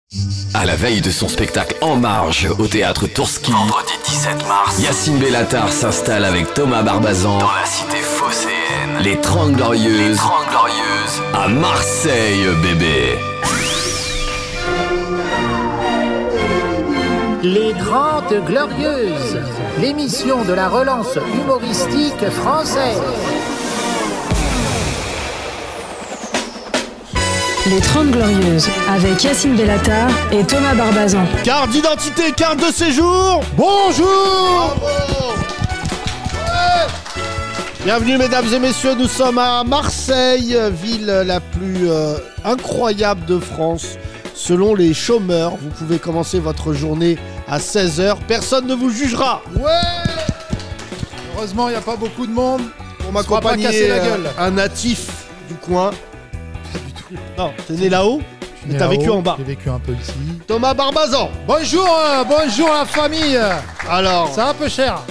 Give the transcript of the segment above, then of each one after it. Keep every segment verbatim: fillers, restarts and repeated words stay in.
À la veille de son spectacle En Marge au théâtre Tourski, vendredi dix-sept mars, Yacine Bellatar s'installe avec Thomas Barbazan dans la cité phocéenne. Les Trente Glorieuses, Les Trente Glorieuses à Marseille, bébé. Les Trente Glorieuses, l'émission de la relance humoristique française. Les Trente Glorieuses, avec Yacine Bellatar et Thomas Barbazan. Carte d'identité, carte de séjour. Bonjour. Ouais. Bienvenue mesdames et messieurs, nous sommes à Marseille, ville la plus euh, incroyable de France. Selon les chômeurs, vous pouvez commencer votre journée à seize heures, personne ne vous jugera. Ouais. Heureusement, il n'y a pas beaucoup de monde pour m'accompagner. Pas casser la gueule. Euh, un natif du coin. Pas du tout. Non, t'es né là-haut et t'as vécu en bas. J'ai vécu un peu ici. Thomas Barbazan. Bonjour, euh, bonjour la famille. Alors, ça va un peu cher.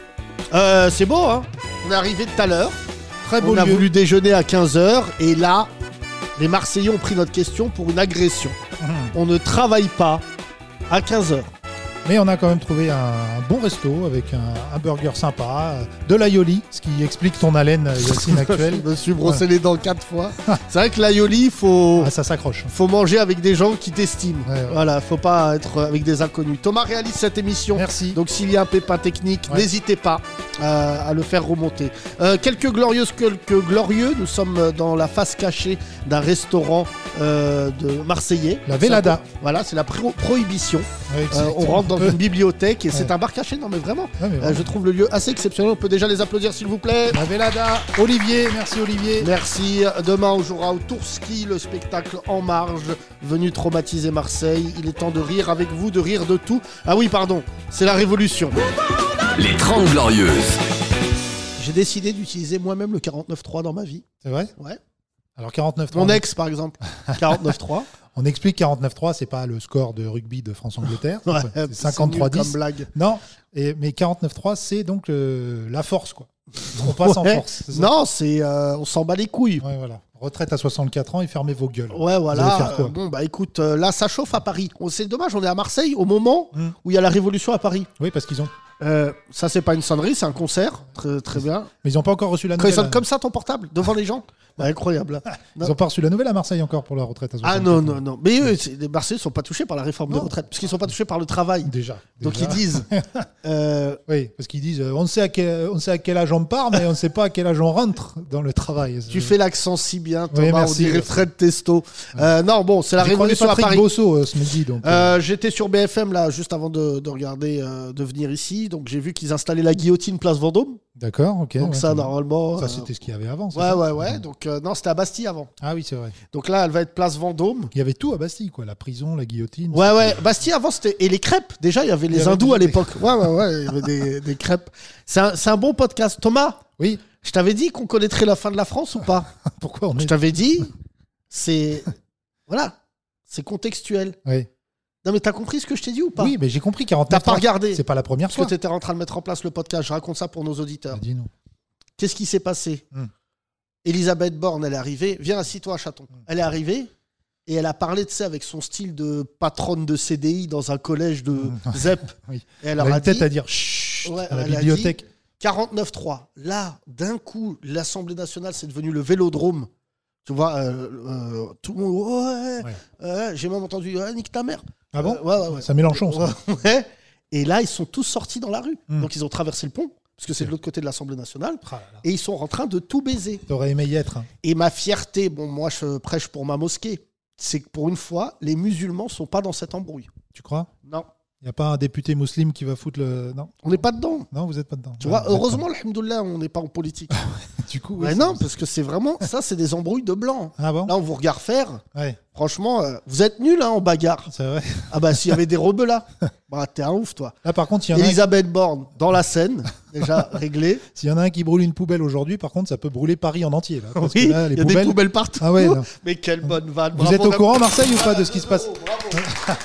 Euh, c'est beau, hein. On est arrivé tout à l'heure. Très beau On lieu. a voulu déjeuner à quinze heures et là, les Marseillais ont pris notre question pour une agression. Mmh. On ne travaille pas à quinze heures. Mais on a quand même trouvé un bon resto avec un, un burger sympa, de l'aioli, ce qui explique ton haleine, Yacine, actuelle. Je me suis brossé ouais. les dents quatre fois. C'est vrai que l'aioli, faut, ah, ça s'accroche. Faut manger avec des gens qui t'estiment. Ouais, ouais. Voilà, faut pas être avec des inconnus. Thomas réalise cette émission. Merci. Donc s'il y a un pépin technique, ouais. n'hésitez pas euh, à le faire remonter. Euh, quelques glorieuses, quelques glorieux. Nous sommes dans la face cachée d'un restaurant euh, de Marseillais. La Velada. Voilà, c'est la pro- prohibition. Ouais, euh, on rentre dans une bibliothèque et ouais. c'est un bar caché. Non mais vraiment, ouais, mais euh, je trouve le lieu assez exceptionnel. On peut déjà les applaudir s'il vous plaît. La Velada, Olivier, merci Olivier. Merci. Demain on jouera au Tourski, le spectacle En Marge, venu traumatiser Marseille. Il est temps de rire avec vous, de rire de tout. Ah oui pardon, c'est la révolution. Les Trente Glorieuses. J'ai décidé d'utiliser moi-même le quarante-neuf trois dans ma vie. C'est vrai ? Ouais. Alors quarante-neuf trois. Mon ex par exemple, quarante-neuf trois. On explique quarante-neuf trois, c'est pas le score de rugby de France-Angleterre. Ouais, c'est cinquante-trois dix. Comme blague. Non, et, mais quarante-neuf trois, c'est donc euh, la force, quoi. On passe ouais. en force. C'est non, c'est euh, on s'en bat les couilles. Ouais, voilà. Retraite à soixante-quatre ans et fermez vos gueules. Ouais, voilà. Euh, bon, bah écoute, euh, là, ça chauffe à Paris. Oh, c'est dommage, on est à Marseille au moment mmh. où il y a la révolution à Paris. Oui, parce qu'ils ont. Euh, ça, c'est pas une sonnerie, c'est un concert. Très, très bien. Mais ils n'ont pas encore reçu la Quand nouvelle. Quand ils sonnent comme ça, ton portable, devant les gens. Bah, incroyable. Ils n'ont pas reçu la nouvelle à Marseille encore pour la retraite à soixante-quatre ans. Ah non, ans. non, non. Mais eux, les Marseillais ne sont pas touchés par la réforme non. de retraite, parce qu'ils ne sont pas touchés par le travail. Déjà. Donc déjà. ils disent. euh... Oui, parce qu'ils disent euh, on, sait à quel, on sait à quel âge on part, mais on ne sait pas à quel âge on rentre dans le travail. Tu fais l'accent si bien, Thomas, oui, merci, on dirait Fred Testo. Ouais. Euh, non, bon, c'est la J'ai révolution à Paris. Bosso, euh, ce midi, donc, euh... Euh, j'étais sur B F M là, juste avant de, de regarder, euh, de venir ici. Donc j'ai vu qu'ils installaient la guillotine place Vendôme. D'accord, ok. Donc ouais, ça, normalement... Ça, euh... c'était ce qu'il y avait avant. Ouais, ça. ouais, ouais. Donc euh, non, c'était à Bastille avant. Ah oui, c'est vrai. Donc là, elle va être place Vendôme. Il y avait tout à Bastille, quoi. La prison, la guillotine. Ouais, ouais. Bastille avant, c'était... Et les crêpes, déjà, il y avait les il y hindous avait à l'époque. Des... Ouais, ouais, ouais. Il y avait des, des crêpes. C'est un, c'est un bon podcast. Thomas ? Oui. Je t'avais dit qu'on connaîtrait la fin de la France ou pas ? Pourquoi on est... Je t'avais dit, c'est... Voilà. C'est contextuel. Oui. Non mais t'as compris ce que je t'ai dit ou pas ? Oui, mais j'ai compris. quarante-neuf T'as pas regardé. C'est pas la première parce fois. Parce que t'étais en train de mettre en place le podcast. Je raconte ça pour nos auditeurs. Dis-nous. Qu'est-ce qui s'est passé ? hum. Elisabeth Borne, elle est arrivée. Viens, assis-toi, chaton. Hum. Elle est arrivée et elle a parlé de ça avec son style de patronne de C D I dans un collège de hum. Z E P. Oui. Et elle, elle a une dit, tête à dire chut ouais, à la elle bibliothèque. A dit quarante-neuf trois. Là, d'un coup, l'Assemblée nationale, c'est devenu le Vélodrome. Tu vois, euh, euh, tout le monde, ouais, ouais. Euh, j'ai même entendu, ouais, nique ta mère. Ah bon ? euh, ouais, ouais, ouais. C'est Mélenchon, ça. Ouais. Et là, ils sont tous sortis dans la rue. Mmh. Donc, ils ont traversé le pont, parce que c'est okay. de l'autre côté de l'Assemblée nationale. Ah là là. Et ils sont en train de tout baiser. T'aurais aimé y être. Hein. Et ma fierté, bon, moi, je prêche pour ma mosquée, c'est que pour une fois, les musulmans ne sont pas dans cette embrouille. Tu crois ? Non. Il n'y a pas un député musulman qui va foutre le... Non ? On n'est pas dedans. Non, vous n'êtes pas dedans. Tu vois, heureusement, alhamdoulilah, on n'est pas en politique. Du coup, oui, non, parce que c'est vraiment... Ça, c'est des embrouilles de blancs. Ah bon ? Là, on vous regarde faire. Ouais. Franchement, euh, vous êtes nuls hein, en bagarre. C'est vrai. Ah bah, s'il y avait des rebeux là, bah, t'es un ouf, toi. Là, par contre, il y en a... Elisabeth Borne, dans la Seine, déjà réglé. S'il y en a un qui brûle une poubelle aujourd'hui, par contre, ça peut brûler Paris en entier. Là, parce oui, que là, les il y a poubelles... des poubelles partout. Ah ouais, mais quelle bonne vanne. Vous êtes au courant, Marseille, ou pas, de ce qui se passe ? Bravo.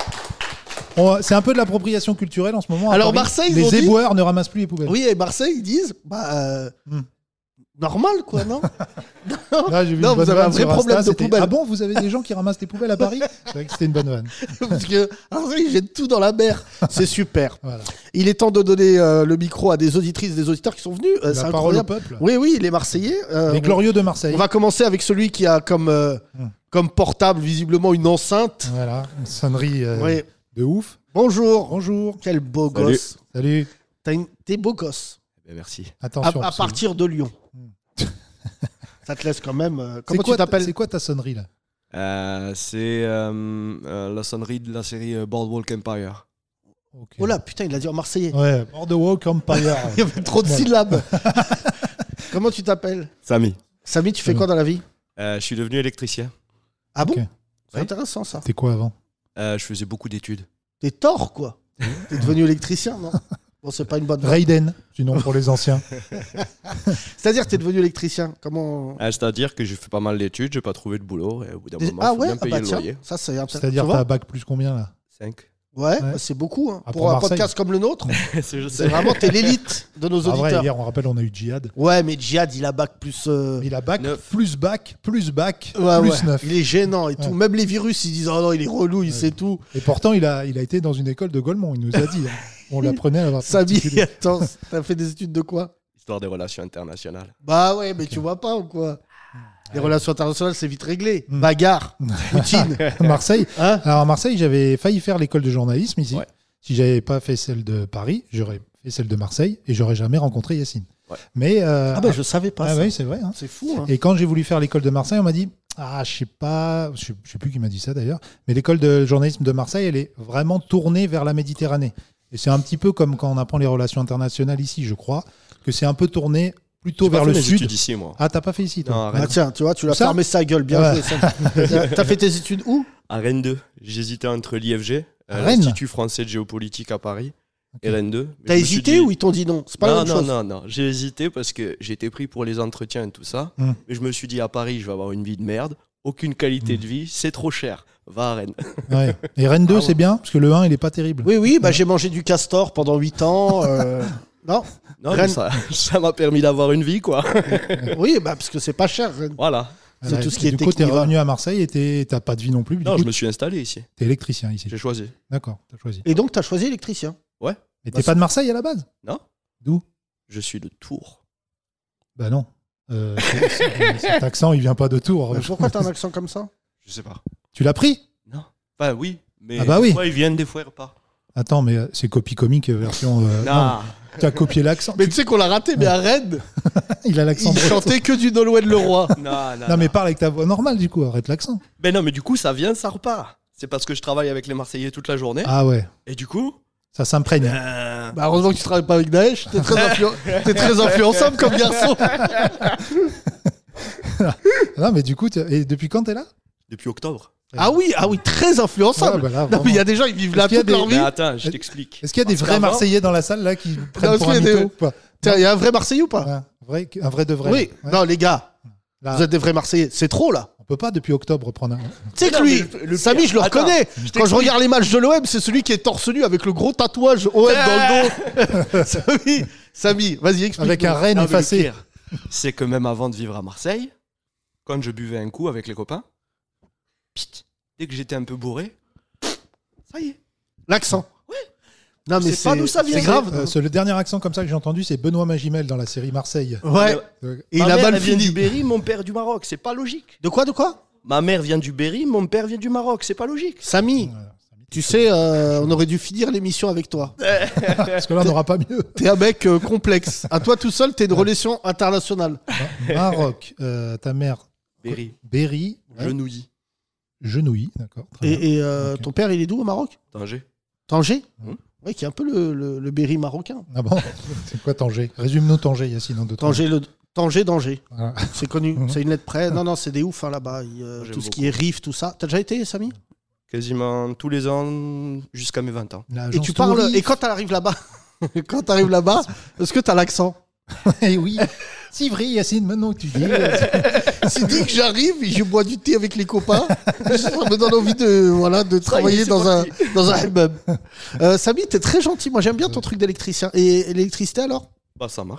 On, c'est un peu de l'appropriation culturelle en ce moment. Alors Paris, Marseille, les ils éboueurs dit... ne ramassent plus les poubelles. Oui, et Marseille, ils disent, bah, euh, mm. normal, quoi, non? Là, j'ai vu Non, une bonne vous avez un vanne vrai sur problème Insta, de c'était, poubelle. ah bon, vous avez des gens qui ramassent les poubelles à Paris? C'est vrai que c'était une bonne vanne. Parce que, alors, ils jettent tout dans la mer. C'est super. Voilà. Il est temps de donner euh, le micro à des auditrices et des auditeurs qui sont venus. Euh, La c'est parole au incroyable. peuple. Oui, oui, les Marseillais. euh, Les on- glorieux de Marseille. On va commencer avec celui qui a comme, euh, Hum. comme portable, visiblement, une enceinte. Voilà, une sonnerie euh, Oui. de ouf. Bonjour. Bonjour. Quel beau Salut. gosse. Salut. T'as une- T'es beau gosse. Eh, merci. À, Attention. à parce que- partir de Lyon. Ça te laisse quand même. euh, C'est comment quoi tu ta- t'appelles? C'est quoi ta sonnerie là? Euh, c'est euh, euh, la sonnerie de la série euh, Boardwalk Empire. Ok. Oh là, putain, il a dit en marseillais. Ouais, Boardwalk Empire. Il y avait trop de Ouais. syllabes. Comment tu t'appelles? Samy. Samy, tu fais Samy. quoi dans la vie? Euh, je suis devenu électricien. Ah bon? Ok. C'est Oui. intéressant ça. T'es quoi avant? Euh, je faisais beaucoup d'études. T'es tort, quoi. T'es devenu électricien, non? Bon, c'est pas une bonne vanne. Raiden, sinon pour les anciens. C'est-à-dire, t'es devenu électricien. Comment? Euh, C'est-à-dire que j'ai fait pas mal d'études, j'ai pas trouvé de boulot et au bout d'un Des- moment, Ah faut ouais, bien ah payer bah le tiens, loyer. ça c'est intéressant. C'est-à-dire Tu t'as vois bac plus combien là? cinq. Ouais, Ouais. bah, c'est beaucoup. hein. Ah, Pour pour un Marseille. podcast comme le nôtre, C'est- je c'est sais. vraiment t'es l'élite de nos En vrai, auditeurs. hier on rappelle on a eu Djihad. Ouais, mais Djihad, il a bac plus. euh, Il a bac, Neuf. plus bac, plus bac, ouais, plus ouais. neuf. Il est gênant et tout. Ouais. Même les virus, ils disent oh non, il est relou, il sait tout. Et pourtant il a, il a été dans une école de Golemont, il nous a dit. hein. On l'apprenait à la Samy, particulier. attends, t'as fait des études de quoi? Histoire des relations internationales. Bah ouais, mais tu vois pas ou quoi? Les relations internationales, c'est vite réglé. Hmm. Bagarre, Poutine. Marseille. Hein? Alors à Marseille, j'avais failli faire l'école de journalisme ici. Ouais. Si j'avais pas fait celle de Paris, j'aurais fait celle de Marseille et j'aurais jamais rencontré Yacine. Ouais. Mais euh, Ah bah je savais pas ah ça. oui, c'est vrai. hein. C'est fou. Hein. Et quand j'ai voulu faire l'école de Marseille, on m'a dit ah, je sais pas, je sais, je sais plus qui m'a dit ça d'ailleurs, mais l'école de journalisme de Marseille, elle est vraiment tournée vers la Méditerranée. Et c'est un petit peu comme quand on apprend les relations internationales ici, je crois, que c'est un peu tourné plutôt J'ai pas vers fait le mes sud. études ici, moi. Ah, t'as pas fait ici, toi Non, à Rennes. Ah tiens, tu vois, tu l'as Ça fermé sa gueule, bien Ouais. joué. Sam. T'as t'as fait tes études où? À Rennes deux. J'hésitais entre l'I F G, À euh, Rennes l'Institut français de géopolitique à Paris, et Rennes deux. Mais T'as je me suis hésité dit- ou ils t'ont dit non? C'est pas la non, même non, chose. non, non, j'ai hésité parce que j'ai été pris pour les entretiens et tout ça. Hmm. Mais je me suis dit, à Paris, je vais avoir une vie de merde, aucune qualité Hmm. de vie, c'est trop cher. Va à Rennes. Ouais. Et Rennes deux, Ah ouais. c'est bien, parce que le un, il est pas terrible. Oui, oui, bah j'ai mangé du castor pendant huit ans. euh, Non? Non, Rennes. mais ça ça m'a permis d'avoir une vie, quoi. Oui, bah parce que c'est pas cher. Rennes. Voilà. C'est Ouais, tout ce qui et est Du coup, t'es technique, revenu à Marseille et t'es- t'as pas de vie non plus. Du Non, coup, je me suis installé ici. t'es électricien ici. J'ai choisi. D'accord, t'as choisi. Et donc, t'as choisi électricien. Et Bah, t'es pas de Marseille à la base? Non. D'où? Je suis de Tours. Bah non. Euh, c'est- c'est- cet accent, il vient pas de Tours. Mais pourquoi t'as un accent comme ça? Je sais pas. Tu l'as pris? Non. Enfin, oui. Mais Ah bah oui. des fois, ils viennent, des fois, ils repartent. Attends, mais euh, c'est copie comique version. euh, Non. tu as copié l'accent. Mais tu sais qu'on l'a raté, mais à Rennes, Il a l'accent il breton. chantait que du Nolwenn Leroy. Non, non, Non, mais parle avec ta voix normale, du coup, arrête l'accent. Mais non, mais du coup, ça vient, ça repart. C'est parce que je travaille avec les Marseillais toute la journée. Ah ouais, Et du coup, ça s'imprègne. euh, Bah heureusement que tu travailles pas avec Daesh, t'es très, influ- t'es très influençable comme garçon. Non, mais du coup, tu- et depuis quand t'es là? depuis octobre. Ah oui, ah oui, très influençable. Ah, bah là, non, vraiment. mais il y a des gens, ils vivent là Est-ce qu'il y a toute leur des- vie. Mais attends, je t'explique. Est-ce qu'il y a des Parce vrais qu'avant- Marseillais dans la salle là qui prennent est-ce pour un qu'il y a des- mytho ou pas? Tiens, il y a un vrai Marseillais ou pas? Ouais, vrai, un vrai de vrai. Oui. Ouais. Non, les gars, Là, vous êtes des vrais Marseillais. C'est trop là. on peut pas depuis octobre prendre un. Tu sais que Non, lui, mais le- le Samy, pire- je le Attends, reconnais. je Quand je t'explique. regarde les matchs de l'O M, c'est celui qui est torse nu avec le gros tatouage O M dans le dos. Samy, Samy, vas-y, explique. Avec un renne Non, mais le effacé. pire, c'est que même avant de vivre à Marseille, quand je buvais un coup avec les copains, pit, dès que j'étais un peu bourré, ça y est. L'accent. Ouais. Non, mais Je sais pas d'où ça vient. C'est grave. Euh, c'est le dernier accent comme ça que j'ai entendu, c'est Benoît Magimel dans la série Marseille. Ouais. Euh, Et Ma il a mère, mal elle vient fini. du Berry, mon père du Maroc. C'est pas logique. De quoi, de quoi? Ma mère vient du Berry, mon père vient du Maroc. C'est pas logique. Samy, voilà. tu sais, euh, on aurait dû finir l'émission avec toi. Parce que là, on n'aura pas mieux. T'es un mec euh, complexe. À toi tout seul, t'es une relation internationale. Maroc, euh, ta mère, Berry, Berry, ouais, Genouilly, Genouilly, d'accord. très bien. Et, et, euh, Ok. ton père, il est d'où au Maroc? Tanger. Tanger? Mmh. Oui, qui est un peu le, le, le Berry marocain. Ah bon? C'est quoi Tanger? Résume-nous Tanger, Yacine, en deux trois. Tanger, le... Tanger, danger. Voilà. C'est connu. Mhm. C'est une lettre près. Non, non, c'est des ouf hein, là-bas. Il, euh, J'aime tout ce beaucoup. qui est riff, tout ça. T'as déjà été, Samy? Quasiment tous les ans jusqu'à mes vingt ans. La Et agence tu parles. Touriste. Et quand t'arrives là-bas, quand t'arrives là-bas, est-ce que t'as l'accent? Eh oui, c'est vrai, Yacine, maintenant que tu dis. C'est dit que j'arrive et je bois du thé avec les copains. Ça me donne envie de, voilà, de travailler c'est dans un, parti. dans un hammam. Euh, Samy, t'es très gentil. Moi, j'aime bien ton truc d'électricien. Et l'électricité alors? Bah ça marche. Hein.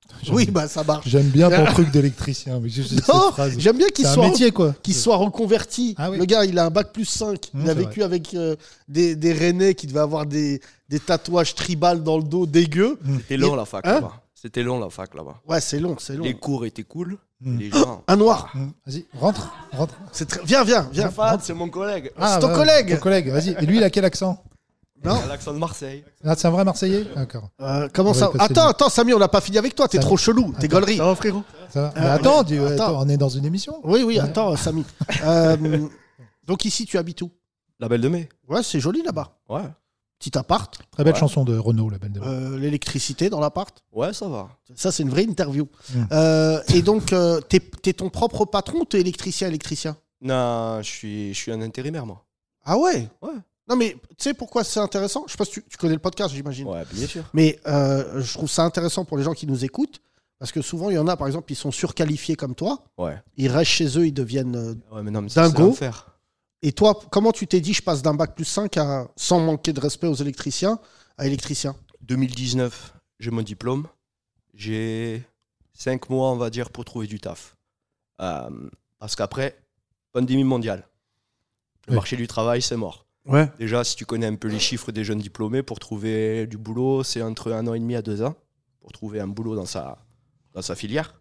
Oui, bah ça marche. J'aime bien ton truc d'électricien. Mais juste cette Non, phrase. j'aime bien qu'il C'est un soit, métier, quoi. qu'il soit reconverti. Ah oui. Le gars, il a un bac plus cinq. Mmh, il a c'est vécu avec euh, des, des Rennais qui devaient avoir des, des tatouages tribal dans le dos dégueu. C'était long la fac Hein là-bas. C'était long la fac là-bas. Ouais, c'est long, c'est long. Les cours étaient cool. Mm. Les gens. Un noir. Mmh. Vas-y, rentre. rentre. C'est très... Viens, viens, viens. Fad, c'est mon collègue. c'est ton collègue. Ton collègue, vas-y. Et lui, il a quel accent? Non. Il a l'accent de Marseille. Ah, c'est un vrai Marseillais? D'accord. Euh, comment On va ça y passer Attends, le- attends, Samy, on n'a pas fini avec toi. T'es Ça trop va. chelou. T'es Attends. gaulerie. Ça va, frérot? Ça va. Euh, Mais attends, mais- dis- ouais, attends. attends, on est dans une émission. Oui, oui, Ouais. attends, Samy. Euh, donc ici, tu habites où? La Belle de Mai. Ouais, c'est joli là-bas. Ouais. Petit appart. Très belle Ouais. chanson de Renaud, la belle de. Euh, L'électricité dans l'appart. Ouais, ça va. Ça, c'est une vraie interview. Mm. Euh, et donc, euh, t'es t'es ton propre patron ou t'es électricien, électricien? Non, je suis, je suis un intérimaire, moi. Ah ouais? Ouais. Non, mais tu sais pourquoi c'est intéressant? Je sais pas si tu, tu connais le podcast, j'imagine. Ouais, bien sûr. Mais euh, je trouve ça intéressant pour les gens qui nous écoutent. Parce que souvent, il y en a, par exemple, ils sont surqualifiés comme toi. Ouais. Ils restent chez eux, ils deviennent. euh, Ouais, mais non, mais ça, c'est Dingo. l'enfer. Et toi, comment tu t'es dit, je passe d'un bac plus cinq à, sans manquer de respect aux électriciens, à électricien? deux mille dix-neuf, j'ai mon diplôme. J'ai cinq mois, on va dire, pour trouver du taf. Euh, parce qu'après, pandémie mondiale. Le Oui. marché du travail, c'est mort. Ouais. Déjà, si tu connais un peu les chiffres des jeunes diplômés, pour trouver du boulot, c'est entre un an et demi à deux ans. Pour trouver un boulot dans sa, dans sa filière.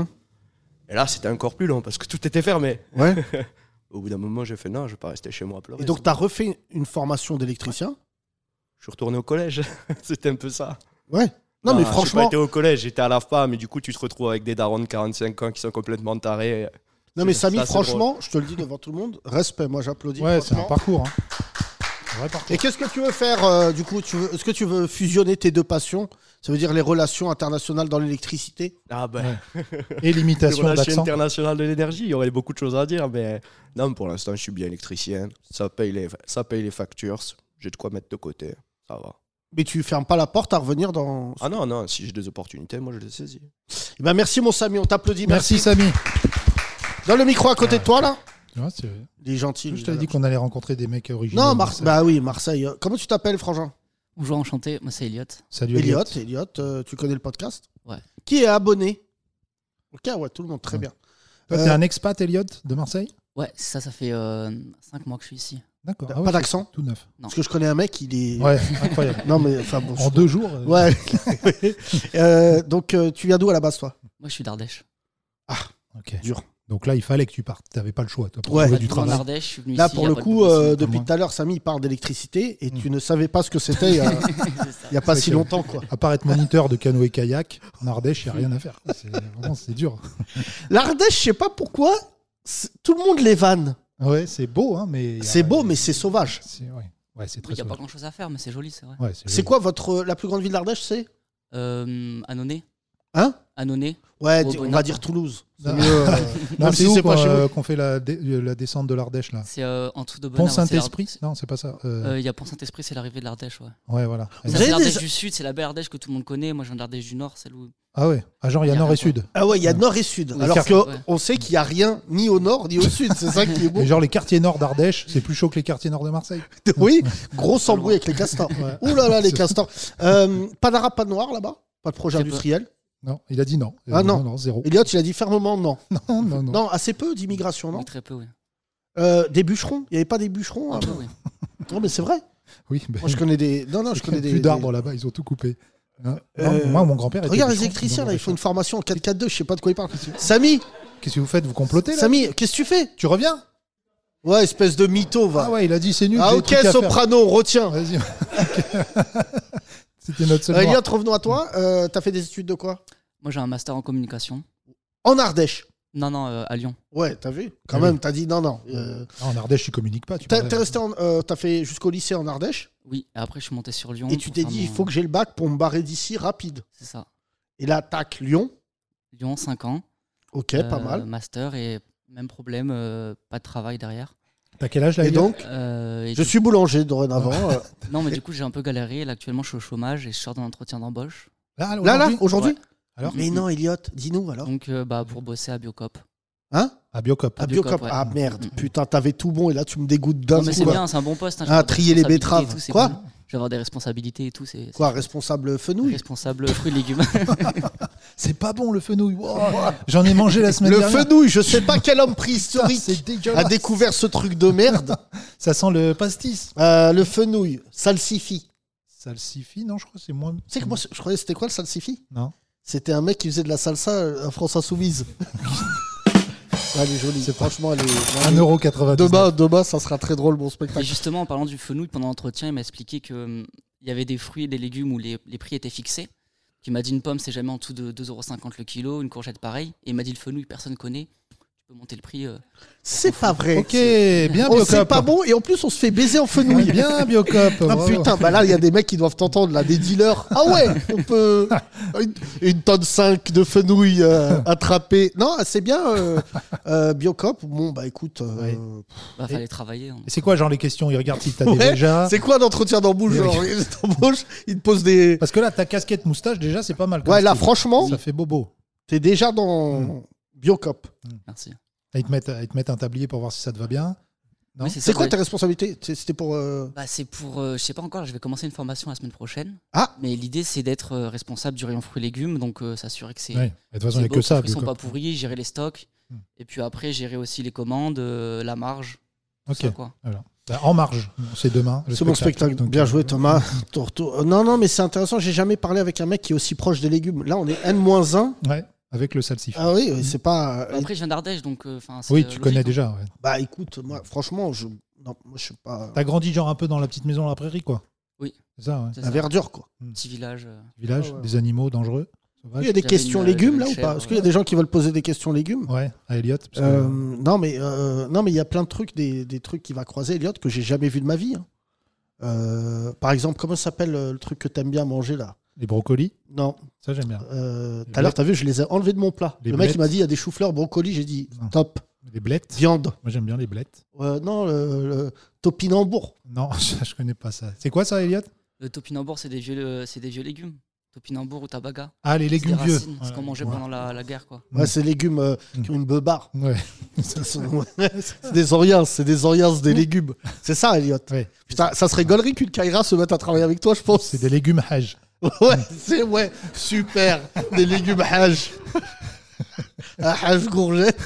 Et là, c'était encore plus long parce que tout était fermé. Ouais. Au bout d'un moment, j'ai fait non, je vais pas rester chez moi à pleurer. Et donc, tu as refait une formation d'électricien? Je suis retourné au collège. C'était un peu ça. Ouais. Non, mais J'ai pas franchement. été au collège, j'étais à l'A F P A, mais du coup, tu te retrouves avec des darons de quarante-cinq ans qui sont complètement tarés. Non, mais C'est- Samy, ça, c'est franchement, je te le dis devant tout le monde, respect, moi j'applaudis. Ouais, c'est un franchement. parcours. Hein. Un vrai parcours. Et qu'est-ce que tu veux faire euh, du coup tu veux, Est-ce que tu veux fusionner tes deux passions? Ça veut dire les relations internationales dans l'électricité? Ah ben, Et les l'imitation relations d'accent. internationales de l'énergie, il y aurait beaucoup de choses à dire, mais non, pour l'instant, je suis bien électricien. Ça paye les, ça paye les factures, j'ai de quoi mettre de côté, ça va. Mais tu fermes pas la porte à revenir dans. Ah non, non, si j'ai des opportunités, moi je les saisis. Eh ben, merci mon Samy, on t'applaudit. Merci, Merci. Samy. Donne le micro à côté de toi là. Tu vois, c'est- Il est gentil. Je lui, t'avais là. dit qu'on allait rencontrer des mecs originaux. Non, de Mar- Marseille. bah oui, Marseille. Comment tu t'appelles, Frangin? Bonjour, enchanté, moi c'est Elliot. Salut Elliot. Elliot. Elliot, euh, tu connais le podcast? Ouais. Qui est abonné? Ok, ouais, tout le monde, très Ouais. bien. Toi, Euh, t'es un expat, Elliot, de Marseille? Ouais, ça, ça fait cinq mois que je suis ici. D'accord. Pas Ah ouais, d'accent? Tout neuf. Non. Parce que je connais un mec, il est. Ouais, incroyable. Non, mais enfin bon. En deux jours. euh, Ouais. Euh, donc, euh, tu viens d'où à la base, toi? Moi je suis d'Ardèche. Ok. Dur. Donc là, il fallait que tu partes. T'avais pas le choix, toi, pour Ouais. trouver du En travail. Ardèche, je suis venu Là, ici. pour y a le pas de coup, boulot euh, ici. depuis moi. tout à l'heure, Samy il parle d'électricité et Mm. tu ne savais pas ce que c'était il y a, C'est ça. il y a pas C'est si que- longtemps, quoi. À part être moniteur de canoë-kayak, en Ardèche, il n'y a rien à faire. C'est, vraiment, c'est dur. L'Ardèche, je sais pas pourquoi, c'est- tout le monde les vanne. Ouais, c'est beau, hein, mais. C'est beau, mais c'est sauvage. C'est, ouais. Ouais, c'est Il très n'y a pas sauvage. grand chose à faire, mais c'est joli, c'est vrai. Ouais, C'est joli. quoi votre la plus grande ville d'Ardèche, c'est? Euh, Annonay. Hein? Annonay. Ouais, Au di- on Bonheur. va dire Toulouse. C'est Non. mieux, euh, Non, même c'est si où c'est qu'on, pas chez euh, vous. qu'on fait la, dé- la descente de l'Ardèche, là? C'est euh, en dessous de Pont Bonheur. c'est Saint-Esprit? l'Ar- Non, c'est pas ça. Euh, Euh, Il y a Pont Saint-Esprit, c'est l'arrivée de l'Ardèche. Ouais. Ouais, voilà. Vous Ça, avez c'est l'Ardèche des- du Sud, c'est la belle Ardèche que tout le monde connaît. Moi je viens de l'Ardèche du Nord, celle où. Ah ouais. Ah, genre, il y a Il y a nord rien, et sud. Ah ouais, il y a nord et sud. Oui, Alors carte- que ouais. on sait qu'il y a rien ni au nord ni au sud. C'est ça qui est beau. Et genre, les quartiers nord d'Ardèche, c'est plus chaud que les quartiers nord de Marseille. Oui, gros embrouille avec les castors. Ouais. Ouh là là, les castors. Euh, pas d'arabe, pas de noir là-bas? Pas de projet Très peu. industriel? Non, il a dit non. Ah, Euh, non. Non, non, zéro. Elliot, il a dit fermement non. Non, non, non. Non, assez peu d'immigration, non? Oui, très peu, oui. Euh, Des bûcherons? Il n'y avait pas des bûcherons? Un hein peu, oui. Non, mais c'est vrai. Oui, mais Moi, je connais des. Non, non, je il y a connais des. plus des- d'arbres là-bas, ils ont tout coupé. Hein Non, Euh, moi, mon grand-père était Regarde les bûcheron, électriciens, dans là, le ils font une Réchal. formation en quatre quatre deux, je sais pas de quoi ils parlent. Samy, Qu'est-ce que vous faites? Vous complotez là? Samy, qu'est-ce que tu fais? Tu reviens? Ouais, espèce de mytho, va. Ah ouais, il a dit c'est nul. Ah, j'ai des ok, trucs à faire. Soprano, on retient. Vas-y. C'était notre seul Euh, noir. Elliot, revenons à toi. Euh, T'as fait des études de quoi? Moi j'ai un master en communication. En Ardèche. Non, non, euh, à Lyon. Ouais, t'as vu? Quand Ah même, oui. t'as dit non, non. Euh, Ah, en Ardèche, tu communiques pas. Tu T'as parles- t'es resté en. euh, T'as fait jusqu'au lycée en Ardèche. Oui, et après je suis monté sur Lyon. Et tu pour t'es faire dit, mon- il faut que j'ai le bac pour me barrer d'ici rapide. C'est ça. Et là, tac, Lyon. Lyon, cinq ans. Ok, pas Euh, mal. Master et même problème, euh, pas de travail derrière. T'as quel âge là Et Elliot donc, Euh, et je du- suis boulanger dorénavant. euh. Non, mais du coup j'ai un peu galéré. Là actuellement je suis au chômage et je sors d'un entretien d'embauche. Là, Là, là, aujourd'hui? Ouais. Alors Mais non, Elliot, dis-nous alors. Donc euh, bah, pour bosser à Biocop. Hein? À Biocop. À Biocop, Biocop. ouais. Ah merde, Mm. putain, t'avais tout bon et là tu me dégoûtes d'un Non mais coup. c'est là. bien, c'est un bon poste. hein, Ah, j'ai pas de trier les responsabilité et betteraves. tout, c'est Quoi? cool. Je vais avoir des responsabilités et tout. C'est, Quoi, c'est... responsable fenouil? Responsable fruits et légumes. C'est pas bon le fenouil. Wow. J'en ai mangé la semaine Le dernière. fenouil, je sais pas quel homme préhistorique C'est dégueulasse. a découvert ce truc de merde. Ça sent le pastis. Euh, le fenouil, salsifis. Salsifis, non, je crois que c'est moins. Tu sais que moi, je croyais que c'était quoi le salsifis? Non. C'était un mec qui faisait de la salsa à France Insoumise. Elle est jolie, franchement, elle est. un euro quatre-vingt-dix-neuf. Demain, demain, ça sera très drôle, mon Et spectacle. justement, en parlant du fenouil, pendant l'entretien, il m'a expliqué qu'il hum, y avait des fruits et des légumes où les, les prix étaient fixés. Il m'a dit une pomme, c'est jamais en dessous de deux euros cinquante le kilo, une courgette pareil. Et il m'a dit le fenouil, personne ne connaît. Tu peux monter le prix. Euh, C'est pas vrai. Ok, bien Oh, Biocop. c'est pas bon, et en plus, on se fait baiser en fenouil. Ouais, bien Biocop. Ah bravo. putain, bah là, il y a des mecs qui doivent t'entendre, là, des dealers. Ah ouais, on peut. Une, une tonne cinq de fenouil euh, attrapée. Non, c'est bien, euh, euh, Biocop. Bon, bah écoute. euh, Ouais. bah, fallait travailler. hein. Et c'est quoi, genre, les questions? Ils regardent si t'as Ouais, des déjà. C'est quoi l'entretien d'embauche? Oui. Genre, ils t'embauchent, ils te posent des. Parce que là, ta casquette moustache, déjà, c'est pas mal. comme Ouais, là, style. franchement, Ça fait bobo. t'es déjà dans Mm. Biocop. Merci. Ils te, mettent, ils te mettent un tablier pour voir si ça te va bien. Non Oui, C'est ça, quoi ouais. tes responsabilités? C'est- C'était pour. euh, Bah, c'est pour, euh, je sais pas encore, je vais commencer une formation la semaine prochaine. Ah. Mais l'idée, c'est d'être euh, responsable du rayon fruits et légumes, donc euh, s'assurer que c'est. Ouais. Et de toute façon, il c'est n'y a beau, que ça. qu'ils sont Biocop. pas pourris, gérer les stocks. Hmm. Et puis après, gérer aussi les commandes, euh, la marge. tout Ok. ça, quoi. Voilà. Bah, en marge, c'est demain. le C'est mon spectacle. Donc, Bien euh, joué, Thomas. Tour, tour. Euh, Non, non, mais c'est intéressant. J'ai jamais parlé avec un mec qui est aussi proche des légumes. Là, on est N moins un. Ouais, avec le salsifis. Ah oui, oui, c'est pas. euh, Après, je viens d'Ardèche, donc. euh, 'fin, c'est, oui, euh, tu logique, connais hein. déjà. Ouais. Bah écoute, moi, franchement, je. Non, moi, je sais pas. T'as grandi genre un peu dans la petite maison à la prairie, quoi. Oui. C'est ça, ouais. C'est La ça. verdure, quoi. Petit village. euh. Village, Ah ouais. des animaux dangereux. sauvages. Il y a des J'avais questions une, légumes j'avais là une ou pas? chèvre, Est-ce qu'il y a des gens qui veulent poser des questions légumes? Ouais, à Elliot. parce que- Euh, non, mais euh, non, mais il y a plein de trucs, des, des trucs qui va croiser Elliot que j'ai jamais vu de ma vie. hein. Euh, par exemple, comment ça s'appelle euh, le truc que t'aimes bien manger là? Les brocolis, Non. ça j'aime bien. Euh, Les Tout à l'heure, blettes. t'as vu, je les ai enlevés de mon plat. Les le mec blettes. il m'a dit il y a des choux-fleurs, brocolis. J'ai dit Non. top. Les blettes. Viande. Moi j'aime bien les blettes. Euh, non, le, le topinambour. Non, ça, je connais pas ça. C'est quoi ça, Elliot? Le topinambour, c'est des vieux, euh, c'est des vieux légumes. Topinambour ou tabaga. Ah, les C'est des légumes vieux. racines, ce qu'on mangeait Ouais. pendant la, la guerre, quoi. Mm. Ouais, c'est des légumes euh, Mm. qui ont une beubare. Ouais. Ce sont- c'est des oriens, c'est des oriens, des légumes. C'est ça, Elliot. Ouais. Putain, ça serait gaulerie qu'une Kaira se mette à travailler avec toi, je pense. C'est des légumes hajj. Ouais, c'est ouais, super. Des légumes hajj. Un hajj gourgette.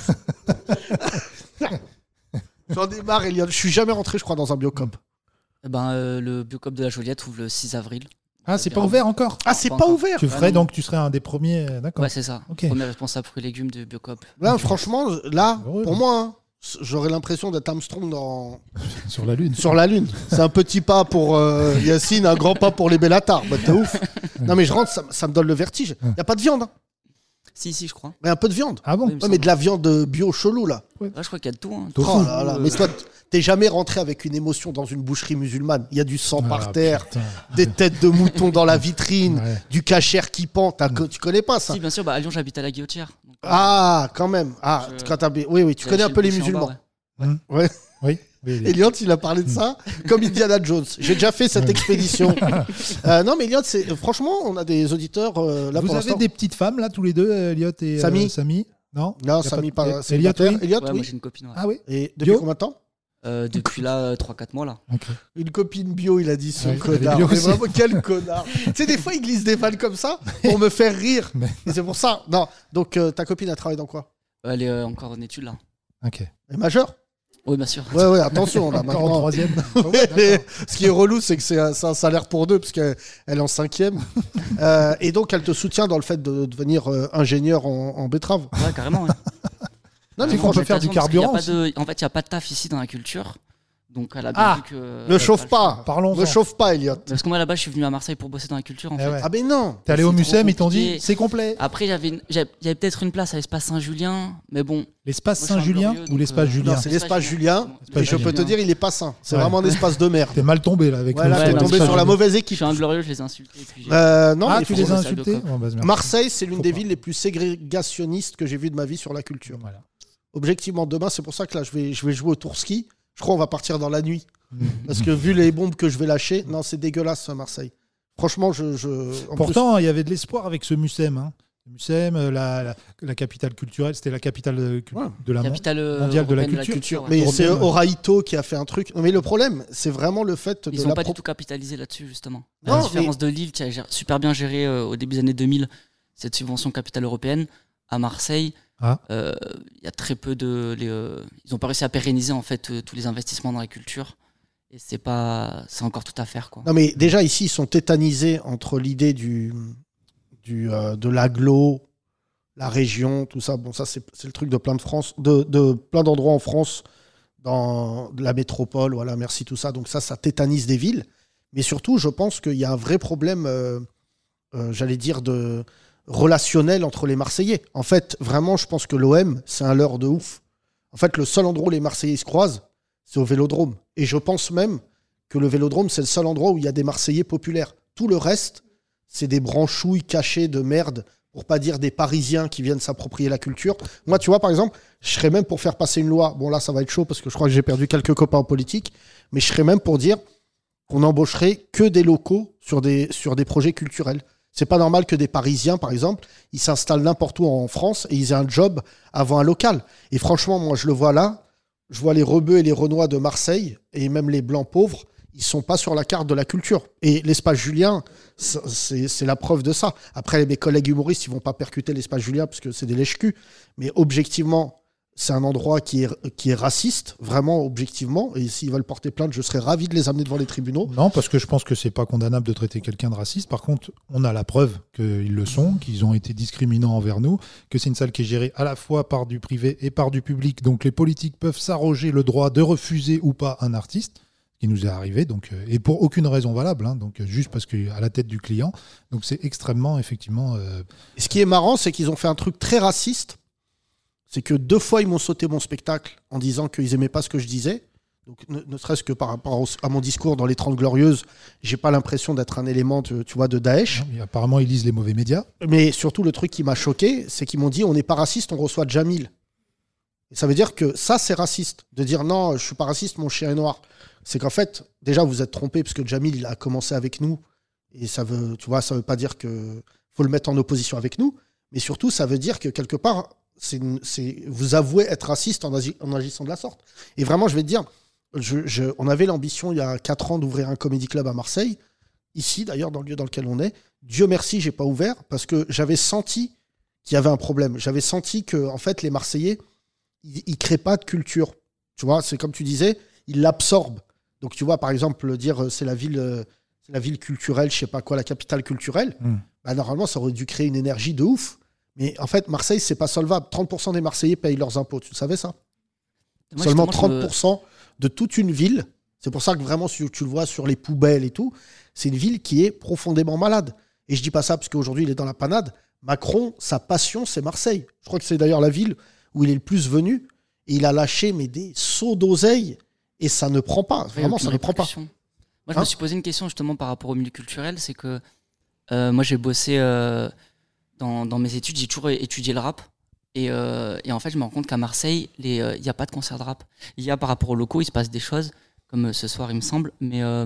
J'en ai marre, Elliot. Je suis jamais rentré, je crois, dans un biocop. Eh ben, euh, le Biocop de la Joliette ouvre le six avril. Ah, c'est pas ouvert encore. Ah, c'est pas pas encore. ouvert. Tu Ah, ferais non. donc, tu serais un des premiers. euh, D'accord. Ouais, c'est ça. Ok. Premier responsable fruits et légumes de Biocop. Là, franchement, là, Heureux, pour là. moi, hein, j'aurais l'impression d'être Armstrong dans... Sur la Lune. sur la Lune. C'est un petit pas pour euh, Yacine, un grand pas pour les Bellatar. Bah, t'es ouf. Non, mais je rentre, ça, ça me donne le vertige. Il n'y a pas de viande. Hein. Si, si, je crois. Mais un peu de viande. Ah bon? Oui, il me Ouais, mais semble. de la viande bio chelou, là. Ouais, je crois qu'il y a de tout. Hein. Tofu. Oh là là. Euh, Mais toi, t'es jamais rentré avec une émotion dans une boucherie musulmane. Il y a du sang Ah, par terre, putain. des têtes de mouton dans la vitrine, Ouais. du cachère qui pend. T'as co- Tu connais pas ça? Si, bien sûr, bah, à Lyon, j'habite à la Guillotière. Donc, euh, Ah, quand même. Ah, Je- quand t'as- oui, oui, tu j'ai connais un acheté peu le les boucher en bas, musulmans. ouais. Ouais. Oui. oui, oui. Elliot, il a parlé de ça comme Indiana Jones. J'ai déjà fait cette Ouais. expédition. Euh, non, mais Elliot, c'est franchement, on a des auditeurs euh, là Vous pour avez l'instant. des petites femmes là, tous les deux, euh, Elliot et euh, Samy. Samy Non. Non, Y a Samy pas pas. de- c'est Elliot, Elliot, oui. Elliot, Ouais, moi, oui. j'ai une copine. Ouais. Ah oui. Et depuis Bio combien de temps? Euh, depuis là, trois quatre mois, là. Ok. Une copine bio, il a dit, ce Ouais, connard. elle est bio Mais aussi. vraiment, quel connard. Tu sais, des fois, il glisse des vannes comme ça pour me faire rire. Mais- Et c'est pour ça. Non, donc euh, ta copine a travaillé dans quoi? Elle est euh, encore en études, là. Ok. Elle est majeure? Oui, bien sûr. Ouais, ouais, attention. Là, Encore en maintenant. troisième. Ouais, ce qui est relou, c'est que c'est un, c'est un salaire pour deux, parce qu'elle elle est en cinquième. Euh, et donc, elle te soutient dans le fait de devenir euh, ingénieur en, en betterave. Ouais, carrément. Ouais. Non, mais Tu sais qu'on franchement, peut faire du Parce qu'il y a carburant pas aussi. de- En fait, il n'y a pas de taf ici dans la culture. Donc, elle a bien Ah, vu que. ne chauffe pas. Parlons. Ne chauffe pas, Elliot. Parce que moi, là-bas, je suis venu à Marseille pour bosser dans la culture, en Eh fait. ouais. Ah, mais non. T'es allé C'est au trop Mucem, ils t'ont dit compliqué. c'est complet. Après, j'avais une- j'avais- il y avait peut-être une place à l'espace Saint-Julien, mais bon. L'espace Moi, je suis un Saint-Julien glorieux, ou donc, l'espace euh, Julien Non, c'est l'espace Julien. Espace Et je peux Julien. te dire, il est pas sain. C'est Ouais. vraiment un espace de merde. T'es mal tombé là avec Voilà, le- t'es ouais, tombé l'espace sur la Julien. mauvaise Je équipe. suis un glorieux, je les ai insultés. et puis j'ai- Euh, non, Ah, mais tu faut- les as ça, insultés Biocop. Oh, bah, merci. Marseille, c'est l'une Faut des pas. villes les plus ségrégationnistes que j'ai vues de ma vie sur la culture. Voilà. Objectivement, demain, c'est pour ça que là, je vais, je vais jouer au tour ski. Je crois qu'on va partir dans la nuit. Mhm. Parce que vu les bombes que je vais lâcher, non, c'est dégueulasse, Marseille. Franchement, je. je... en Pourtant, il y avait de l'espoir avec ce Mucem. Hein. M U S E M, la, la, la capitale culturelle, c'était la capitale de, Ouais. de la Capitale euh, mondiale de la européenne culture. ouais. Mais Européenne, c'est ouais. Oraito qui a fait un truc. Mais le problème, c'est vraiment le fait de Ils n'ont la pas pro- du tout capitalisé là-dessus, justement. Non, À la mais- différence de Lille, qui a géré- super bien géré euh, au début des années deux mille cette subvention capitale européenne, à Marseille, il Ah. euh, y a très peu de. Les, euh, ils n'ont pas réussi à pérenniser en fait euh, tous les investissements dans la culture. Et c'est pas, c'est encore tout à faire, quoi. Non, mais déjà, ici, ils sont tétanisés entre l'idée du, du, euh, de l'agglo, la région, tout ça. Bon, ça, c'est c'est le truc de plein de France, de, de plein d'endroits en France, dans la métropole, voilà, merci, tout ça. Donc ça, ça tétanise des villes. Mais surtout, je pense qu'il y a un vrai problème, euh, euh, j'allais dire, de relationnel entre les Marseillais. En fait, vraiment, je pense que l'O M, c'est un leurre de ouf. En fait, le seul endroit où les Marseillais se croisent, c'est au Vélodrome. Et je pense même que le Vélodrome, c'est le seul endroit où il y a des Marseillais populaires. Tout le reste, c'est des branchouilles cachées de merde, pour pas dire des Parisiens qui viennent s'approprier la culture. Moi, tu vois, par exemple, je serais même pour faire passer une loi. Bon, là, ça va être chaud parce que je crois que j'ai perdu quelques copains en politique. Mais je serais même pour dire qu'on embaucherait que des locaux sur des, sur des projets culturels. C'est pas normal que des Parisiens, par exemple, ils s'installent n'importe où en France et ils aient un job avant un local. Et franchement, moi, je le vois là. Je vois les Rebeux et les Renois de Marseille, et même les Blancs pauvres, ils sont pas sur la carte de la culture. Et l'espace Julien, c'est c'est la preuve de ça. Après, mes collègues humoristes, ils vont pas percuter l'espace Julien parce que c'est des lèche-culs. Mais objectivement, c'est un endroit qui est, qui est raciste, vraiment objectivement. Et s'ils veulent porter plainte, je serais ravi de les amener devant les tribunaux. Non, parce que je pense que c'est pas condamnable de traiter quelqu'un de raciste. Par contre, on a la preuve qu'ils le sont, qu'ils ont été discriminants envers nous, que c'est une salle qui est gérée à la fois par du privé et par du public. Donc les politiques peuvent s'arroger le droit de refuser ou pas un artiste, ce qui nous est arrivé, donc, euh, et pour aucune raison valable, hein, donc euh, juste parce qu'à la tête du client. Donc c'est extrêmement, effectivement... Euh... Et ce qui est marrant, c'est qu'ils ont fait un truc très raciste. C'est que deux fois, ils m'ont sauté mon spectacle en disant qu'ils n'aimaient pas ce que je disais. Donc, ne, ne serait-ce que par rapport au- à mon discours dans les trente Glorieuses, j'ai pas l'impression d'être un élément, de, tu vois, de Daesh. Et apparemment, ils lisent les mauvais médias. Mais surtout, le truc qui m'a choqué, c'est qu'ils m'ont dit on n'est pas raciste, on reçoit Jamil. Et ça veut dire que ça, c'est raciste. De dire non, je suis pas raciste, mon chien est noir. C'est qu'en fait, déjà, vous êtes trompé, parce que Jamil, il a commencé avec nous. Et ça veut, tu vois, ça veut pas dire que faut le mettre en opposition avec nous. Mais surtout, ça veut dire que quelque part, c'est une- c'est- vous avouez être raciste en, agi- en agissant de la sorte. Et vraiment, je vais te dire, je, je- on avait l'ambition il y a quatre ans d'ouvrir un comédie club à Marseille, ici d'ailleurs, dans le lieu dans lequel on est. Dieu merci, j'ai pas ouvert parce que j'avais senti qu'il y avait un problème. J'avais senti que, en fait, les Marseillais, ils, ils créent pas de culture. Tu vois, c'est comme tu disais, ils l'absorbent. Donc, tu vois, par exemple, dire euh, c'est la ville, euh, c'est la ville culturelle, je sais pas quoi, la capitale culturelle. Mm. Bah, normalement, ça aurait dû créer une énergie de ouf. Mais en fait, Marseille, c'est pas solvable. trente pour cent des Marseillais payent leurs impôts. Tu le savais ça? Moi, Seulement justement, je me- trente pour cent de toute une ville. C'est pour ça que vraiment, si tu le vois sur les poubelles et tout, c'est une ville qui est profondément malade. Et je dis pas ça parce qu'aujourd'hui, il est dans la panade. Macron, sa passion, c'est Marseille. Je crois que c'est d'ailleurs la ville où il est le plus venu. Et il a lâché mais des seaux d'oseille. Et ça ne prend pas. Ouais, Vraiment, aucune ça ne prend pas. répercussion. Moi, je Hein me suis posé une question justement par rapport au milieu culturel. C'est que euh, moi, j'ai bossé euh, dans, dans mes études, j'ai toujours étudié le rap. Et, euh, et en fait, je me rends compte qu'à Marseille, il n'y a pas de concert de rap. Il y a par rapport aux locaux, il se passe des choses, comme euh, ce soir, il me semble. Mais, euh,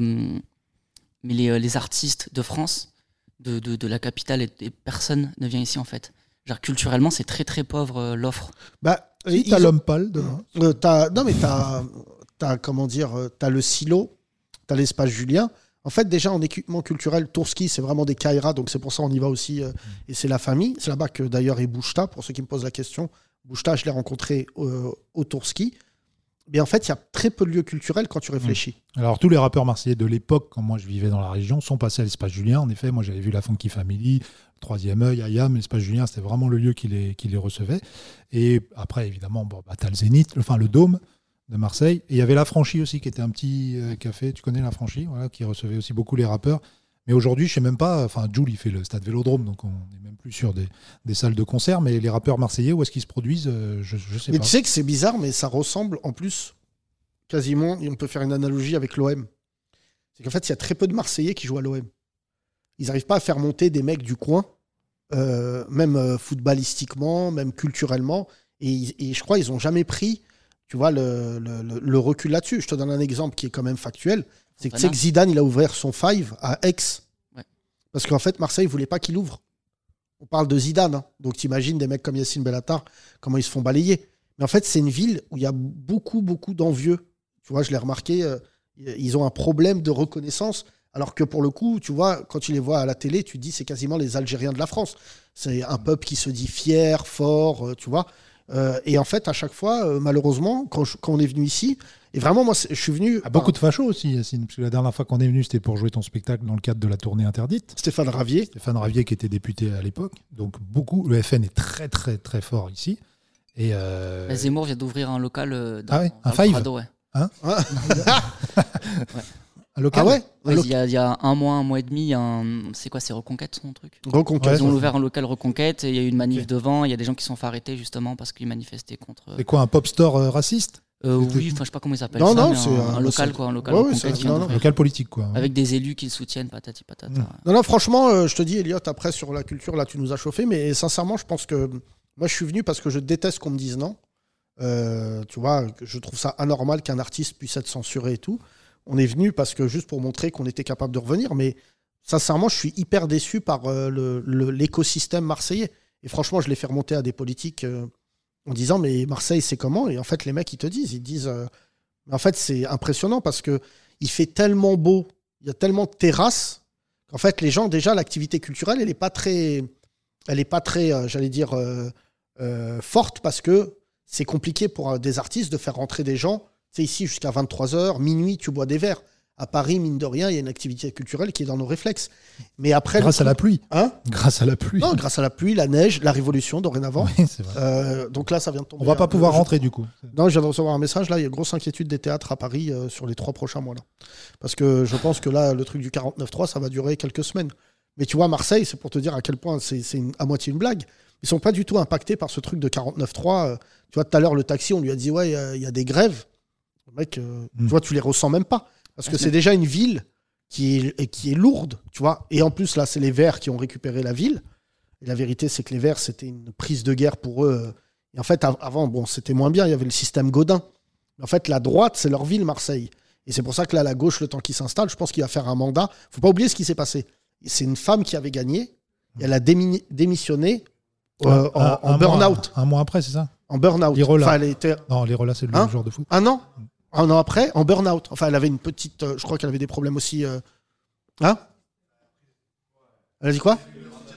mais les, euh, les artistes de France, de, de, de la capitale, et, et personne ne vient ici en fait. Genre, culturellement, c'est très très pauvre euh, l'offre. Bah, Si ils t'as ont- l'homme pâle demain. Euh, t'as- non, mais t'as, t'as, comment dire, euh, t'as le silo, t'as l'espace Julien. En fait, déjà, en équipement culturel, Tourski, c'est vraiment des Kaira, donc c'est pour ça qu'on y va aussi. euh, et c'est la famille. C'est là-bas que d'ailleurs est Bouchta, pour ceux qui me posent la question. Bouchta, je l'ai rencontré euh, au Tourski. Mais en fait, il y a très peu de lieux culturels quand tu réfléchis. Alors, tous les rappeurs marseillais de l'époque, quand moi je vivais dans la région, sont passés à l'Espace Julien. En effet, moi j'avais vu la Funky Family, le Troisième œil, Ayam, l'Espace Julien, c'était vraiment le lieu qui les, qui les recevait. Et après, évidemment, bon, bah, t'as le Zénith, enfin le Dôme de Marseille. Et il y avait La Franchie aussi, qui était un petit euh, café, tu connais La Franchie, voilà, qui recevait aussi beaucoup les rappeurs. Mais aujourd'hui, je sais même pas, enfin, Jules, il fait le stade Vélodrome, donc on n'est même plus sur des, des salles de concert. Mais les rappeurs marseillais, où est-ce qu'ils se produisent euh, Je, je sais Mais pas. tu sais que c'est bizarre, mais ça ressemble en plus quasiment, et on peut faire une analogie avec l'O M. C'est qu'en fait, il y a très peu de Marseillais qui jouent à l'O M. Ils n'arrivent pas à faire monter des mecs du coin, euh, même euh, footballistiquement, même culturellement. Et, ils- et je crois qu'ils n'ont jamais pris, tu vois, le, le- le- le recul là-dessus. Je te donne un exemple qui est quand même factuel. C'est que tu sais que Zidane, il a ouvert son Five à Aix. Ouais. Parce qu'en fait, Marseille ne voulait pas qu'il ouvre. On parle de Zidane, hein. Donc t'imagines des mecs comme Yacine Bellatar, comment ils se font balayer. Mais en fait, c'est une ville où il y a beaucoup, beaucoup d'envieux. Tu vois, je l'ai remarqué, euh, ils ont un problème de reconnaissance. Alors que pour le coup, tu vois, quand tu les vois à la télé, tu te dis c'est quasiment les Algériens de la France. C'est un peuple qui se dit fier, fort, euh, tu vois. Euh, et en fait, à chaque fois, euh, malheureusement, quand, je, quand on est venu ici, et vraiment, moi, je suis venu... Ah, beaucoup de fachos aussi, Yacine, parce que la dernière fois qu'on est venu, c'était pour jouer ton spectacle dans le cadre de la tournée interdite. Stéphane Ravier. Stéphane Ravier qui était député à l'époque. Donc beaucoup, le F N est très très très fort ici. Et euh... bah, Zemmour vient d'ouvrir un local euh, dans, ah ouais, dans un five Prado, ouais. Hein ouais. Un local. Ah ouais, ouais il, y a, il y a un mois, un mois et demi, un... c'est quoi, c'est Reconquête son truc Reconquête. Ils ont ouvert un local Reconquête et il y a eu une manif okay. devant. Il y a des gens qui sont fait arrêter justement parce qu'ils manifestaient contre. C'est quoi, un pop store euh, raciste euh, Oui, enfin je sais pas comment ils appellent non, ça. Non, c'est un, un, un local quoi, un local ouais, Reconquête. Ouais, non, non. Local politique quoi. Avec des élus qui le soutiennent, patati patata. Mmh. Non, non, franchement, euh, je te dis, Elliot, après sur la culture, là, tu nous as chauffé, mais sincèrement, je pense que moi, je suis venu parce que je déteste qu'on me dise non. Euh, tu vois, je trouve ça anormal qu'un artiste puisse être censuré et tout. On est venu parce que juste pour montrer qu'on était capable de revenir, mais sincèrement, je suis hyper déçu par euh, le, le, l'écosystème marseillais. Et franchement, je l'ai fait remonter à des politiques euh, en disant mais Marseille, c'est comment ? Et en fait, les mecs, ils te disent, ils disent, euh, en fait, c'est impressionnant parce que il fait tellement beau, il y a tellement de terrasses qu'en fait, les gens déjà, l'activité culturelle, elle est pas très, elle est pas très, euh, j'allais dire euh, euh, forte parce que c'est compliqué pour euh, des artistes de faire rentrer des gens. C'est ici jusqu'à vingt-trois heures, minuit, tu bois des verres. À Paris, mine de rien, il y a une activité culturelle qui est dans nos réflexes. Mais après, grâce truc... à la pluie. Hein grâce à la pluie. Non, grâce à la pluie, la neige, la révolution dorénavant. Oui, c'est vrai. Euh, donc là, ça vient de tomber. On va pas un... pouvoir je... rentrer du coup. Non, je viens de recevoir un message. Là, il y a une grosse inquiétude des théâtres à Paris euh, sur les trois prochains mois. Là. Parce que je pense que là, le truc du quarante-neuf trois, ça va durer quelques semaines. Mais tu vois, Marseille, c'est pour te dire à quel point c'est, c'est une... à moitié une blague. Ils sont pas du tout impactés par ce truc de quarante-neuf trois. Euh, tu vois, tout à l'heure, le taxi, on lui a dit ouais, il y, y a des grèves. Mec, euh, mmh. tu vois, tu les ressens même pas. Parce que c'est déjà une ville qui est, qui est lourde, tu vois. Et en plus, là, c'est les Verts qui ont récupéré la ville. Et la vérité, c'est que les Verts, c'était une prise de guerre pour eux. Et en fait, avant, bon, c'était moins bien. Il y avait le système Gaudin. Mais en fait, la droite, c'est leur ville, Marseille. Et c'est pour ça que là, la gauche, le temps qu'il s'installe, je pense qu'il va faire un mandat. Faut pas oublier ce qui s'est passé. C'est une femme qui avait gagné. Et elle a démi- démissionné euh, un, en, en burn-out. Un mois après, c'est ça ? En burn-out. Lirola. Enfin, elle était... Non, Lirola, c'est le hein joueur de foot. Un an Un an après, en burn-out. Enfin, elle avait une petite... Euh, je crois qu'elle avait des problèmes aussi... Euh... Hein ? Elle a dit quoi ?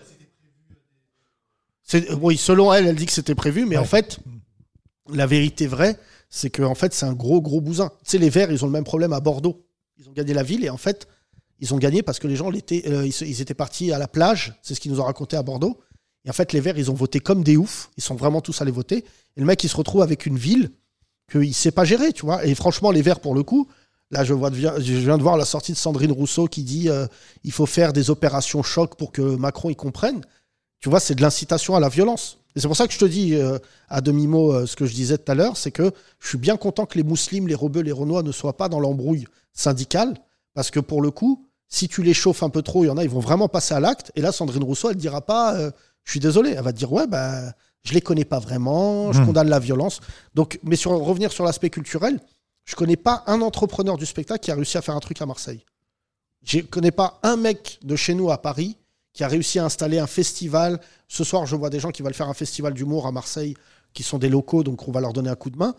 c'est, Oui, selon elle, elle dit que c'était prévu, mais ouais. En fait, la vérité vraie, c'est qu'en fait, c'est un gros, gros bousin. Tu sais, les Verts, ils ont le même problème à Bordeaux. Ils ont gagné la ville et en fait, ils ont gagné parce que les gens l'étaient, euh, ils, ils étaient partis à la plage. C'est ce qu'ils nous ont raconté à Bordeaux. Et en fait, les Verts, ils ont voté comme des oufs. Ils sont vraiment tous allés voter. Et le mec, il se retrouve avec une ville qu'il ne sait pas gérer, tu vois. Et franchement, les Verts, pour le coup, là, je, vois, je viens de voir la sortie de Sandrine Rousseau qui dit euh, il faut faire des opérations choc pour que Macron y comprenne. Tu vois, c'est de l'incitation à la violence. Et c'est pour ça que je te dis, euh, à demi-mot, euh, ce que je disais tout à l'heure, c'est que je suis bien content que les musulmans, les rebeux, les renois ne soient pas dans l'embrouille syndicale, parce que pour le coup, si tu les chauffes un peu trop, il y en a, ils vont vraiment passer à l'acte. Et là, Sandrine Rousseau, elle ne dira pas euh, je suis désolé. Elle va te dire ouais, bah, je ne les connais pas vraiment, je mmh. condamne la violence. Donc, mais sur, revenir sur l'aspect culturel, je ne connais pas un entrepreneur du spectacle qui a réussi à faire un truc à Marseille. Je ne connais pas un mec de chez nous à Paris qui a réussi à installer un festival. Ce soir, je vois des gens qui veulent faire un festival d'humour à Marseille, qui sont des locaux, donc on va leur donner un coup de main.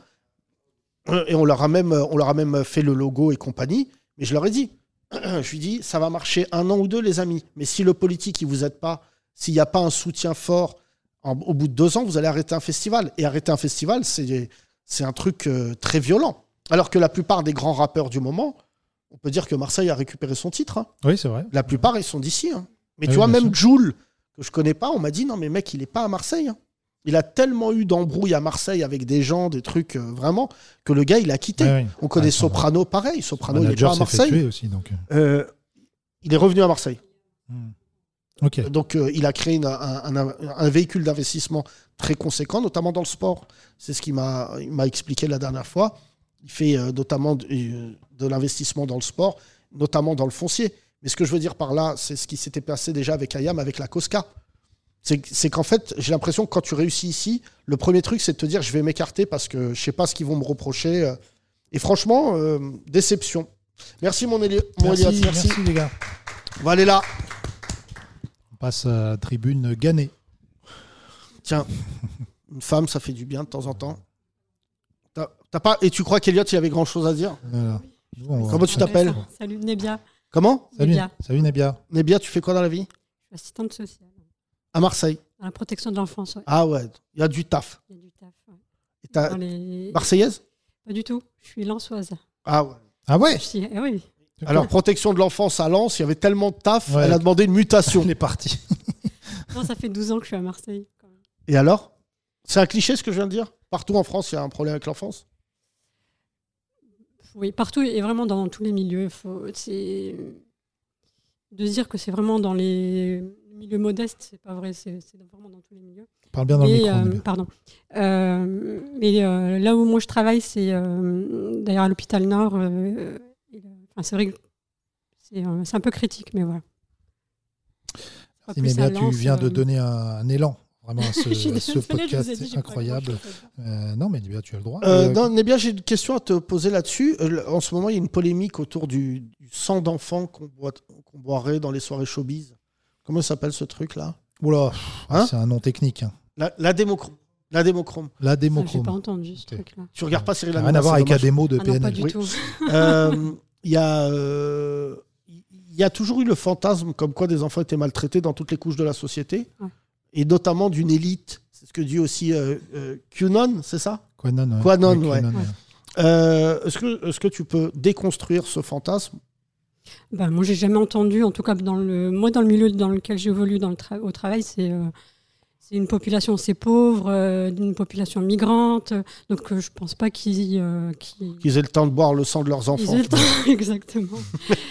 Et on leur a même, on leur a même fait le logo et compagnie. Mais je leur ai dit, je lui dis, ça va marcher un an ou deux, les amis. Mais si le politique, il ne vous aide pas, s'il n'y a pas un soutien fort, en, au bout de deux ans, vous allez arrêter un festival. Et arrêter un festival, c'est, c'est un truc euh, très violent. Alors que la plupart des grands rappeurs du moment, on peut dire que Marseille a récupéré son titre. Hein. Oui, c'est vrai. La plupart, ils sont d'ici. Hein. Mais oui, tu vois, même sûr. Jul, que je connais pas, on m'a dit, non mais mec, il n'est pas à Marseille. Hein. Il a tellement eu d'embrouilles à Marseille avec des gens, des trucs euh, vraiment, que le gars, il a quitté. Oui, oui. On connaît ah, Soprano, pareil. Soprano, il n'est pas à Marseille. Fait tuer aussi, donc. Euh, il est revenu à Marseille. Hmm. Okay. Donc, euh, il a créé une, un, un, un véhicule d'investissement très conséquent, notamment dans le sport. C'est ce qu'il m'a, il m'a expliqué la dernière fois. Il fait euh, notamment de, euh, de l'investissement dans le sport, notamment dans le foncier. Mais ce que je veux dire par là, c'est ce qui s'était passé déjà avec Ayam, avec la Cosca. C'est, c'est qu'en fait, j'ai l'impression que quand tu réussis ici, le premier truc, c'est de te dire je vais m'écarter parce que je ne sais pas ce qu'ils vont me reprocher. Et franchement, euh, déception. Merci mon Elliot. Merci, merci. merci les gars. On va aller là. On passe à la tribune Gannet. Tiens, une femme, ça fait du bien de temps en temps. T'as, t'as pas... Et tu crois qu'Eliott, il avait grand-chose à dire? Voilà. Nous, on va- Comment tu t'appelles? Salut Nebia. Comment? Salut, Nebia. salut Nebia. Nebia, tu fais quoi dans la vie? Je suis assistante sociale. À Marseille. Dans la protection de l'enfance, ouais. Ah ouais, il y a du taf. Il y a du taf, ouais. Et t'as... Dans les- Marseillaise? Pas du tout. Je suis lançoise. Ah ouais. Ah ouais. Je suis- eh oui. Alors, protection de l'enfance à Lens, il y avait tellement de taf, Ouais. elle a demandé une mutation. On est parti. Non, ça fait douze ans que je suis à Marseille. quand même. Et alors? C'est un cliché ce que je viens de dire? Partout en France, il y a un problème avec l'enfance? Oui, partout et vraiment dans tous les milieux. Il faut, c'est... De dire que c'est vraiment dans les milieux modestes, c'est pas vrai. C'est, c'est vraiment dans tous les milieux. Parle bien dans le Mais, micro. euh, Nebia. pardon. Euh, mais euh, là où moi je travaille, c'est euh, d'ailleurs à l'hôpital Nord. euh, et, euh, enfin, c'est vrai que c'est, euh, c'est un peu critique, mais voilà. Pas Si, plus Nebia, à tu Lens, viens de euh, donner un, un élan vraiment à ce, je suis à ce désolée, je vous ai podcast dit, j'ai pas incroyable. grand-chose à dire. Euh, non, mais Nebia, tu as le droit. Euh, Euh, non, Nebia, j'ai une question à te poser là-dessus. Euh, En ce moment, il y a une polémique autour du, du sang d'enfant qu'on, boit- qu'on boirait dans les soirées showbiz. Comment ça s'appelle ce truc-là? Oula, Hein c'est un nom technique. hein. La, la, démocr- la démochrome. La Ça, j'ai démochrome. pas entendu ce Ok. truc-là. Tu regardes pas Cyril Ça n'a Hanouna, rien à voir c'est avec la dommage. démo de Ah non, pas P N L. du Oui. tout. Euh, Il y a, euh, il y a toujours eu le fantasme comme quoi des enfants étaient maltraités dans toutes les couches de la société, Ouais. et notamment d'une élite. C'est ce que dit aussi euh, euh, QAnon, c'est ça? Quanon, ouais. Quanon, Oui, ouais. Quanon, Ouais. Euh, est-ce que, est-ce que tu peux déconstruire ce fantasme? Ben, moi, j'ai jamais entendu, en tout cas dans le, moi, dans le milieu dans lequel j'évolue dans le tra- au travail, c'est, euh, c'est une population assez pauvre, euh, une population migrante. Donc, euh, je pense pas qu'ils, euh, qu'ils- Qu'ils aient le temps de boire le sang de leurs ils enfants. aient le temps. Exactement.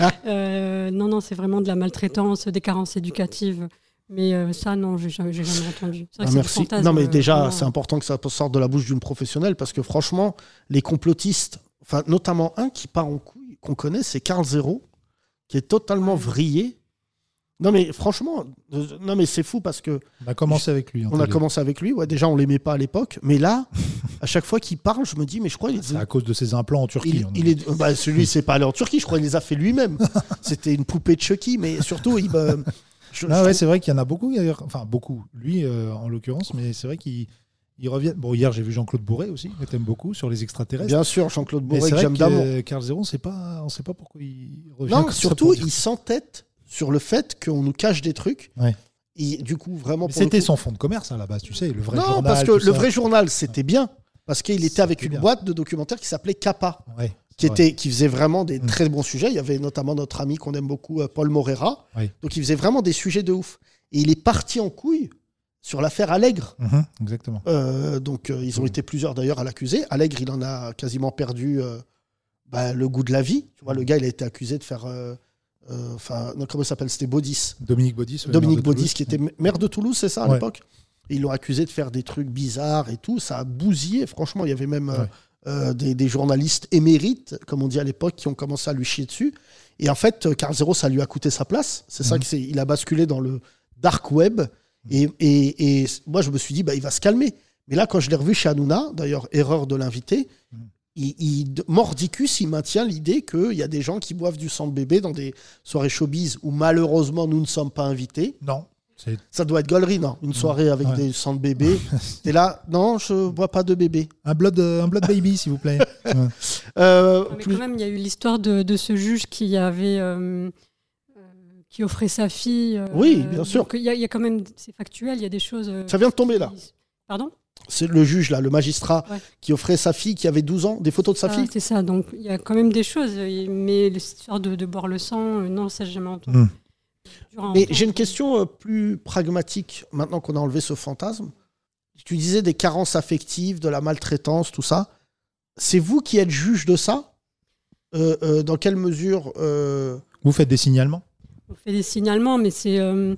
Euh, non, non, c'est vraiment de la maltraitance, des carences éducatives. Mais euh, ça, non, j'ai jamais, j'ai jamais entendu. C'est vrai Ah, que c'est merci. du fantasme, Non, mais euh, déjà, vraiment. c'est important que ça sorte de la bouche d'une professionnelle parce que franchement, les complotistes, enfin, notamment un qui part en couille, qu'on connaît, c'est Carl Zero, qui est totalement Ouais. vrillé. Non, mais franchement, euh, non, mais c'est fou parce que On a commencé avec lui. en on a télé. commencé avec lui. Ouais, déjà, on l'aimait pas à l'époque, mais là, à chaque fois qu'il parle, je me dis, mais je crois qu'il C'est à cause de ses implants en Turquie. il, on a- il est, bah, celui, c'est pas allé en Turquie, je crois qu'il les a fait lui-même. C'était une poupée de Chucky, mais surtout, il. bah, je- Ah je ouais, trouve- c'est vrai qu'il y en a beaucoup, d'ailleurs. Enfin, beaucoup. Lui, euh, en l'occurrence, mais c'est vrai qu'il il revient. Bon, hier, j'ai vu Jean-Claude Bourré aussi, que t'aimes beaucoup, sur les extraterrestres. Bien sûr, Jean-Claude mais Bourré, c'est que vrai j'aime d'amour. que Carl Zero, on sait pas, on sait pas pourquoi il revient. Non, comme ça surtout, pour dire- il s'entête sur le fait qu'on nous cache des trucs. Ouais. Et du coup, vraiment. Mais pour le c'était coup- son fonds de commerce à la base, tu sais, le vrai Non, journal. parce que tout le ça. vrai journal, c'était bien. Parce qu'il était avec C'était une bien. boîte de documentaires qui s'appelait Kappa, Ouais, qui, c'est vrai. était, qui faisait vraiment des Mm. très bons sujets. Il y avait notamment notre ami qu'on aime beaucoup, euh, Paul Morera. Oui. Donc, il faisait vraiment des sujets de ouf. Et il est parti en couille sur l'affaire Allègre. Mhm, exactement. Euh, donc, euh, ils ont Mm. été plusieurs d'ailleurs à l'accuser. Allègre, il en a quasiment perdu euh, bah, le goût de la vie. Tu vois, le gars, il a été accusé de faire. euh, euh, Enfin, non, comment ça s'appelle? C'était Baudis. Dominique Baudis. ouais, Dominique maire de Baudis, Toulouse. qui était maire de Toulouse, c'est ça, à Ouais. l'époque? Et ils l'ont accusé de faire des trucs bizarres et tout. Ça a bousillé, franchement. Il y avait même euh, Ouais. euh, des, des journalistes émérites, comme on dit à l'époque, qui ont commencé à lui chier dessus. Et en fait, euh, Carl Zero, ça lui a coûté sa place. C'est ça Mhm. que c'est. Il a basculé dans le dark web. Et, et- et moi, je me suis dit, bah, il va se calmer. Mais là, quand je l'ai revu chez Hanouna, d'ailleurs, erreur de l'invité, Mhm. il, il- mordicus, il maintient l'idée qu'il y a des gens qui boivent du sang de bébé dans des soirées showbiz où malheureusement nous ne sommes pas invités. Non. c'est- Ça doit être gaulerie, non? Une soirée avec Ouais. des sangs de bébé. T'es là, non, je bois pas de bébé. Un blood, euh, un blood baby, s'il vous plaît. Ouais. Euh, Ah, mais plus- quand même, il y a eu l'histoire de, de ce juge qui avait euh, euh, qui offrait sa fille. euh, Oui, bien sûr. donc Il y, a- il y a quand même, c'est factuel, il y a des choses. euh, Ça vient de tomber là. qui- Pardon. C'est le juge, là, le magistrat, Ouais. qui offrait sa fille qui avait douze ans, des photos de sa Ah, fille. c'est ça. Donc il y a quand même des choses, euh, mais l'histoire de, de boire le sang, euh, non, ça j'ai jamais entendu. Mm. Dur à Mais entendre. j'ai une question euh, plus pragmatique, maintenant qu'on a enlevé ce fantasme. Tu disais des carences affectives, de la maltraitance, tout ça. C'est vous qui êtes juge de ça? Euh, euh, Dans quelle mesure euh, Vous faites des signalements? On fait des signalements, mais c'est. Euh,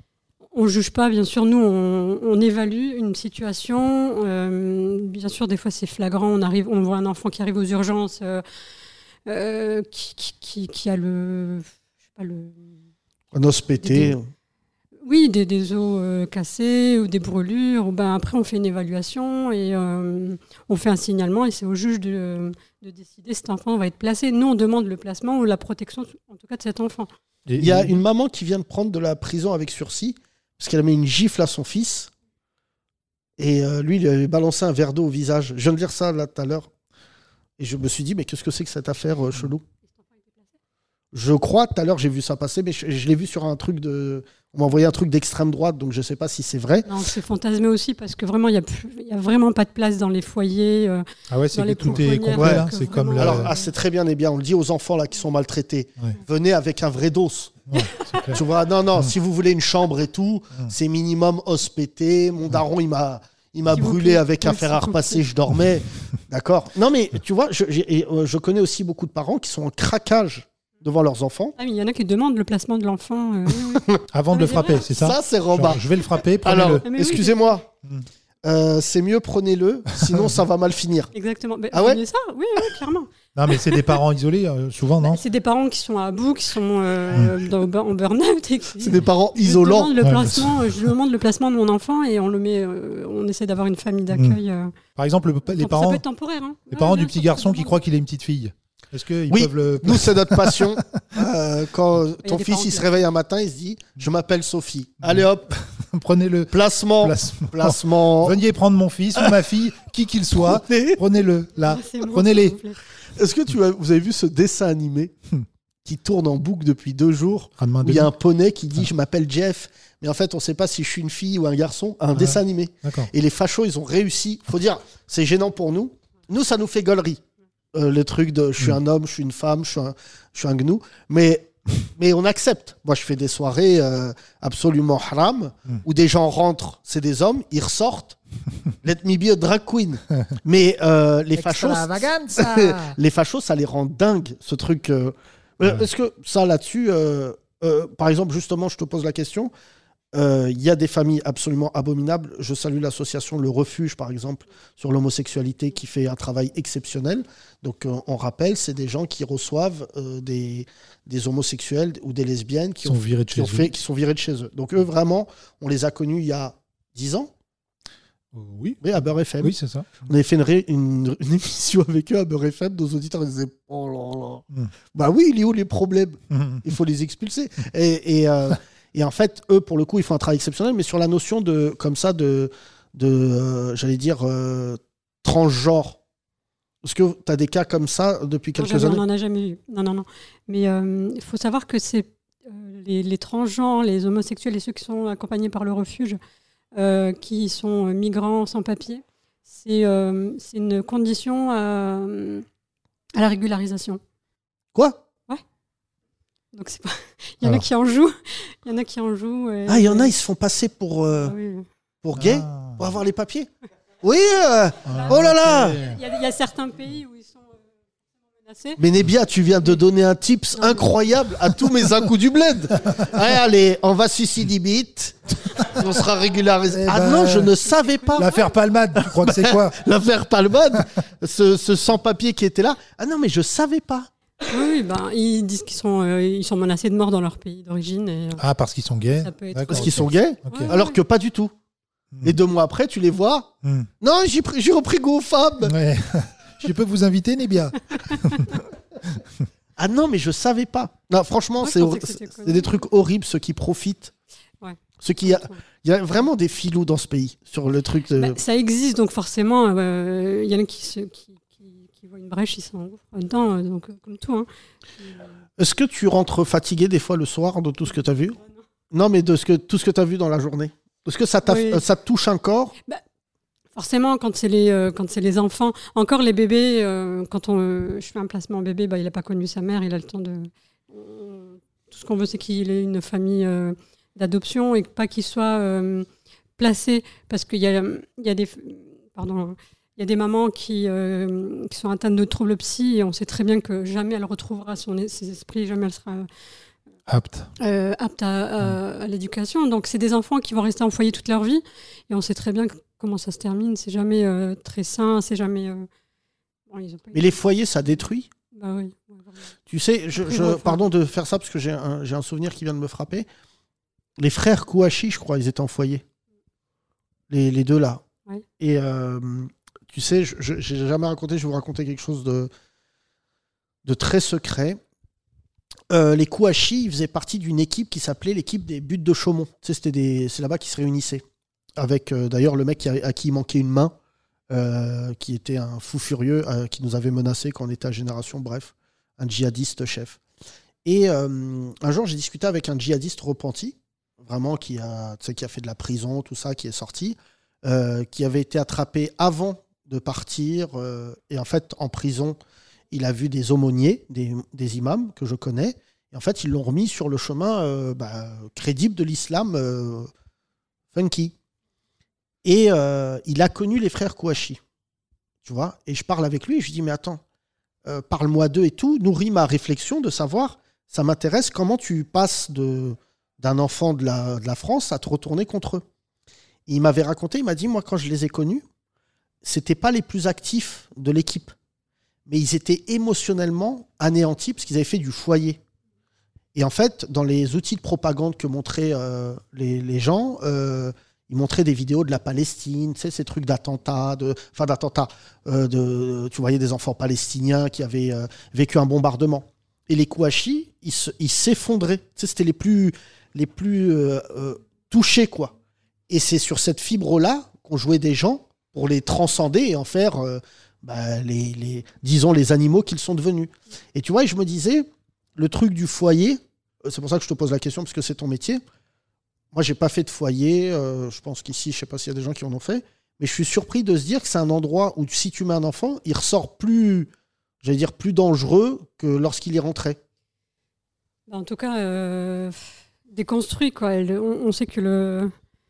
on juge pas, bien sûr. Nous, on, on évalue une situation. euh, bien sûr, des fois, c'est flagrant. On arrive, on voit un enfant qui arrive aux urgences, euh, euh, qui, qui, qui- qui a le, je sais pas le. un os pété? Des- Oui, des, des os euh, cassés ou des brûlures. Ou ben après, on fait une évaluation et euh, on fait un signalement et c'est au juge de, de décider si cet enfant va être placé. Nous, on demande le placement ou la protection, en tout cas, de cet enfant. Et- Il y a une maman qui vient de prendre de la prison avec sursis parce qu'elle a mis une gifle à son fils. Et euh, lui, il avait balancé un verre d'eau au visage. Je viens de lire ça là tout à l'heure. Et je me suis dit, mais qu'est-ce que c'est que cette affaire euh, chelou? Je crois, tout à l'heure, j'ai vu ça passer, mais je, je l'ai vu sur un truc de... On m'a envoyé un truc d'extrême droite, donc je ne sais pas si c'est vrai. Non, c'est fantasmé aussi, parce que vraiment, il n'y a, a vraiment pas de place dans les foyers. Euh, ah ouais, c'est que tout est complet, ouais, là. C'est comme le... Alors, ah, c'est très bien et bien. On le dit aux enfants là qui sont maltraités. Ouais. Venez avec un vrai dos. Ouais, tu vois, non, non, mmh. si vous voulez une chambre et tout, mmh. c'est minimum os pété. Mon daron, il m'a... Il m'a brûlé avec un fer à repasser, je dormais. D'accord. Non, mais tu vois, je, je, je connais aussi beaucoup de parents qui sont en craquage devant leurs enfants. Ah, mais il y en a qui demandent le placement de l'enfant. Euh, oui, oui. Avant ah, de le frapper, c'est ça? Ça, c'est Romain. Je vais le frapper, prenez-le. Alors, ah, excusez-moi. Oui, euh, c'est mieux, prenez-le, sinon ça va mal finir. Exactement. Mais ah ouais ça oui, oui, clairement. Non, mais c'est des parents isolés, euh, souvent, non? Bah, c'est des parents qui sont à bout, qui sont euh, mmh. dans, en burn-out. Et qui... C'est des parents isolants. Je demande, le placement, ouais, je demande le placement de mon enfant et on le met, euh, on essaie d'avoir une famille d'accueil. Euh... Par exemple, le, les parents, ça peut être temporaire, hein. les ouais, parents là, du petit garçon qui croit qu'il a une petite fille. Est-ce qu'ils oui, peuvent le... nous c'est notre passion. euh, quand ton fils il se réveille un matin, il se dit je m'appelle Sophie. Allez hop, prenez-le. Placement, placement. Placement. Veniez prendre mon fils ou ma fille, qui qu'il soit. Prenez. Prenez-le là. Bon, Prenez-les. Est-ce que tu as, vous avez vu ce dessin animé qui tourne en boucle depuis deux jours où il y a un poney qui dit ah. je m'appelle Jeff, mais en fait on ne sait pas si je suis une fille ou un garçon. Un ah, dessin animé. Et les fachos ils ont réussi. Faut dire c'est gênant pour nous. Nous ça nous fait gaulerie. Euh, le truc de je suis un homme, je suis une femme, je suis un, je suis un gnou. Mais, mais on accepte. Moi, je fais des soirées euh, absolument haram mm. où des gens rentrent, c'est des hommes, ils ressortent. Let me be a drag queen. Mais euh, les fachos, les fachos, ça les rend dingues, ce truc. Euh, ouais. Est-ce que ça, là-dessus, euh, euh, par exemple, justement, je te pose la question. Il euh, y a des familles absolument abominables. Je salue l'association Le Refuge, par exemple, sur l'homosexualité, qui fait un travail exceptionnel. Donc, euh, on rappelle, c'est des gens qui reçoivent euh, des, des homosexuels ou des lesbiennes qui, sont, ont, virés de qui, chez ont eux. Fait, qui sont virés de chez eux. Donc, eux, vraiment, on les a connus il y a dix ans. Oui. Oui, à Beurre F M. Oui, c'est ça. On avait fait une, ré, une, une émission avec eux à Beurre F M. Nos auditeurs ils disaient oh là là. Mm. Bah oui, il est où les problèmes? Mm. Il faut les expulser. Et. et euh, Et en fait, eux, pour le coup, ils font un travail exceptionnel, mais sur la notion de, comme ça, de, de euh, j'allais dire, euh, transgenre. Est-ce que tu as des cas comme ça depuis quelques non, années? On n'en a jamais eu. Non, non, non. Mais il euh, faut savoir que c'est euh, les, les transgenres, les homosexuels et ceux qui sont accompagnés par le refuge, euh, qui sont migrants sans papier, c'est euh, c'est une condition à, à la régularisation. Quoi? Donc c'est pas... Il y en Alors. a qui en jouent. Il y en a qui en jouent. Et... Ah, il y en a, ils se font passer pour, euh, ah, oui. pour gays, ah. pour avoir les papiers. Oui, euh... ah, oh là là. Il y, a, il y a certains pays où ils sont euh, menacés. Mais Nébia, tu viens de donner un tips non, incroyable mais... à tous mes incous du bled. Allez, allez, on va suicider bite. On sera régularisé. Eh ah ben, non, je ne savais pas. L'affaire Palmade, tu crois que c'est quoi? L'affaire Palmade, ce, ce sans-papier qui était là. Ah non, mais je savais pas. Oui, ben, ils disent qu'ils sont, euh, ils sont menacés de mort dans leur pays d'origine. Et, euh, ah, parce qu'ils sont gays être... Parce qu'ils sont gays okay. Alors que pas du tout. Mm. Et deux mois après, tu les vois. Mm. Non, j'ai, pris, j'ai repris goût aux femmes. Ouais. Je peux vous inviter, Nébia? Ah non, mais je savais pas. Non, franchement, ouais, c'est, hor- c'est, c'est des trucs horribles, ceux qui profitent. Ouais. Ceux qui... Il y a vraiment des filous dans ce pays, sur le truc de... Bah, ça existe, donc forcément, il euh, y en a qui... Se, qui... Ils voient une brèche, ils s'engouffrent dedans, donc comme tout. Hein. Est-ce que tu rentres fatigué des fois le soir de tout ce que tu as vu? Non, mais de ce que, tout ce que tu as vu dans la journée. Est-ce que ça, oui. ça te touche encore? Bah, forcément, quand c'est, les, euh, quand c'est les enfants. Encore les bébés, euh, quand on, euh, je fais un placement bébé, bah, il n'a pas connu sa mère, il a le temps de... Euh, tout ce qu'on veut, c'est qu'il ait une famille euh, d'adoption et pas qu'il soit euh, placé. Parce qu'il y a, il y a des... Pardon... Il y a des mamans qui, euh, qui sont atteintes de troubles psy et on sait très bien que jamais elle retrouvera son, ses esprits, jamais elle sera euh, apte, euh, apte à, à, à l'éducation. Donc c'est des enfants qui vont rester en foyer toute leur vie et on sait très bien que, comment ça se termine. C'est jamais euh, très sain, c'est jamais... Euh... Bon, ils ont pas... Mais les foyers, ça détruit? Bah oui. Ouais, tu sais, je, je, pardon de faire ça parce que j'ai un, j'ai un souvenir qui vient de me frapper. Les frères Kouachi, je crois, ils étaient en foyer. Les, les deux là. Ouais. Et... Euh, tu sais, je n'ai jamais raconté, je vais vous raconter quelque chose de, de très secret. Euh, les Kouachi, ils faisaient partie d'une équipe qui s'appelait l'équipe des buttes de Chaumont. Tu sais, c'était des, c'est là-bas qu'ils se réunissaient. avec euh, d'ailleurs le mec qui a, à qui il manquait une main, euh, qui était un fou furieux, euh, qui nous avait menacé quand on était à Génération, bref, un djihadiste chef. Et euh, un jour, j'ai discuté avec un djihadiste repenti, vraiment qui a, tu sais, qui a fait de la prison, tout ça, qui est sorti, euh, qui avait été attrapé avant de partir, euh, et en fait, en prison, il a vu des aumôniers, des, des imams que je connais, et en fait, ils l'ont remis sur le chemin euh, bah, crédible de l'islam euh, funky. Et euh, il a connu les frères Kouachi, tu vois, et je parle avec lui, et je lui dis, mais attends, euh, parle-moi d'eux et tout, nourris ma réflexion de savoir, ça m'intéresse, comment tu passes de, d'un enfant de la, de la France à te retourner contre eux. Et il m'avait raconté, il m'a dit, moi, quand je les ai connus, c'était pas les plus actifs de l'équipe, mais ils étaient émotionnellement anéantis parce qu'ils avaient fait du foyer. Et en fait, dans les outils de propagande que montraient euh, les, les gens, euh, ils montraient des vidéos de la Palestine, tu sais, ces trucs d'attentats, de, enfin d'attentats, euh, de, tu voyais des enfants palestiniens qui avaient euh, vécu un bombardement. Et les Kouachi, ils, se, ils s'effondraient. Tu sais, c'était les plus, les plus euh, euh, touchés, quoi. Et c'est sur cette fibre-là qu'on jouait des gens pour les transcender et en faire, euh, bah, les, les, disons, les animaux qu'ils sont devenus. Et tu vois, je me disais, le truc du foyer, c'est pour ça que je te pose la question, parce que c'est ton métier. Moi, j'ai pas fait de foyer. Euh, je pense qu'ici, je sais pas s'il y a des gens qui en ont fait. Mais je suis surpris de se dire que c'est un endroit où, si tu mets un enfant, il ressort plus, j'allais dire, plus dangereux que lorsqu'il y rentrait. En tout cas, euh, déconstruit, quoi. On, on sait que le...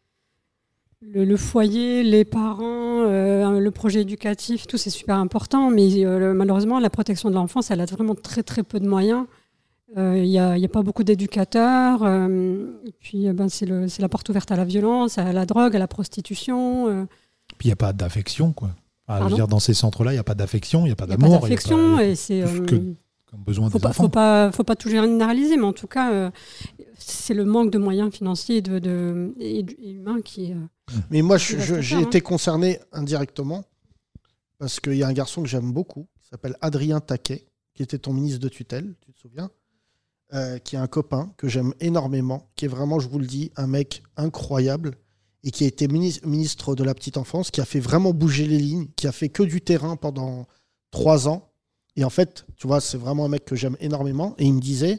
Le, le foyer, les parents, euh, le projet éducatif, tout c'est super important, mais euh, malheureusement la protection de l'enfance, elle a vraiment très très peu de moyens. Il euh, n'y a, a pas beaucoup d'éducateurs, euh, et puis euh, ben, c'est, le, c'est la porte ouverte à la violence, à la drogue, à la prostitution. Euh. Puis il n'y a pas d'affection, quoi. Ah, je veux dire, dans ces centres-là, il n'y a pas d'affection, il n'y a pas d'amour. Il n'y a pas d'affection, y a pas, et c'est... Euh, que, comme besoin faut des pas, enfants. Faut pas, faut pas tout généraliser, mais en tout cas, euh, c'est le manque de moyens financiers de, de, et, et humains qui... Euh, Mais moi, je, je, j'ai été concerné indirectement parce qu'il y a un garçon que j'aime beaucoup, qui s'appelle Adrien Taquet, qui était ton ministre de tutelle, tu te souviens, euh, qui est un copain que j'aime énormément, qui est vraiment, je vous le dis, un mec incroyable et qui a été ministre, ministre de la petite enfance, qui a fait vraiment bouger les lignes, qui a fait que du terrain pendant trois ans. Et en fait, tu vois, c'est vraiment un mec que j'aime énormément. Et il me disait,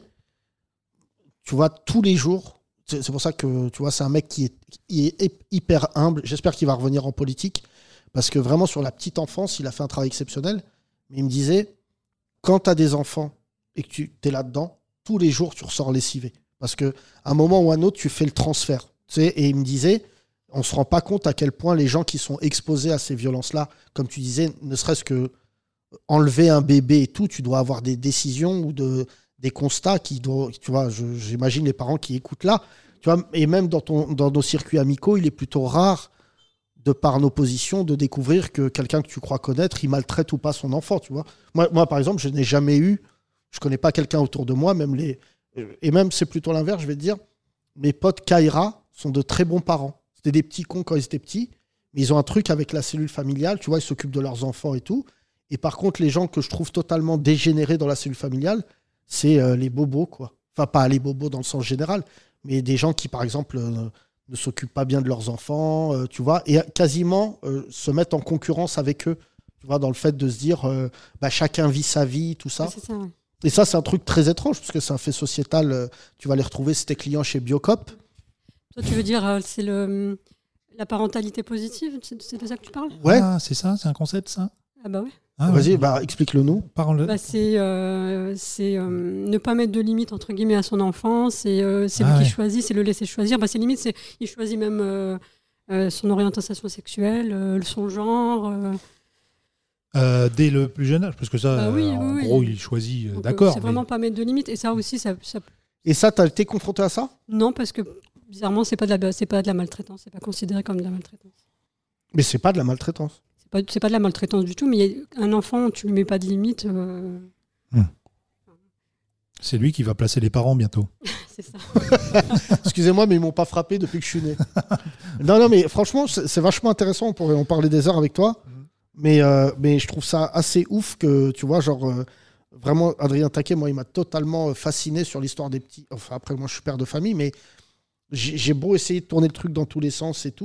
tu vois, tous les jours, c'est, c'est pour ça que, tu vois, c'est un mec qui est, qui est hyper humble. J'espère qu'il va revenir en politique, parce que vraiment, sur la petite enfance, il a fait un travail exceptionnel. Mais il me disait, quand tu as des enfants et que tu es là-dedans, tous les jours, tu ressors lessivé. Parce qu'à un moment ou à un autre, tu fais le transfert. Tu sais, et il me disait, on ne se rend pas compte à quel point les gens qui sont exposés à ces violences-là, comme tu disais, ne serait-ce que enlever un bébé et tout, tu dois avoir des décisions ou de, des constats qui doivent, tu vois, je, j'imagine les parents qui écoutent là, tu vois, et même dans, ton, dans nos circuits amicaux, il est plutôt rare, de par nos positions, de découvrir que quelqu'un que tu crois connaître, il maltraite ou pas son enfant, tu vois. Moi, moi par exemple, je n'ai jamais eu, je connais pas quelqu'un autour de moi, même les, et même c'est plutôt l'inverse, je vais te dire, mes potes Kaira sont de très bons parents. C'était des petits cons quand ils étaient petits, mais ils ont un truc avec la cellule familiale, tu vois, ils s'occupent de leurs enfants et tout. Et par contre, les gens que je trouve totalement dégénérés dans la cellule familiale, c'est euh, les bobos, quoi. Enfin, pas les bobos dans le sens général, mais des gens qui, par exemple, euh, ne s'occupent pas bien de leurs enfants, euh, tu vois, et quasiment euh, se mettent en concurrence avec eux, tu vois, dans le fait de se dire, euh, bah, chacun vit sa vie, tout ça. Ouais, c'est ça, ouais. Et ça, c'est un truc très étrange, parce que c'est un fait sociétal. Euh, tu vas les retrouver, c'est tes clients chez Biocop. Toi, tu veux dire, euh, c'est le, la parentalité positive, c'est, c'est de ça que tu parles ? Ouais. Ah, c'est ça, c'est un concept, ça. Ah bah ouais. Ah, Vas-y, ouais. bah, explique-le nous. Parle. Bah, c'est euh, c'est euh, ne pas mettre de limites entre guillemets à son enfant. C'est euh, c'est Ah, lui ouais. qui choisit, c'est le laisser choisir. Bah, c'est limite, c'est il choisit même euh, euh, son orientation sexuelle, euh, son genre. Euh. Euh, dès le plus jeune âge, parce que ça, Bah oui, euh, en oui, gros, oui. il choisit. euh, Donc, d'accord. euh, c'est mais- vraiment pas mettre de limites. Et ça aussi, ça, ça Et ça, t'as été confronté à ça ? non parce que bizarrement, c'est pas de la c'est pas de la maltraitance. C'est pas considéré comme de la maltraitance. Mais c'est pas de la maltraitance. C'est pas c'est pas de la maltraitance du tout. Mais il y a un enfant, tu lui mets pas de limites. Euh... C'est lui qui va placer les parents bientôt. c'est ça. Excusez-moi, mais ils m'ont pas frappé depuis que je suis né. non, non, mais franchement, c'est, c'est vachement intéressant. On pourrait en parler des heures avec toi. Mais, euh, mais je trouve ça assez ouf que, tu vois, genre, euh, vraiment, Adrien Taquet, moi, il m'a totalement fasciné sur l'histoire des petits. Enfin, après, moi, je suis père de famille, mais j'ai, j'ai beau essayer de tourner le truc dans tous les sens et tout.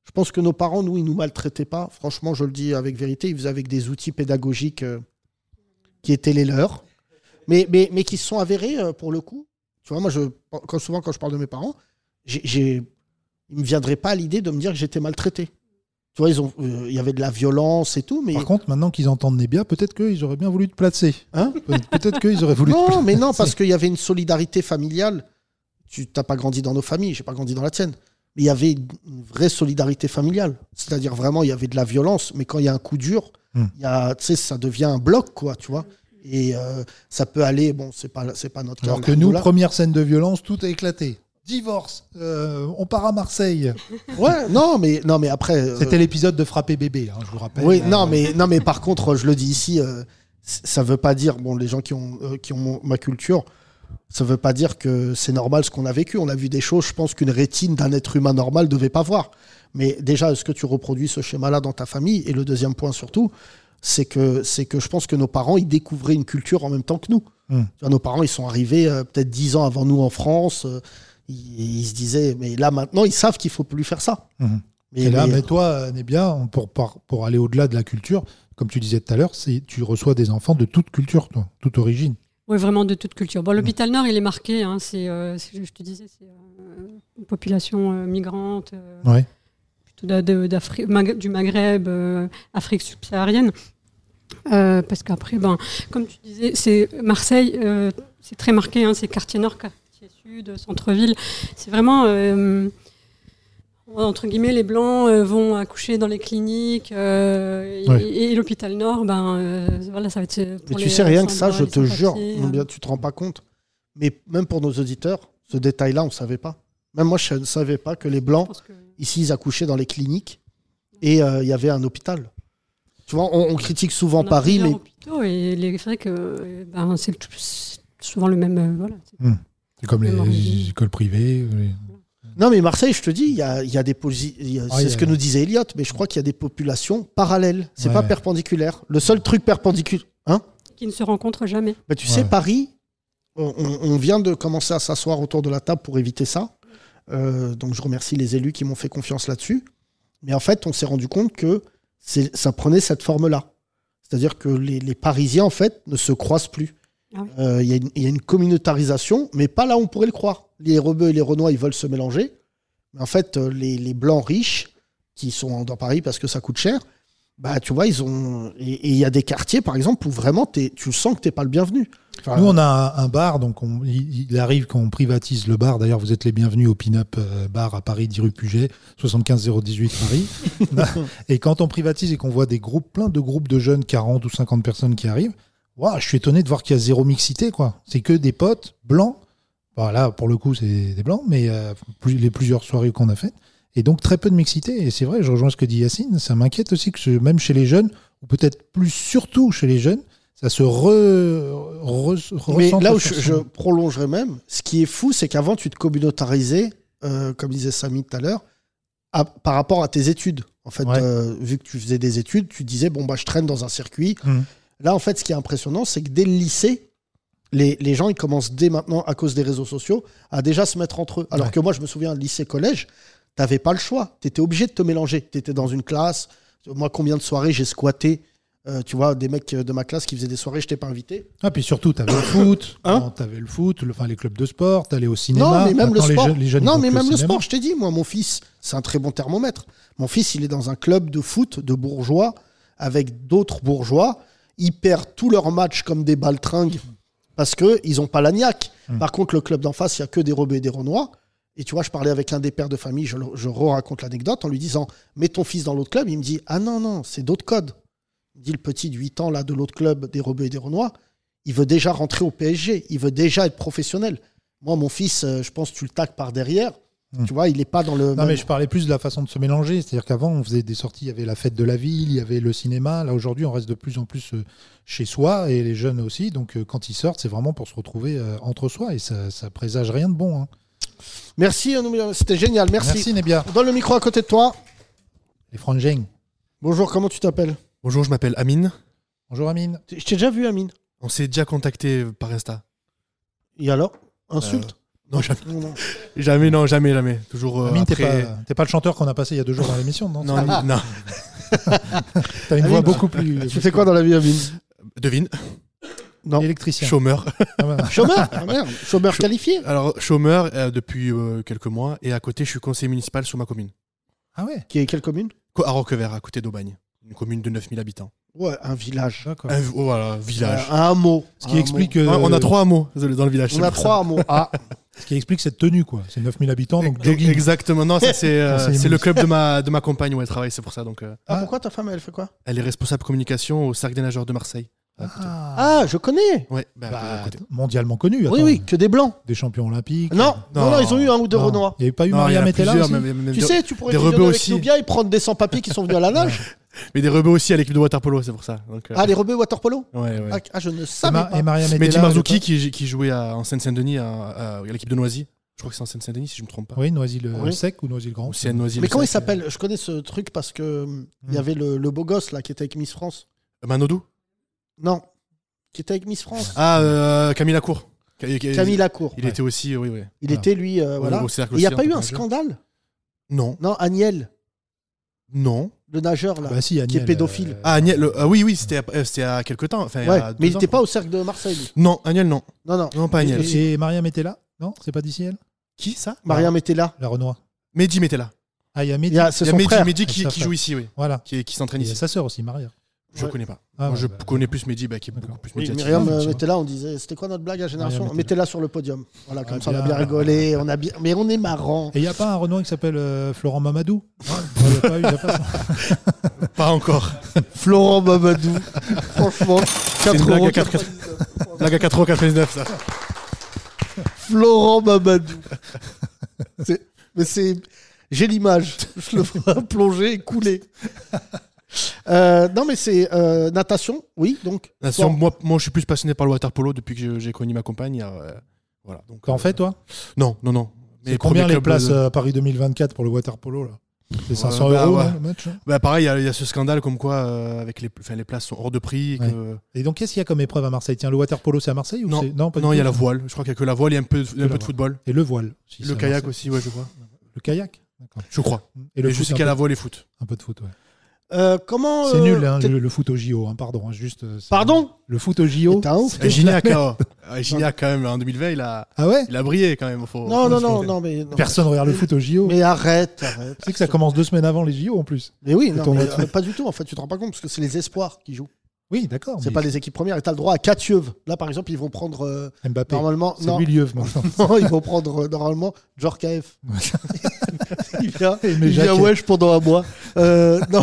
Je pense que nos parents, nous, ils nous maltraitaient pas. Franchement, je le dis avec vérité, ils faisaient avec des outils pédagogiques euh, qui étaient les leurs, mais, mais, mais qui se sont avérés, euh, pour le coup. Tu vois, moi, je, quand, souvent, quand je parle de mes parents, j'ai, j'ai, il ne me viendrait pas à l'idée de me dire que j'étais maltraité. Tu vois, il euh, y avait de la violence et tout. Mais... Par contre, maintenant qu'ils entendent Nebia, peut-être qu'ils auraient bien voulu te placer. Hein peut-être qu'ils auraient voulu non, te placer. Non, mais non, parce qu'il y avait une solidarité familiale. Tu n'as pas grandi dans nos familles, je n'ai pas grandi dans la tienne. Mais il y avait une vraie solidarité familiale. C'est-à-dire vraiment, il y avait de la violence. Mais quand il y a un coup dur, hum. y a, ça devient un bloc, quoi, tu vois. Et euh, ça peut aller... Bon, ce n'est pas, c'est pas notre cas. Alors que nous, là. Première scène de violence, tout a éclaté. Divorce, euh, on part à Marseille. Ouais, non, mais, non, mais après... C'était euh... l'épisode de Frapper bébé, hein, je vous rappelle. Oui, euh... non, mais, non, mais par contre, je le dis ici, euh, ça ne veut pas dire... Bon, les gens qui ont, euh, qui ont mon, ma culture... Ça ne veut pas dire que c'est normal ce qu'on a vécu. On a vu des choses, je pense, qu'une rétine d'un être humain normal ne devait pas voir. Mais déjà, est-ce que tu reproduis ce schéma-là dans ta famille ? Et le deuxième point surtout, c'est que, c'est que je pense que nos parents, ils découvraient une culture en même temps que nous. Mmh. Nos parents, ils sont arrivés euh, peut-être dix ans avant nous en France. Euh, ils, ils se disaient, mais là, maintenant, ils savent qu'il ne faut plus faire ça. Mmh. Mais, et là, mais, mais toi, Nebia, pour, pour, pour aller au-delà de la culture, comme tu disais tout à l'heure, c'est, tu reçois des enfants de toute culture, toi, toute origine. Oui, vraiment de toute culture. Bon, l'hôpital Nord, il est marqué. Hein, c'est, euh, c'est, je te disais, c'est euh, une population euh, migrante, euh, ouais. plutôt de, de, d'Afrique, mag- du Maghreb, euh, Afrique subsaharienne. Euh, parce qu'après, ben, comme tu disais, c'est Marseille, euh, c'est très marqué. Hein, c'est quartier Nord, quartier Sud, centre-ville. C'est vraiment... Euh, entre guillemets, les Blancs euh, vont accoucher dans les cliniques euh, et, ouais. et, et l'hôpital Nord, ben, euh, voilà, ça va être pour Mais tu les, sais, rien euh, que ça, je te jure, euh... bien, tu te rends pas compte. Mais même pour nos auditeurs, ce détail-là, on ne savait pas. Même moi, je ne savais pas que les Blancs, que... ici, ils accouchaient dans les cliniques et il euh, y avait un hôpital. Tu vois, on, on critique souvent on Paris, mais... hôpitaux et les, c'est vrai que ben, c'est, c'est souvent le même... Euh, voilà, c'est, mmh. c'est comme les, les écoles privées... Les... Non, mais Marseille, je te dis, il y a, y a des posi- y a, ah, c'est y a... ce que nous disait Elliot, mais je crois qu'il y a des populations parallèles. C'est ouais. pas perpendiculaire. Le seul truc perpendiculaire, hein, qui ne se rencontrent jamais. Bah, tu ouais. sais, Paris, on, on vient de commencer à s'asseoir autour de la table pour éviter ça. Euh, donc, je remercie les élus qui m'ont fait confiance là-dessus. Mais en fait, on s'est rendu compte que c'est, ça prenait cette forme-là. C'est-à-dire que les, les Parisiens, en fait, ne se croisent plus. Il ah oui. euh, y, y a une communautarisation, mais pas là où on pourrait le croire. Les Rebeux et les Renois, ils veulent se mélanger. Mais en fait, les, les Blancs riches, qui sont dans Paris parce que ça coûte cher, bah, tu vois, ils ont... Et il y a des quartiers, par exemple, où vraiment, tu sens que tu n'es pas le bienvenu. Enfin, nous, on a un, un bar, donc on, il, il arrive qu'on privatise le bar. D'ailleurs, vous êtes les bienvenus au Pin-Up Bar à Paris, dix rue Puget, soixante-quinze zéro dix-huit Paris. Et quand on privatise et qu'on voit des groupes, plein de groupes de jeunes, quarante ou cinquante personnes qui arrivent, wow, je suis étonné de voir qu'il y a zéro mixité, quoi. C'est que des potes blancs. Bon, là, pour le coup, c'est des blancs, mais euh, plus, les plusieurs soirées qu'on a faites. Et donc, très peu de mixité. Et c'est vrai, je rejoins ce que dit Yacine, ça m'inquiète aussi que ce, même chez les jeunes, ou peut-être plus surtout chez les jeunes, ça se re, re, Mais là où je, je prolongerais même, ce qui est fou, c'est qu'avant, tu te communautarisais, euh, comme disait Samy tout à l'heure, à, par rapport à tes études. En fait, ouais. euh, vu que tu faisais des études, tu disais, bon, bah, je traîne dans un circuit. Mmh. Là, en fait, ce qui est impressionnant, c'est que dès le lycée, Les, les gens, ils commencent dès maintenant, à cause des réseaux sociaux, à déjà se mettre entre eux. Alors ouais. que moi, je me souviens, lycée-collège, tu n'avais pas le choix. Tu étais obligé de te mélanger. Tu étais dans une classe. Moi, combien de soirées j'ai squatté euh, tu vois, des mecs de ma classe qui faisaient des soirées, je t'ai pas invité. Ah, puis surtout, tu avais le foot. Hein tu avais le foot, le, enfin, les clubs de sport, tu allais au cinéma. Non, mais même le sport. Les jeunes, les jeunes non, mais même le cinéma. sport, je t'ai dit, moi, mon fils, c'est un très bon thermomètre. Mon fils, il est dans un club de foot de bourgeois avec d'autres bourgeois. Ils perdent tous leurs matchs comme des baltringues. Parce qu'ils n'ont pas la niaque. Mmh. Par contre, le club d'en face, il n'y a que des Rebeux et des Renois. Et tu vois, je parlais avec un des pères de famille, je, je re-raconte l'anecdote en lui disant « Mets ton fils dans l'autre club ». Il me dit « Ah non, non, c'est d'autres codes ». Il me dit « Le petit de huit ans là, de l'autre club des Rebeux et des Renois, il veut déjà rentrer au P S G. Il veut déjà être professionnel. Moi, mon fils, je pense que tu le taques par derrière. Mmh. Tu vois, il n'est pas dans le... Non, même... mais je parlais plus de la façon de se mélanger. C'est-à-dire qu'avant, on faisait des sorties, il y avait la fête de la ville, il y avait le cinéma. Là, aujourd'hui, on reste de plus en plus euh, chez soi, et les jeunes aussi. Donc, euh, quand ils sortent, c'est vraiment pour se retrouver euh, entre soi, et ça, ça présage rien de bon. Hein. Merci, c'était génial. Merci. Merci, Nebia. On donne le micro à côté de toi. Les frangins. Bonjour, comment tu t'appelles ? Bonjour, je m'appelle Amine. Bonjour, Amine. Je t'ai déjà vu, Amine. On s'est déjà contacté par Insta. Et alors ? Insulte ? Non, jamais. Non, non. Jamais, non, jamais, jamais. Toujours euh, Amine, après... t'es pas, t'es pas le chanteur qu'on a passé il y a deux jours dans l'émission, non Non, non, non. T'as une Amine, voix beaucoup plus. Tu fais quoi dans la vie, Amine? Devine. Non. Électricien. Chômeur. Ah ouais. Chômeur ah, merde. Chômeur Ch- qualifié. Alors, chômeur euh, depuis euh, quelques mois. Et à côté, je suis conseiller municipal sur ma commune. Ah ouais. Qui est quelle commune? Co- À Roquevert, à côté d'Aubagne. Une commune de neuf mille habitants. Ouais, un village. D'accord. Un, oh, voilà, village. Euh, un hameau. Ce qui Un explique. hameau. euh, On a trois hameaux dans le village. On c'est a pour trois hameaux. Ah, Ce qui explique cette tenue, quoi. C'est neuf mille habitants, donc ça. jogging. Exactement. Non, ça, c'est, euh, Conseiller c'est le municipal. club de ma, de ma compagne où elle travaille. C'est pour ça. Donc, euh, ah, pourquoi ta femme, elle fait quoi? elle est responsable communication au Cercle des nageurs de Marseille. Ah, Ah, je connais. Ouais, bah, bah, à côté. mondialement connu. Oui, attends. oui, que des blancs. Des champions olympiques. Non, non, non, ils ont eu un ou deux Non. Renois. Il n'y avait pas eu Non, il y Maria en a Metella plusieurs, aussi même- même Tu des- sais, tu pourrais des fusionner rebeux avec aussi. nous bien et prendre des sans-papiers qui sont venus à la nage. Mais des rebeux aussi à l'équipe de waterpolo, c'est pour ça. Donc, euh, Ah, les rebeux waterpolo. ouais, ouais. Ah, ah, je ne Et, savais Ma- pas. et Maria Metella. Mehdi elle Marzouki est qui, qui jouait à- en Seine-Saint-Denis à, à- à l'équipe de Noisy. Je crois que c'est en Seine-Saint-Denis si je ne me trompe pas. pas- Oui, Noisy-le Oui. sec ou Noisy-le-grand. Ou c'est à Noisy. Mais le comment il sec. s'appelle? Je connais ce truc parce que hum, il y Hmm. avait le, le beau gosse là qui était avec Miss France. Manodou. Non, qui était avec Miss France. Ah, euh, Camille Lacour. Ca- ca- Camille Lacour. Il ouais. était aussi, oui, oui. Il Voilà. était lui, euh, Au- voilà. au cercle Et il n'y a aussi, pas en eu tant un que nageur. scandale? Non, Non, Agnel, non. le nageur là, Bah si, qui Agnel, est pédophile. euh, Ah, Agnel, le- ah oui, oui, c'était euh, c'était à quelques temps. Enfin, il y ouais, a deux mais il ans, n'était pas quoi. au cercle de Marseille. lui. Non, Agnel, non. Non, non. Non, pas Agnel. Et, et Maria Metella. Non, c'est pas d'ici elle. Qui, ça Maria Metella. La Renoir. Mehdi Metella. Ah, il y a Il Mehdi. y a- C'est Il y a son Mehdi, frère. Mehdi Avec qui, sa qui femme. joue ici, oui. Voilà. Qui, qui s'entraîne Et il y a ici. sa sœur aussi, Maria. Je Ouais. connais pas. Ah, Moi, ouais, je bah, connais plus Mehdi, bah, qui est D'accord. beaucoup plus Oui, médiatique. Myriam Ah, euh, tu vois. Metella, on disait, c'était quoi notre blague à Génération? Myriam Mettez-la sur le podium. Voilà, comme Ah, ça on a bien. bien rigolé, on a bien... mais on est marrant. Et il n'y a pas un Renoir qui s'appelle euh, Florent Mamadou. Non, il y a pas eu, il y a pas ça. Pas encore. Florent Mamadou, franchement, C'est une quatre blague euros à quatre- Blague à quatre euros quatre-vingt-dix-neuf, ça. Florent Mamadou. C'est- Mais c'est. J'ai l'image. Je le ferai plonger et couler. Euh, non, mais c'est euh, natation, oui. Donc. Nation, Bon. moi, moi, je suis plus passionné par le waterpolo depuis que je- j'ai connu ma compagne. euh, voilà. Donc, T'en euh, fais, toi? Non, non, non. C'est Mes combien premiers les clubs places de- euh, à Paris deux mille vingt-quatre pour le water polo là? C'est cinq cents bah, euros ouais. non, le match hein. Bah pareil, il y a- il y, a ce scandale comme quoi euh, avec les, enfin, les places sont hors de prix. et Ouais. que- Et donc, qu'est-ce qu'il y a comme épreuve à Marseille? Tiens, le water polo, c'est à Marseille ou Non, c'est... Non, pas du non, tout, il y a la ça. voile. Je crois qu'il y a que la voile et un peu, de- un la peu de voile. football. Et le voile. si Le c'est à kayak Marseille. aussi, ouais, je crois. Le kayak D'accord. Je crois. Et le Et je foot, sais un qu'il y a peu- la voile et foot. Un peu de foot, ouais. Euh, comment. C'est euh, nul, hein, t'es- le, le foot au J O, hein, pardon. hein, juste, euh, c'est- Pardon. Le foot au J O. T'es un ouf. Et t'es- Gignac, ah, ah, Gignac, quand même, en deux mille vingt, il a, Ah ouais? il a brillé quand même. Faut, Non, faut non, se non, compter. non, mais. non. Personne regarde le foot au J O. Mais arrête, arrête. Tu sais que ça commence deux semaines avant les J O en plus. Mais oui, C'est non, ton mais, autre. euh, pas du tout. En fait, tu te rends pas compte parce que c'est les espoirs qui jouent. Oui, d'accord. C'est mais pas les équipes premières. Et t'as le droit à quatre yeux. Là, par exemple, ils vont prendre. euh, Mbappé. normalement. C'est Non. lui lieu maintenant. Non, ils vont prendre euh, normalement Djorkaeff. il vient, Et il mais vient Jacques- wesh pendant un mois. Euh, non.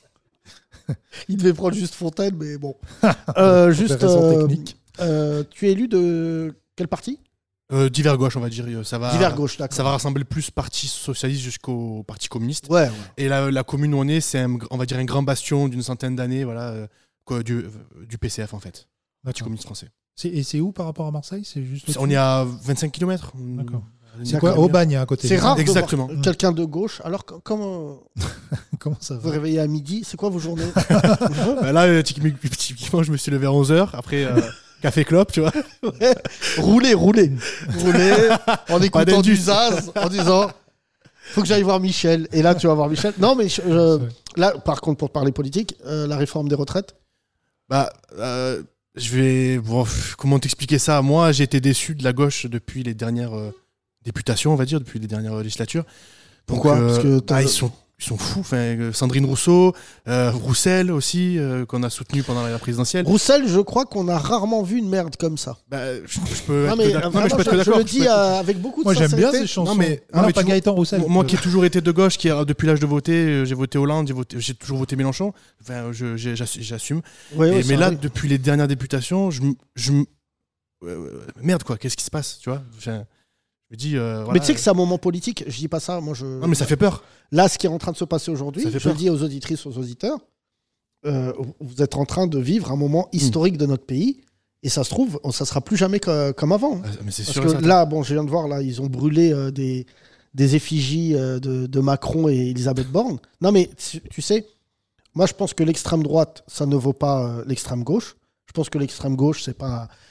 Il devait prendre juste Fontaine, mais bon. Euh, juste. Des raisons euh, techniques. euh, tu es élu de quel parti? Euh, divers gauche, on va dire. Ça va, Divers gauche, d'accord. ça va rassembler plus parti socialiste jusqu'au parti communiste. Ouais, ouais. Et la, la commune où on est, c'est un, on va dire un grand bastion d'une centaine d'années, voilà, euh, quoi, du, euh, du P C F en fait, Parti D'accord. communiste français. C'est- Et c'est où par rapport à Marseille? C'est juste. On est à vingt-cinq kilomètres. D'accord. C'est D'accord. quoi? Aubagne à côté. C'est rare Exactement. de voir quelqu'un de gauche. Alors, co- comment Comment ça vous vous va? réveillez à midi? C'est quoi vos journées? Bah là, euh, typiquement, typiquement, je me suis levé à onze heures. Après, euh, café clope, tu vois. Ouais. Rouler, rouler. Rouler en écoutant d'indus. du Zaz, en disant faut que j'aille voir Michel. Et là, tu vas voir Michel. Non, mais je- je- là, par contre, pour parler politique, euh, la réforme des retraites. Bah, euh, je vais. Bon, pff, comment t'expliquer ça? Moi, j'ai été déçu de la gauche depuis les dernières euh, députations, on va dire, depuis les dernières euh, législatures. Pourquoi? Donc, euh, Parce que t'as- ah, ils sont. Ils sont fous. Enfin, euh, Sandrine Rousseau, euh, Roussel aussi, euh, qu'on a soutenu pendant la présidentielle. Roussel, je crois qu'on a rarement vu une merde comme ça. Bah, je, je peux Non, être mais, que d'ac- euh, non, mais je vraiment, peux être que je, je d'accord. le je peux dis être- euh, avec beaucoup de Moi j'aime bien sincérité. ces chansons. Non, mais- Ah, non, mais pas tu- Gaëtan Roussel. Moi qui ai toujours été de gauche, qui a, depuis l'âge de voter, euh, j'ai voté Hollande, j'ai, voté, j'ai toujours voté Mélenchon. Enfin, je, j'ai- j'ass- j'assume. Ouais, Et- ouais, mais ça là, arrive. depuis les dernières députations, je, m- je m- euh, merde quoi, qu'est-ce qui se passe, tu vois? Enfin, je me dis. euh, voilà. Mais tu sais que c'est un moment politique. Je dis pas ça. Moi, je. Non, mais ça fait peur. Là, ce qui est en train de se passer aujourd'hui, Ça fait je le peur. dis aux auditrices, aux auditeurs, euh, vous êtes en train de vivre un moment historique de notre pays. Et ça se trouve, ça sera plus jamais co- comme avant. Ah, mais c'est Parce sûr et que certain. là, bon, je viens de voir, là, ils ont brûlé euh, des, des effigies euh, de, de Macron et Elisabeth Borne. Non, mais tu, tu sais, moi, je pense que l'extrême droite, ça ne vaut pas euh, l'extrême gauche. Je pense que l'extrême gauche, c'est pas.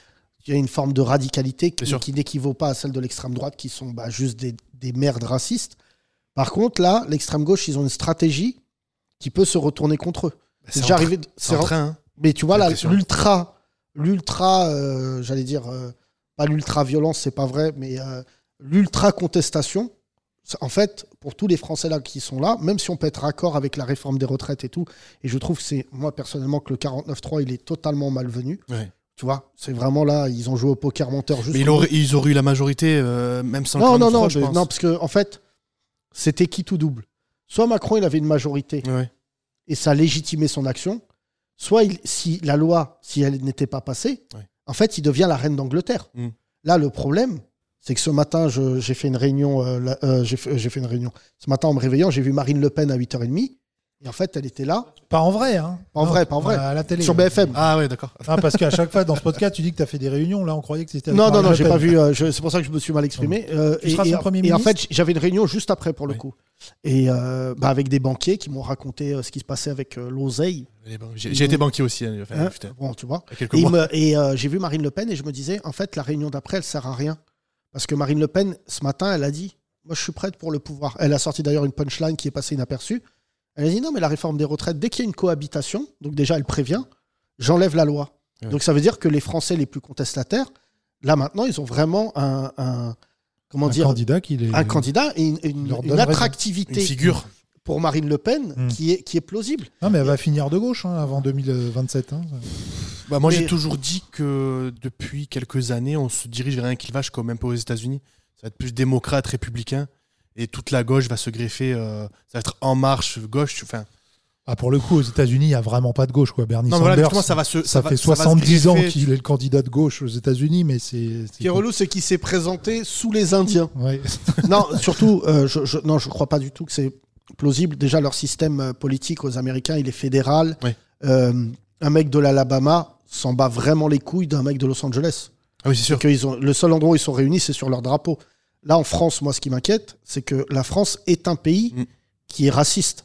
qu'il y a une forme de radicalité qui, qui n'équivaut pas à celle de l'extrême droite, qui sont bah, juste des, des merdes racistes. Par contre, là, l'extrême gauche, ils ont une stratégie qui peut se retourner contre eux. Bah, c'est déjà arrivé. De, c'est en train. Hein. Mais tu vois, là, l'ultra, l'ultra, euh, j'allais dire, euh, pas l'ultra-violence, c'est pas vrai, mais euh, l'ultra-contestation, en fait, pour tous les Français là qui sont là, même si on peut être raccord avec la réforme des retraites et tout, et je trouve que c'est, moi personnellement, que le quarante-neuf trois, il est totalement malvenu. Ouais. Tu vois, c'est vraiment là, ils ont joué au poker menteur. Juste mais ils auraient, ils auraient eu la majorité, euh, même sans non, le non, non, je mais, pense. non, parce que en fait, c'était qui tout double. Soit Macron, il avait une majorité, ouais. et ça légitimait son action. Soit, il, si la loi, si elle n'était pas passée, ouais. en fait, il devient la reine d'Angleterre. Mm. Là, le problème, c'est que ce matin, je, j'ai fait une réunion. Euh, euh, j'ai, fait, j'ai fait une réunion. Ce matin, en me réveillant, j'ai vu Marine Le Pen à huit heures trente. Et en fait, elle était là. Pas en vrai, hein. Pas en non, vrai, pas en vrai. À la télé. Sur B F M. Ah ouais, d'accord. Ah, parce qu'à chaque fois, dans ce podcast, tu dis que tu as fait des réunions. Là, on croyait que c'était avec Non, non, non, Le j'ai Pen. pas vu. Euh, je, c'est pour ça que je me suis mal exprimé. Euh, tu seras et, son et, Premier et ministre. en fait, j'avais une réunion juste après, pour le oui. coup. Et euh, bah, avec des banquiers qui m'ont raconté euh, ce qui se passait avec euh, l'oseille. J'ai, j'ai été banquier aussi. Hein, hein bon, tu vois. Et, me, et euh, j'ai vu Marine Le Pen et je me disais, en fait, la réunion d'après, elle sert à rien. Parce que Marine Le Pen, ce matin, elle a dit, moi, je suis prête pour le pouvoir. Elle a sorti d'ailleurs une punchline qui est passée inaperçue. Elle a dit non, mais la réforme des retraites, dès qu'il y a une cohabitation, donc déjà elle prévient, j'enlève la loi. Ouais. Donc ça veut dire que les Français les plus contestataires, là maintenant, ils ont vraiment un, un comment un dire, candidat qui les... un candidat et une, une, une attractivité une figure pour Marine Le Pen mmh. qui est qui est plausible. Non, mais elle va finir de gauche hein, avant deux mille vingt-sept. Hein. Bah moi mais... j'ai toujours dit que depuis quelques années, on se dirige vers un clivage comme un peu aux États-Unis. Ça va être plus démocrate, républicain. Et toute la gauche va se greffer, euh, ça va être En Marche, gauche. Enfin. Ah, pour le coup, aux États-Unis, il n'y a vraiment pas de gauche. Quoi. Bernie non, Sanders, voilà, ça, va se, ça, ça va, fait ça soixante-dix ans qu'il est le candidat de gauche aux États-Unis, mais c'est. Ce qui est relou, c'est qu'il s'est présenté sous les Indiens. Ouais. non, surtout, euh, je, je, non, je ne crois pas du tout que c'est plausible. Déjà, leur système politique aux Américains, il est fédéral. Ouais. Euh, un mec de l'Alabama s'en bat vraiment les couilles d'un mec de Los Angeles. Ah oui, c'est sûr. Qu'ils ont, le seul endroit où ils sont réunis, c'est sur leur drapeau. Là, en France, moi, ce qui m'inquiète, c'est que la France est un pays mmh. qui est raciste.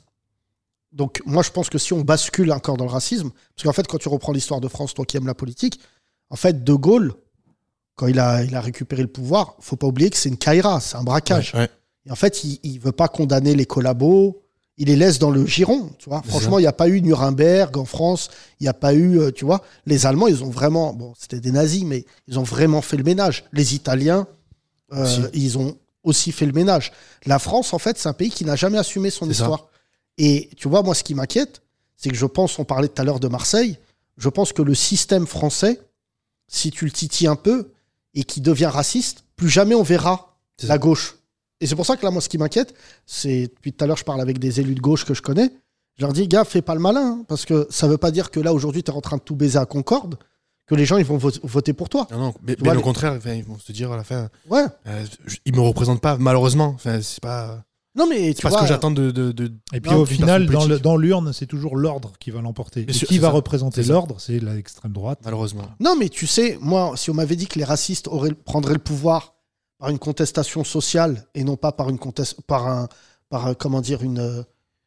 Donc, moi, je pense que si on bascule encore dans le racisme, parce qu'en fait, quand tu reprends l'histoire de France, toi qui aimes la politique, en fait, De Gaulle, quand il a, il a récupéré le pouvoir, faut pas oublier que c'est une caïra, c'est un braquage. Ouais, ouais. Et en fait, il, il veut pas condamner les collabos, il les laisse dans le giron, tu vois. Franchement, il n'y a pas eu Nuremberg en France, il n'y a pas eu, euh, tu vois. Les Allemands, ils ont vraiment, bon, c'était des nazis, mais ils ont vraiment fait le ménage. Les Italiens, Euh, ils ont aussi fait le ménage. La France, en fait, c'est un pays qui n'a jamais assumé son c'est histoire. Ça. Et tu vois, moi, ce qui m'inquiète, c'est que je pense, on parlait tout à l'heure de Marseille, je pense que le système français, si tu le titilles un peu et qui devient raciste, plus jamais on verra c'est la ça. Gauche. Et c'est pour ça que là, moi, ce qui m'inquiète, c'est, depuis tout à l'heure, je parle avec des élus de gauche que je connais, je leur dis, gars, fais pas le malin, hein, parce que ça veut pas dire que là, aujourd'hui, tu es en train de tout baiser à Concorde, que les gens ils vont voter pour toi. Non, non, mais, mais au les... contraire, enfin, ils vont se dire à la fin, ouais. euh, ils me représentent pas, malheureusement. Enfin, c'est pas. Non, mais c'est tu pas vois, ce que j'attends de. de, de et puis non, au final, dans, le, dans l'urne, c'est toujours l'ordre qui va l'emporter. Et sûr, qui va ça. représenter c'est l'ordre, c'est l'extrême droite. Malheureusement. Non, mais tu sais, moi, si on m'avait dit que les racistes auraient, prendraient le pouvoir par une contestation sociale et non pas par une contest... par un, par comment dire, une,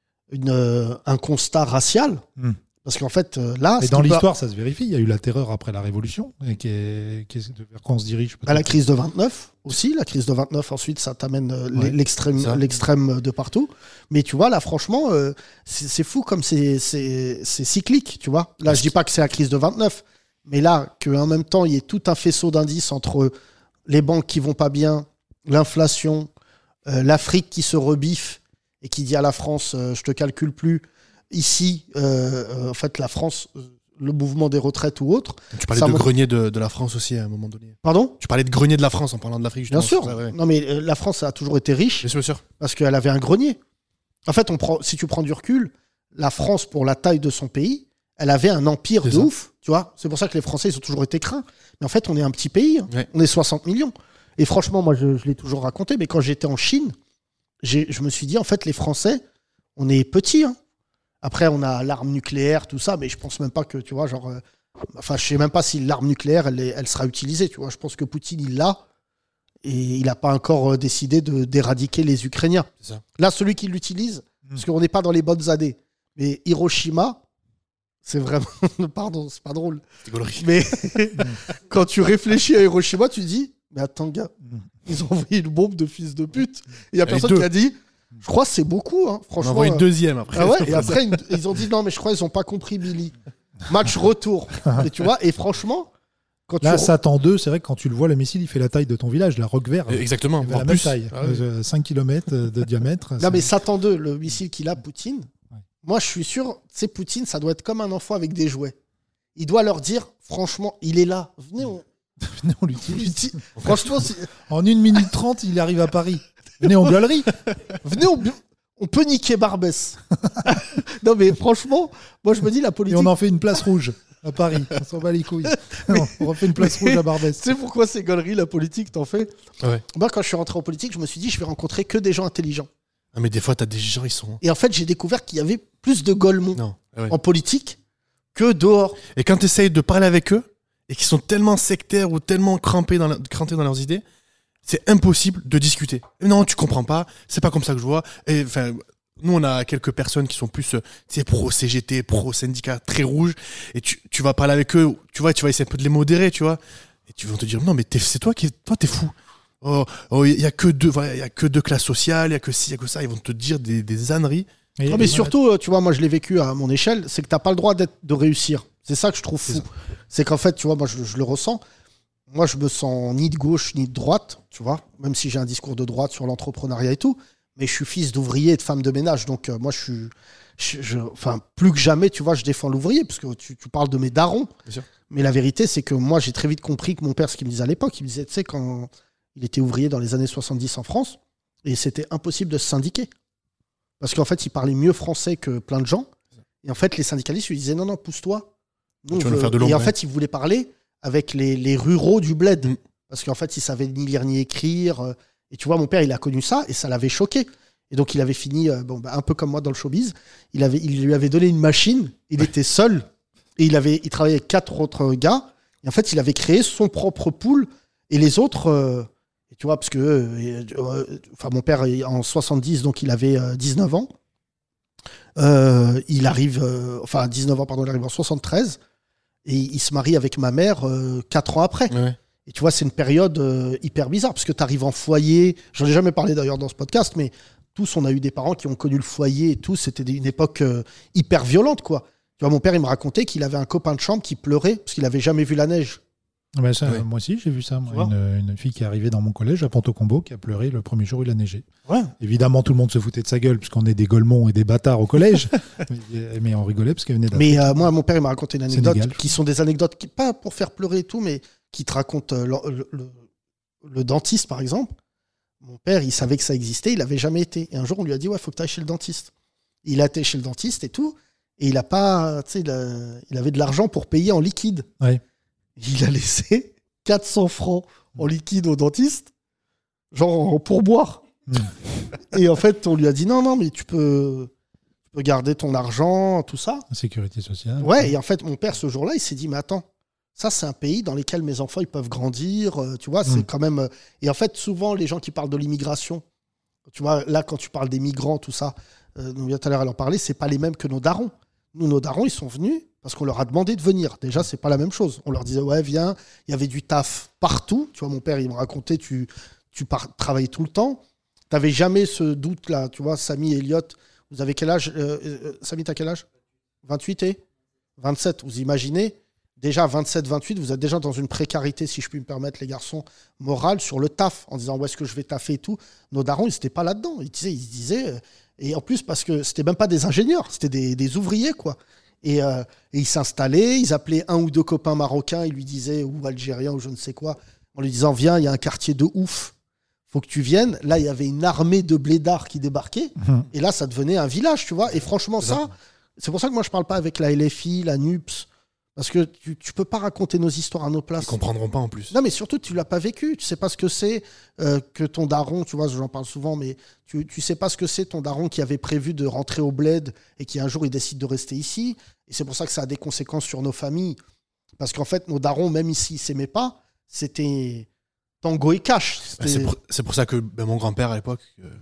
une, un constat racial. Hmm. Parce qu'en fait, là... Et dans l'histoire, peut... ça se vérifie. Il y a eu la terreur après la Révolution. Et qui est... Qui est... vers quoi on se dirige bah, la crise de vingt-neuf aussi. La crise de vingt-neuf, ensuite, ça t'amène ouais, l'extrême, l'extrême de partout. Mais tu vois, là, franchement, euh, c'est, c'est fou comme c'est, c'est, c'est cyclique, tu vois. Là, je dis pas que c'est la crise de vingt-neuf. Mais là, qu'en même temps, il y ait tout un faisceau d'indices entre les banques qui vont pas bien, l'inflation, euh, l'Afrique qui se rebiffe et qui dit à la France, euh, je te calcule plus. Ici, euh, en fait, la France, le mouvement des retraites ou autre. Tu parlais de montre... grenier de, de la France aussi à un moment donné. Pardon ? Tu parlais de grenier de la France en parlant de l'Afrique. Bien sûr. Ça, ouais. Non, mais euh, la France a toujours été riche. Bien sûr, bien sûr. Parce qu'elle avait un grenier. En fait, on prend, si tu prends du recul, la France, pour la taille de son pays, elle avait un empire c'est de ça. Ouf. Tu vois ? C'est pour ça que les Français, ils ont toujours été craints. Mais en fait, on est un petit pays. Hein. Ouais. On est soixante millions. Et franchement, moi, je, je l'ai toujours raconté, mais quand j'étais en Chine, j'ai, je me suis dit, en fait, les Français, on est petits, hein. Après, on a l'arme nucléaire, tout ça, mais je pense même pas que, tu vois, genre... Euh, enfin, je sais même pas si l'arme nucléaire, elle, est, elle sera utilisée, tu vois. Je pense que Poutine, il l'a, et il n'a pas encore euh, décidé de, d'éradiquer les Ukrainiens. C'est ça. Là, celui qui l'utilise, mmh. parce qu'on n'est pas dans les bonnes années, mais Hiroshima, C'est vraiment... Pardon, c'est pas drôle. C'est gaulerie. Mais quand tu réfléchis à Hiroshima, tu dis, mais attends, gars, ils ont envoyé une bombe de fils de pute. Il y a personne qui a dit, je crois que c'est beaucoup, hein, franchement. On a envoyé une euh... deuxième après. Ah ouais, et après, une... ils ont dit, non, mais je crois qu'ils ont pas compris Billy. Match retour. Et tu vois, et franchement... Quand Là, tu... Satan deux, c'est vrai que quand tu le vois, le missile, il fait la taille de ton village, la Roquevert. Exactement. Il a la même taille, ah, oui. cinq kilomètres de diamètre. Non, mais Satan deux, le missile qu'il a, Poutine, ouais. Moi, je suis sûr, tu sais, Poutine, ça doit être comme un enfant avec des jouets. Il doit leur dire, franchement, il est là. Venez, on, Venez, on l'utilise. Franchement, c'est... en une minute trente, il arrive à Paris. Venez, on gueulerie. Venez, on... on peut niquer Barbès. Non, mais franchement, moi, je me dis, la politique... Et on en fait une place rouge. À Paris, on s'en bat les couilles. Mais, on refait une place rouge à Barbès. Tu sais pourquoi c'est gaulerie, la politique, t'en fais? Ouais. Moi, quand je suis rentré en politique, je me suis dit, je vais rencontrer que des gens intelligents. Ah, mais des fois, t'as des gens, ils sont... Et en fait, j'ai découvert qu'il y avait plus de golemons ah ouais. en politique que dehors. Et quand t'essayes de parler avec eux, et qu'ils sont tellement sectaires ou tellement crampés dans, la... crampés dans leurs idées, c'est impossible de discuter. Non, tu comprends pas, c'est pas comme ça que je vois. Et enfin... Nous, on a quelques personnes qui sont plus euh, pro-C G T, pro-syndicat, très rouges. Et tu, tu vas parler avec eux, tu vois, tu vas essayer un peu de les modérer, tu vois. Et tu vas te dire, non, mais t'es, c'est toi qui toi, t'es fou. Oh, oh, il y a que deux, voilà, il y a que deux classes sociales, il y a que ci, il y a que ça. Ils vont te dire des, des âneries. Et, non, mais surtout, tu vois, moi, je l'ai vécu à mon échelle, c'est que t'as pas le droit d'être, de réussir. C'est ça que je trouve fou. C'est, c'est qu'en fait, tu vois, moi, je, je le ressens. Moi, je me sens ni de gauche ni de droite, tu vois, même si j'ai un discours de droite sur l'entrepreneuriat et tout. Mais je suis fils d'ouvrier et de femme de ménage, donc euh, moi je suis, je, je, enfin plus que jamais, tu vois, je défends l'ouvrier parce que tu, tu parles de mes darons. Bien sûr. Mais la vérité, c'est que moi j'ai très vite compris que mon père, ce qu'il me disait à l'époque, il me disait, tu sais, quand il était ouvrier dans les années soixante-dix en France, et c'était impossible de se syndiquer parce qu'en fait, il parlait mieux français que plein de gens. Et en fait, les syndicalistes lui disaient non, non, pousse-toi. Nous, tu vas nous faire de l'ombre, et en ouais. fait, il voulait parler avec les, les ruraux du bled mmh. parce qu'en fait, il savait ni lire ni écrire. Euh, Et tu vois, mon père, il a connu ça et ça l'avait choqué. Et donc, il avait fini, euh, bon, bah, un peu comme moi dans le showbiz. Il, avait, il lui avait donné une machine. Il était seul. Et il, avait, il travaillait avec quatre autres gars. Et en fait, il avait créé son propre pool. Et les autres, euh, et tu vois, parce que euh, euh, enfin, mon père est en soixante-dix, donc il avait euh, dix-neuf ans. Euh, il arrive, euh, enfin, dix-neuf ans, pardon, il arrive en soixante-treize. Et il se marie avec ma mère euh, quatre ans après. Ouais. Et tu vois, c'est une période euh, hyper bizarre parce que tu arrives en foyer. J'en ai jamais parlé d'ailleurs dans ce podcast, mais tous, on a eu des parents qui ont connu le foyer et tout. C'était une époque euh, hyper violente, quoi. Tu vois, mon père, il me racontait qu'il avait un copain de chambre qui pleurait parce qu'il avait jamais vu la neige. Ben ça, ouais. Moi aussi, j'ai vu ça. Moi. Une, une fille qui est arrivée dans mon collège à Pont-au-Combo qui a pleuré le premier jour où il a neigé. Ouais. Évidemment, tout le monde se foutait de sa gueule puisqu'on est des golemons et des bâtards au collège. mais, mais on rigolait parce qu'elle venait d'Afrique. Mais euh, moi, mon père, il m'a raconté une anecdote Sénégal, qui sont des anecdotes, qui, pas pour faire pleurer et tout, mais qui te racontent euh, le, le, le, le dentiste, par exemple. Mon père, il savait que ça existait, il n'avait jamais été. Et un jour, on lui a dit, ouais, il faut que tu ailles chez le dentiste. Il a été chez le dentiste et tout. Et il a pas, tu sais, il, a, il avait de l'argent pour payer en liquide. Ouais. Il a laissé quatre cents francs en liquide au dentiste, genre en pourboire. Mmh. Et en fait, on lui a dit non, non, mais tu peux, tu peux garder ton argent, tout ça. La sécurité sociale. Ouais, et en fait, mon père, ce jour-là, il s'est dit, mais attends, ça, c'est un pays dans lequel mes enfants, ils peuvent grandir, euh, tu vois, c'est mmh. quand même... Et en fait, souvent, les gens qui parlent de l'immigration, tu vois, là, quand tu parles des migrants, tout ça, euh, on vient tout à l'heure à en parler, c'est pas les mêmes que nos darons. Nous, nos darons, ils sont venus parce qu'on leur a demandé de venir. Déjà, c'est pas la même chose. On leur disait, ouais, viens. Il y avait du taf partout. Tu vois, mon père, il me racontait, tu, tu par- travaillais tout le temps. Tu n'avais jamais ce doute-là. Tu vois, Samy et Elliot, vous avez quel âge euh, euh, Samy, t'as quel âge vingt-huit et vingt-sept. Vous imaginez, déjà, vingt-sept, vingt-huit, vous êtes déjà dans une précarité, si je puis me permettre, les garçons, morale sur le taf, en disant, où est-ce que je vais taffer et tout. Nos darons, ils n'étaient pas là-dedans. Ils disaient, ils se disaient... Euh, et en plus, parce que c'était même pas des ingénieurs, c'était des, des ouvriers, quoi. Et, euh, et ils s'installaient, ils appelaient un ou deux copains marocains, ils lui disaient, ou algériens, ou je ne sais quoi, en lui disant, viens, il y a un quartier de ouf, faut que tu viennes. Là, il y avait une armée de blédards qui débarquait, mmh. et là, ça devenait un village, tu vois. Et franchement, ça, ça, c'est pour ça que moi, je parle pas avec la L F I, la N U P S, parce que tu, tu peux pas raconter nos histoires à nos places. Ils comprendront pas en plus. Non, mais surtout, tu l'as pas vécu. Tu sais pas ce que c'est euh, que ton daron, tu vois, j'en parle souvent, mais tu, tu sais pas ce que c'est ton daron qui avait prévu de rentrer au bled et qui un jour, il décide de rester ici. Et c'est pour ça que ça a des conséquences sur nos familles. Parce qu'en fait, nos darons, même ici, ils s'aimaient pas, c'était tango et cash. Bah, c'est, pour, c'est pour ça que ben, mon grand-père, à l'époque, euh,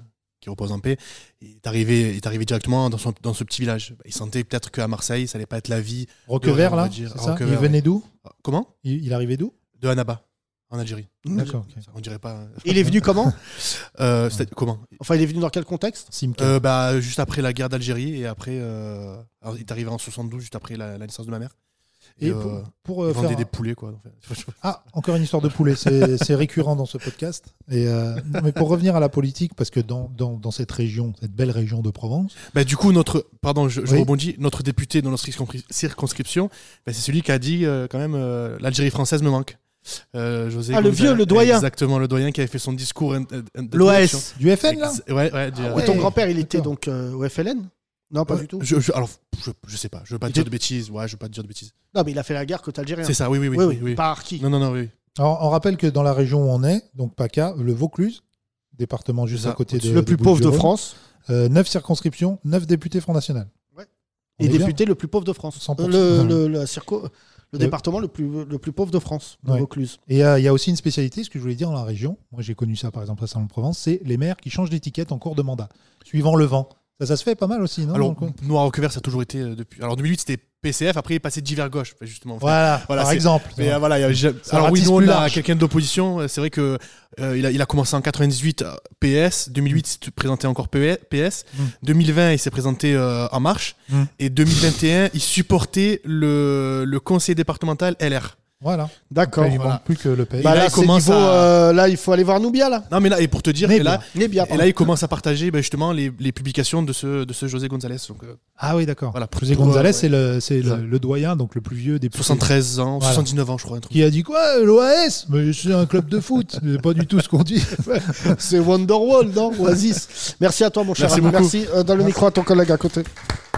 qui repose en paix, il est arrivé, il est arrivé directement dans, son, dans ce petit village. Il sentait peut-être qu'à Marseille, ça allait pas être la vie. Roquevert, de, on va là, dire. c'est ça Roquevert, il venait d'où? Comment il, il arrivait d'où? De Annaba, en Algérie. D'accord. Okay. On dirait pas. Il est venu comment euh, Comment Enfin, il est venu dans quel contexte? euh, bah, juste après la guerre d'Algérie et après. Euh... Alors, il est arrivé en soixante-douze, juste après la, la naissance de ma mère. Et, et euh, pour, pour euh, il vendait faire... des poulets, quoi. Ah, encore une histoire de poulet, c'est, c'est récurrent dans ce podcast. Et euh, mais pour revenir à la politique, parce que dans, dans, dans cette région, cette belle région de Provence. Bah, du coup, notre, pardon, je, je oui. rebondis, notre député dans notre circonscription, bah, c'est celui qui a dit euh, quand même euh, l'Algérie française me manque. Euh, José ah, le vieux, le doyen. Exactement, le doyen qui avait fait son discours. L'O A S. Du F N, là Ex- Ouais, ouais. Du, ah, ouais. Et ton grand-père, il était donc euh, au F L N? Non, pas ouais, du tout. Je, je, alors, je, je sais pas, je veux pas il dire était... de bêtises. Ouais, je veux pas dire de bêtises. Non, mais il a fait la guerre côté algérien. C'est ça, oui, oui, oui. oui, oui, oui, oui. Par qui? Non, non, non, oui. Alors, on rappelle que dans la région où on est, donc PACA, le Vaucluse, département juste ça, à côté de. Le plus pauvre de France. Euh, neuf circonscriptions, neuf députés Front National. Ouais. Et député le plus pauvre de France. cent pour cent. Euh, le, le, le, circo... le euh... département le plus, le plus pauvre de France, le ouais. Vaucluse. Et il euh, y a aussi une spécialité, ce que je voulais dire dans la région, moi j'ai connu ça par exemple à Salon-de-Provence, c'est les maires qui changent d'étiquette en cours de mandat, suivant le vent. Ça, ça se fait pas mal aussi, non? Alors, nous, à Roquevert, ça a toujours été euh, depuis. Alors, en deux mille huit, c'était P C F, après, il est passé divers gauche, justement. Voilà, voilà par exemple. Mais, euh, voilà, y a... Alors, oui, nous, on a quelqu'un d'opposition. C'est vrai qu'il euh, a, il a commencé en quatre-vingt-dix-huit P S. deux mille huit, il s'est présenté encore P S. Mm. deux mille vingt, il s'est présenté euh, En Marche. Mm. Et deux mille vingt et un, il supportait le, le conseil départemental L R. Voilà. D'accord. Après, il voilà. manque plus que le pays. Bah là, là, il commence niveau, à... euh, là, il faut aller voir Noubia, là. Non, mais là, et pour te dire, et là, Nébia, et là, il commence à partager bah, justement les, les publications de ce, de ce José González. Donc, euh, ah oui, d'accord. Voilà, José González, ouais. c'est, le, c'est le, le doyen, donc le plus vieux des soixante-treize ans, voilà. soixante-dix-neuf ans, je crois. Un truc. Qui a dit quoi, l'O A S? Mais c'est un club de foot. C'est pas du tout ce qu'on dit. C'est Wonderwall, non? Oasis. Merci à toi, mon cher. Merci ami. beaucoup. Merci. Euh, dans le micro à ton collègue à côté.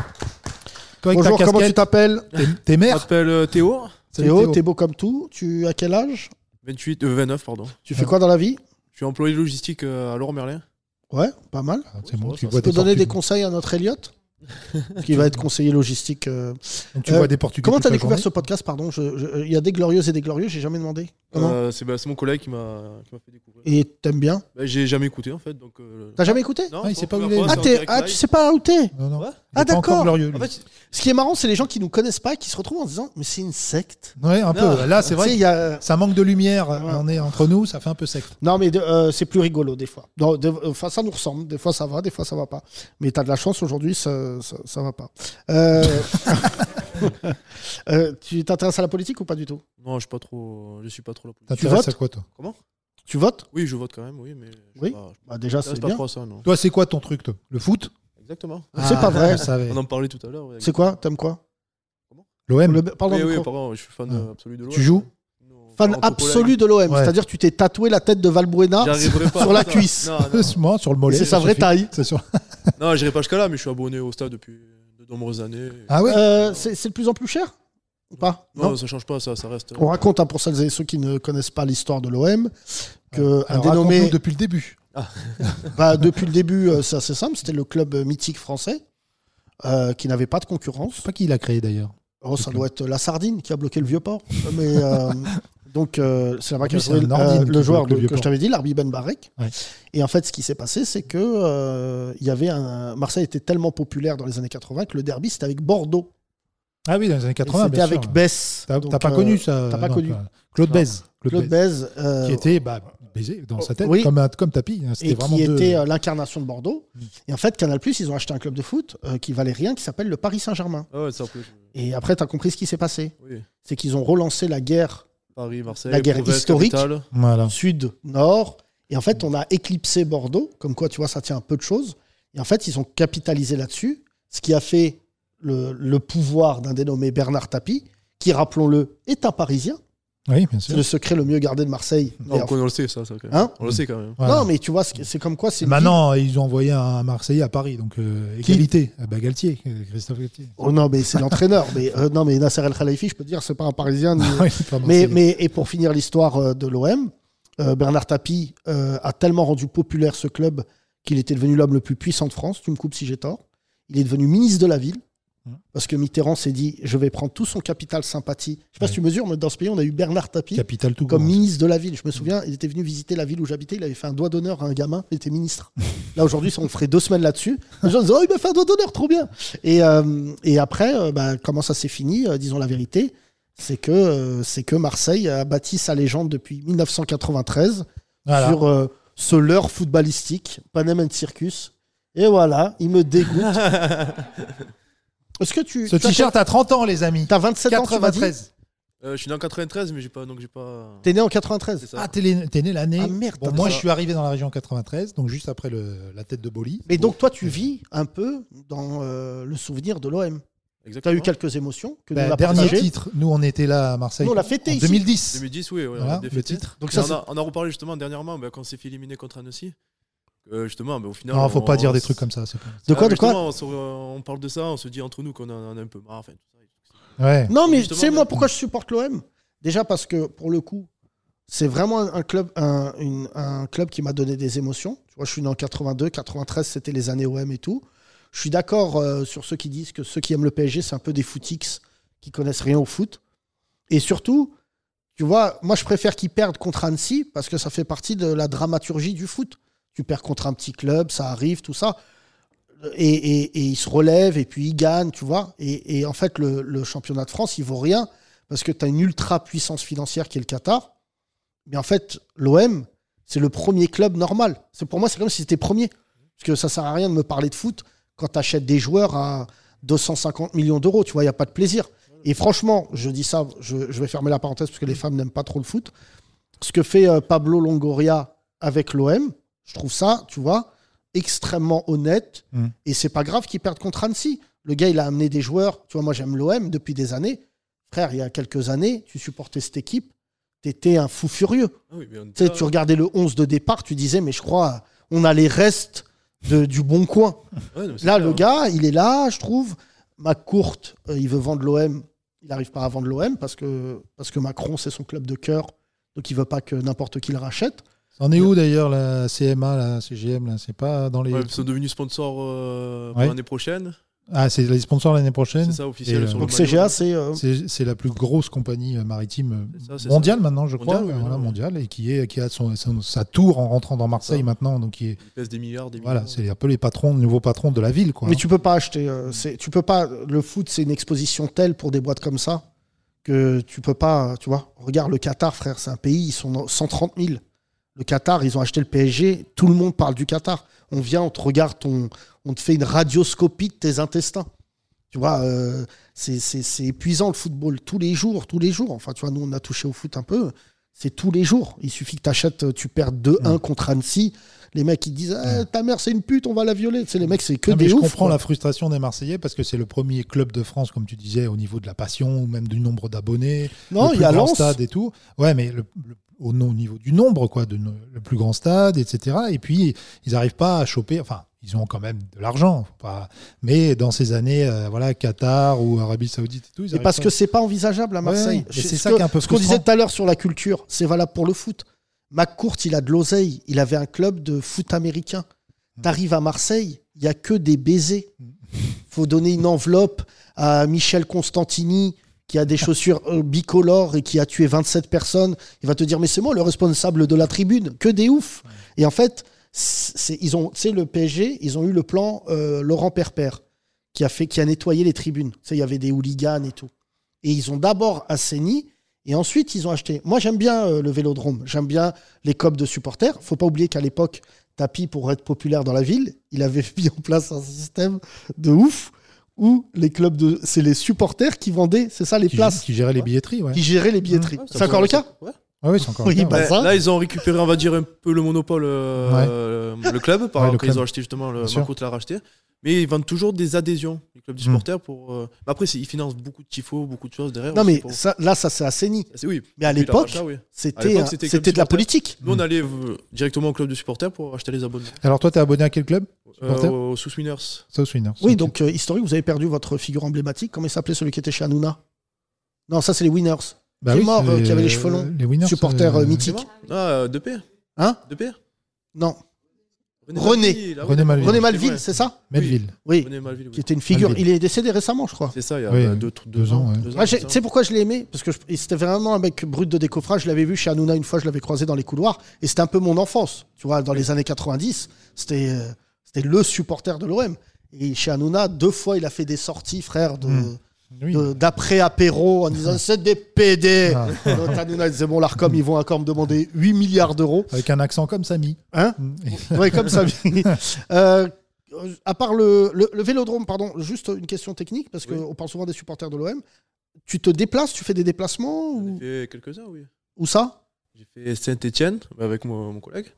Toi, bonjour, comment tu t'appelles? T'es, t'es mère? Je m'appelle euh, Théo. Théo, Théo, t'es beau comme tout. Tu as quel âge? vingt-huit, euh, vingt-neuf, pardon. Tu fais quoi dans la vie? Je suis employé logistique euh, à Laurent Merlin. Ouais, pas mal. Ah, c'est bon, ouais, tu ça, vois tu peux donner portugais. des conseils à notre Elliot qui va être conseiller logistique. Euh... Donc, tu euh, vois des Portugais. Comment t'as toute la découvert journée ce podcast? Pardon, je, je, il y a des glorieuses et des glorieux, j'ai jamais demandé. Comment euh, c'est, bah, c'est mon collègue qui m'a, qui m'a fait découvrir. Et t'aimes bien? Bah, j'ai jamais écouté en fait. Donc, euh... T'as jamais écouté? Non, ah, il sait pas où première il est. fois, Ah, c'est en t'es, direct ah live. tu sais pas où t'es? Non, non. Ouais. Il Ah, est pas encore d'accord. glorieux. En lui. fait, Ce qui est marrant, c'est les gens qui nous connaissent pas et qui se retrouvent en se disant mais c'est une secte. Ouais, un peu. Non. Là, c'est vrai. Tu sais, il y a... Ça manque de lumière. Ouais. On est entre nous, ça fait un peu secte. Non, mais de, euh, c'est plus rigolo des fois. Non, de, enfin, ça nous ressemble. Des fois, ça va, des fois, ça va pas. Mais t'as de la chance aujourd'hui, ça, ça, ça va pas. Euh... euh, tu t'intéresses à la politique ou pas du tout? non, je suis pas trop. Je suis pas trop la politique. T'intéresses votes à quoi, toi? Comment? Tu votes? Oui, je vote quand même, oui, mais. je Oui. sais pas, je Bah, déjà, c'est m'intéresse pas bien. trop à ça, non. Toi, c'est quoi ton truc, toi? Le foot? Exactement. C'est pas vrai. je savais. On en parlait tout à l'heure. ouais, C'est quoi? T'aimes quoi? L'O M. Le... Pardon, Oui, oui, micro. pardon, je suis fan Ah. euh, absolu de l'O M. Tu joues? Non, Fan entre absolu collègues. de l'O M. Ouais. C'est-à-dire que tu t'es tatoué la tête de Valbuena J'arriverai pas sur à la faire ça. cuisse. Non, non. Moi, sur le mollet. C'est sa ça vraie suffit. taille. C'est sur... non, j'irai pas jusqu'à là, mais je suis abonné au stade depuis de nombreuses années. Ah oui. Euh, c'est, c'est de plus en plus cher ou pas? Non, ça change pas, ça, ça reste. On raconte, hein, pour celles et ceux qui ne connaissent pas l'histoire de l'O M, que un Alors, dénommé raconte-nous depuis le début. bah, depuis le début, euh, c'est assez simple, c'était le club mythique français euh, qui n'avait pas de concurrence. Je sais pas qui l'a créé d'ailleurs. Oh, ça doit être la Sardine qui a bloqué le Vieux-Port. Mais euh, donc euh, c'est là-bas En qu'a plus, joué c'est un euh, Nordine le qui joueur bloque le de- que je Vieux-Port. t'avais dit, l'Arbi Ben Barek. Ouais. Et en fait, ce qui s'est passé, c'est que euh, il y avait un Marseille était tellement populaire dans les années quatre-vingts que le derby c'était avec Bordeaux. Ah oui, dans les années Et quatre-vingts, c'était bien avec sûr. Besse. T'as, Donc, t'as pas euh, connu ça? T'as pas non, connu. pas- Claude Non. Bèze. Claude Bèze, euh, Qui était bah, baisé dans sa tête, oui. comme, un- comme tapis. hein. C'était et vraiment qui deux- était euh, l'incarnation de Bordeaux. Mm. Et en fait, Canal+, ils ont acheté un club de foot euh, qui valait rien, qui s'appelle le Paris Saint-Germain. Ah ouais, ça peut. Et après, tu as compris ce qui s'est passé. Oui. C'est qu'ils ont relancé la guerre Paris, Marseille, La guerre province, historique. capitale. Voilà. sud-nord. Et en fait, on a éclipsé Bordeaux, comme quoi, tu vois, ça tient un peu de choses. Et en fait, ils ont capitalisé là-dessus, ce qui a fait le, le pouvoir d'un dénommé Bernard Tapie, qui, rappelons-le, est un Parisien. Oui, bien C'est sûr. le secret le mieux gardé de Marseille. Non, Et on, on le sait, ça, ça quand même. Hein On le sait quand même. Voilà. Non, mais tu vois, c'est c'est comme quoi c'est. une Maintenant, ils ont envoyé un Marseillais à Paris, donc euh, égalité. Ah bah, Galtier, euh, Christophe Galtier. ville- Oh non, mais c'est l'entraîneur. mais euh, non, mais Nasser El Khelaïfi, je peux te dire, c'est pas un Parisien. ni- Ah oui, c'est pas mais, Marseillais. mais et pour finir l'histoire euh, de l'O M, euh, Bernard Tapie euh, a tellement rendu populaire ce club qu'il était devenu l'homme le plus puissant de France. Tu me coupes si j'ai tort. Il est devenu ministre de la ville. Parce que Mitterrand s'est dit, je vais prendre tout son capital sympathie. Je sais pas Ouais. si tu mesures, mais dans ce pays, on a eu Bernard Tapie Capital tout comme court. ministre de la ville. Je me souviens, il était venu visiter la ville où j'habitais, il avait fait un doigt d'honneur à un gamin, il était ministre. Là, aujourd'hui, on ferait deux semaines là-dessus. Les gens disaient, oh, il m'a fait un doigt d'honneur, trop bien. Et, euh, et après, euh, bah, comment ça s'est fini, euh, disons la vérité, c'est que, euh, c'est que Marseille a bâti sa légende depuis mille neuf cent quatre-vingt-treize Voilà. sur euh, ce leurre footballistique, Panem and Circus. Et voilà, il me dégoûte. Est-ce que tu. Ce t-shirt a trente ans, les amis. T'as vingt-sept ans, tu m'as dit quatre-vingt-treize. Euh, je suis né en quatre-vingt-treize, mais j'ai pas, donc j'ai pas. T'es né en quatre-vingt-treize. C'est ça. Ah, t'es né, t'es né l'année. Ah, merde, Bon, t'as moi, ça. je suis arrivé dans la région quatre-vingt-treize, donc juste après le, la tête de Boli. Mais donc, toi, tu vis un peu dans euh, le souvenir de l'O M. Tu as Exactement. eu quelques émotions que Bah, nous on a dernier partagées. titre, nous, on était là à Marseille. Nous, on l'a fêté en ici. deux mille dix. deux mille dix, oui, ouais, Voilà, on a le défêté. titre. Donc Et ça, on, c'est- a, on a reparlé justement dernièrement bah, quand on s'est fait éliminer contre Annecy. Euh, justement, bah, au final. Non, faut on- pas dire on des s- trucs comme ça. C'est pas... De quoi, Ah, de quoi justement, on, se- on parle de ça, on se dit entre nous qu'on en a un peu marre. Enfin, tout ça. Ouais. Non, mais tu Justement, sais, moi, mais- pourquoi je supporte l'O M? Déjà parce que, pour le coup, c'est vraiment un club, un, une- un club qui m'a donné des émotions. Tu vois, je suis né en quatre-vingt-deux, quatre-vingt-treize, c'était les années O M et tout. Je suis d'accord euh, sur ceux qui disent que ceux qui aiment le P S G, c'est un peu des footix qui connaissent rien au foot. Et surtout, tu vois, moi, je préfère qu'ils perdent contre Annecy parce que ça fait partie de la dramaturgie du foot. Tu perds contre un petit club, ça arrive, tout ça. Et, et, et ils se relèvent et puis ils gagnent, tu vois. Et, et en fait, le, le championnat de France, il vaut rien parce que tu as une ultra puissance financière qui est le Qatar. Mais en fait, l'O M, c'est le premier club normal. C'est pour moi, c'est comme si c'était premier. Parce que ça sert à rien de me parler de foot quand tu achètes des joueurs à deux cent cinquante millions d'euros. Tu vois, il n'y a pas de plaisir. Et franchement, je dis ça, je, je vais fermer la parenthèse parce que les femmes n'aiment pas trop le foot. Ce que fait euh, Pablo Longoria avec l'O M, je trouve ça, tu vois, extrêmement honnête. Mm. Et c'est pas grave qu'ils perdent contre Annecy. Le gars, il a amené des joueurs. Tu vois, moi, j'aime l'O M depuis des années. Frère, il y a quelques années, tu supportais cette équipe, t'étais un fou furieux. Ah oui, mais on Tu sais, était tu là. regardais le onze de départ, tu disais, mais je crois, on a les restes de- du bon coin. Ouais, non, mais c'est Là, clair. le gars, il est là, je trouve. McCourt, euh, il veut vendre l'O M. Il n'arrive pas à vendre l'O M parce que, parce que Macron, c'est son club de cœur. Donc, il veut pas que n'importe qui le rachète. C'en est où d'ailleurs la C M A, la C G M là? C'est pas dans les. Ouais, ils sont devenus sponsors euh, pour Ouais. l'année prochaine. Ah, c'est les sponsors l'année prochaine. C'est ça, officiel, Et, sur euh, le Donc, C G A, c'est. euh, C'est c'est la plus grosse compagnie euh, maritime euh, C'est ça, c'est mondiale ça. maintenant, je crois, Mondiale, oui, voilà, oui, oui. mondiale, et qui est qui a son, son- sa tour en rentrant dans Marseille ça. maintenant, donc qui est Ils pèsent des milliards, des voilà, milliards. c'est un peu les patrons, les nouveaux patrons de la ville, quoi. Mais tu peux pas acheter. euh, c'est- tu peux pas. Le foot, c'est une exposition telle pour des boîtes comme ça que tu peux pas. Tu vois, regarde le Qatar, frère, c'est un pays, ils sont cent trente mille. Le Qatar, ils ont acheté le P S G. Tout le monde parle du Qatar. On vient, on te regarde, ton, on te fait une radioscopie de tes intestins. Tu vois, euh, c'est c'est- c'est épuisant le football tous les jours, tous les jours. Enfin, tu vois, nous, on a touché au foot un peu. C'est tous les jours. Il suffit que tu achètes, tu perds deux un contre Annecy. Les mecs, ils disent ah, ta mère, c'est une pute, on va la violer. Tu sais, les mecs, c'est que Non, mais des je ouf. comprends quoi. la frustration des Marseillais parce que c'est le premier club de France, comme tu disais, au niveau de la passion ou même du nombre d'abonnés. Non, le il plus y a grand Lens. stade et tout. Ouais, mais le, le- au, au niveau du nombre, quoi, de, no- le plus grand stade, et cetera. Et puis, ils n'arrivent pas à choper. Enfin, ils ont quand même de l'argent. faut pas- Mais dans ces années, euh, voilà, Qatar ou Arabie Saoudite et tout, ils Et arrivent parce pas. que c'est pas envisageable à Marseille. Ouais, mais Je- c'est ce ça que- qui est un peu Ce qu'on frustrant. disait tout à l'heure sur la culture, c'est valable pour le foot. McCourt, il a de l'oseille. Il avait un club de foot américain. Mm. T'arrives à Marseille, il y a que des baisers. Faut donner une enveloppe à Michel Constantini qui a des chaussures euh, bicolores et qui a tué vingt-sept personnes. Il va te dire mais c'est moi le responsable de la tribune. Que des ouf. Et en fait, c'est, ils ont, tu sais, le P S G, ils ont eu le plan euh, Laurent Perper qui a fait, qui a nettoyé les tribunes. Tu sais, il y avait des hooligans et tout. Et ils ont d'abord assaini et ensuite ils ont acheté. Moi, j'aime bien euh, le Vélodrome. J'aime bien les copes de supporters. Faut pas oublier qu'à l'époque, Tapi, pour être populaire dans la ville, il avait mis en place un système de ouf où les clubs de, c'est les supporters qui vendaient, c'est ça, les qui, places, qui géraient les billetteries, ouais. qui géraient les billetteries. Ouais, ça c'est encore pourrait- le cas Ouais. Ah oui, c'est encore Oui, le cas, bah, ouais. ça. Là, ils ont récupéré, on va dire, un peu le monopole, euh, le club, par Ouais, le quand ils club. ont acheté justement, le Bien sûr. Marcourt l'a racheté. Mais ils vendent toujours des adhésions, les clubs de supporters. Pour, euh, mais après, c'est- ils financent beaucoup de tifos, beaucoup de choses derrière. Non, aussi mais pour- ça, là, ça s'est assaini. C'est- oui. Mais à Depuis l'époque, l'achat, oui. À c'était, l'époque, un- c'était c'était club de la supporter. politique. Nous, on allait euh, directement au club de supporters pour acheter les abonnements. Alors toi, t'es abonné à quel club Euh, supporter au Sous Winners. South Winners. Oui, Ok. donc, euh, historique, vous avez perdu votre figure emblématique. Comment il s'appelait celui qui était chez Hanouna? Non, ça, c'est les Winners. Bah qui est oui, mort, c'est euh, qui avait les les- cheveux longs. les Winners, Supporter euh, euh, mythique. Ah, euh, deux P. Hein deux P. Non. René. Malville, ah oui, René Malville. René c'est Malville, vrai. c'est ça? Melville. Oui. René Malville, oui. Qui était une figure. Malville. Il est décédé récemment, je crois. C'est ça, il y a Oui, euh, oui. deux, deux, Deux ans, ouais. deux Moi, j'ai- c'est tu ça. sais pourquoi je l'ai aimé? Parce que je- c'était vraiment un mec brut de décoffrage. Je l'avais vu chez Hanouna une fois, je l'avais croisé dans les couloirs. Et c'était un peu mon enfance. Tu vois, dans les années quatre-vingt-dix, c'était euh, c'était le supporter de l'O M. Et chez Hanouna, deux fois, il a fait des sorties, frère, de. Mm. Oui. de- d'après-apéro en disant c'est des P D. Ah. Donc, Hanouna disait bon, l'Arcom, ils vont encore me demander huit milliards d'euros. Avec un accent comme Samy. Hein Oui, comme ça. euh, à part le, le, le vélodrome, pardon, juste une question technique, parce qu'on Oui. parle souvent des supporters de l'O M. Tu te déplaces, tu fais des déplacements J'en ai ou... fait quelques-uns, oui. Où ça? J'ai fait Saint-Etienne avec mon, mon collègue.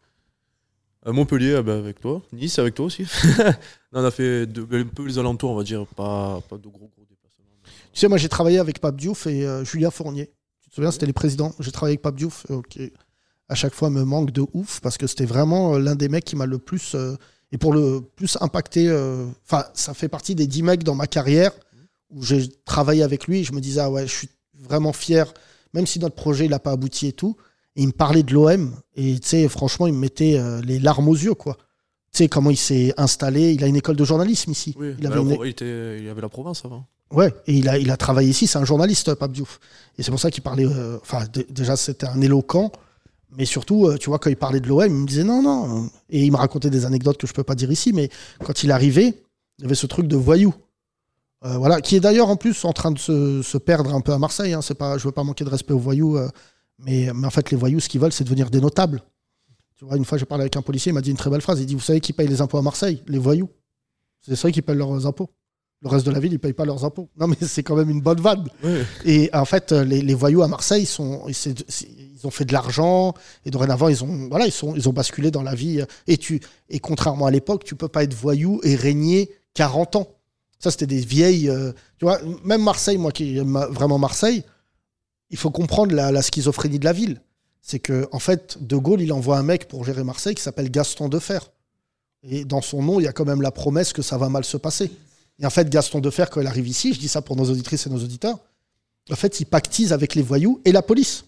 À Montpellier euh, bah, avec toi. Nice avec toi aussi. Non, on a fait de- un peu les alentours, on va dire. Pas, pas de gros gros déplacements. Tu sais, moi j'ai travaillé avec Pape Diouf et euh, Julien Fournier. Tu te souviens, c'était les présidents. J'ai travaillé avec Pape Diouf, euh, qui à chaque fois me manque de ouf, parce que c'était vraiment euh, l'un des mecs qui m'a le plus, euh, et pour le plus impacté. euh, Enfin, ça fait partie des dix mecs dans ma carrière où j'ai travaillé avec lui et je me disais, ah ouais, je suis vraiment fier, même si notre projet n'a pas abouti et tout. Et il me parlait de l'O M et tu sais, franchement, il me mettait euh, les larmes aux yeux, quoi. Tu sais, comment il s'est installé. Il a une école de journalisme ici. Oui, il bah, avait la une- Pro- il, était, il avait la province avant. Ouais, et il a, il a travaillé ici, c'est un journaliste, Pape Diouf. Et c'est pour ça qu'il parlait. euh, Enfin, d- déjà, c'était un éloquent, mais surtout, euh, tu vois, quand il parlait de l'O M, il me disait non, non. Et il me racontait des anecdotes que je peux pas dire ici, mais quand il arrivait, il y avait ce truc de voyou. Euh, voilà, qui est d'ailleurs en plus en train de se, se perdre un peu à Marseille. Hein, c'est pas, je veux pas manquer de respect aux voyous, euh, mais, mais en fait, les voyous, ce qu'ils veulent, c'est devenir des notables. Tu vois, une fois, j'ai parlé avec un policier, il m'a dit une très belle phrase. Il dit, vous savez qui paye les impôts à Marseille? Les voyous. C'est ceux qui payent leurs impôts. Le reste de la ville, ils payent pas leurs impôts. Non, mais c'est quand même une bonne vanne. Ouais. Et en fait, les, les voyous à Marseille, ils, sont, c'est- c'est- ils ont fait de l'argent et dorénavant, ils ont, voilà, ils, sont, ils ont basculé dans la vie. Et, tu, et contrairement à l'époque, tu peux pas être voyou et régner quarante ans. Ça, c'était des vieilles. euh, tu vois, même Marseille, moi qui aime vraiment Marseille, il faut comprendre la, la schizophrénie de la ville. C'est que, en fait, De Gaulle, il envoie un mec pour gérer Marseille qui s'appelle Gaston Defer. Et dans son nom, il y a quand même la promesse que ça va mal se passer. Et en fait, Gaston Defer, quand il arrive ici, je dis ça pour nos auditrices et nos auditeurs, en fait, il pactise avec les voyous et la police.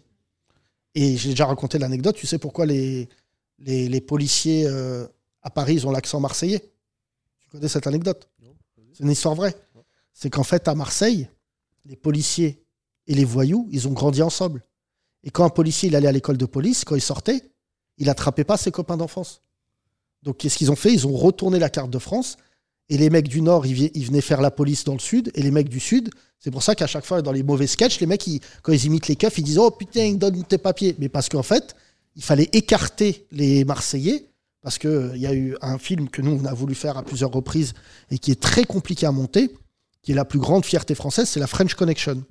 Et j'ai déjà raconté l'anecdote, tu sais pourquoi les, les, les policiers euh, à Paris, ils ont l'accent marseillais? Tu connais cette anecdote? C'est une histoire vraie. C'est qu'en fait, à Marseille, les policiers et les voyous, ils ont grandi ensemble. Et quand un policier il allait à l'école de police, quand il sortait, il n'attrapait pas ses copains d'enfance. Donc, qu'est-ce qu'ils ont fait? Ils ont retourné la carte de France. Et les mecs du Nord, ils, vi- ils venaient faire la police dans le Sud. Et les mecs du Sud, c'est pour ça qu'à chaque fois, dans les mauvais sketchs, les mecs, ils- quand ils imitent les keufs, ils disent « Oh putain, donne tes papiers ». Mais parce qu'en fait, il fallait écarter les Marseillais. Parce qu'il y a eu un film que nous, on a voulu faire à plusieurs reprises et qui est très compliqué à monter, qui est la plus grande fierté française, c'est la French Connection.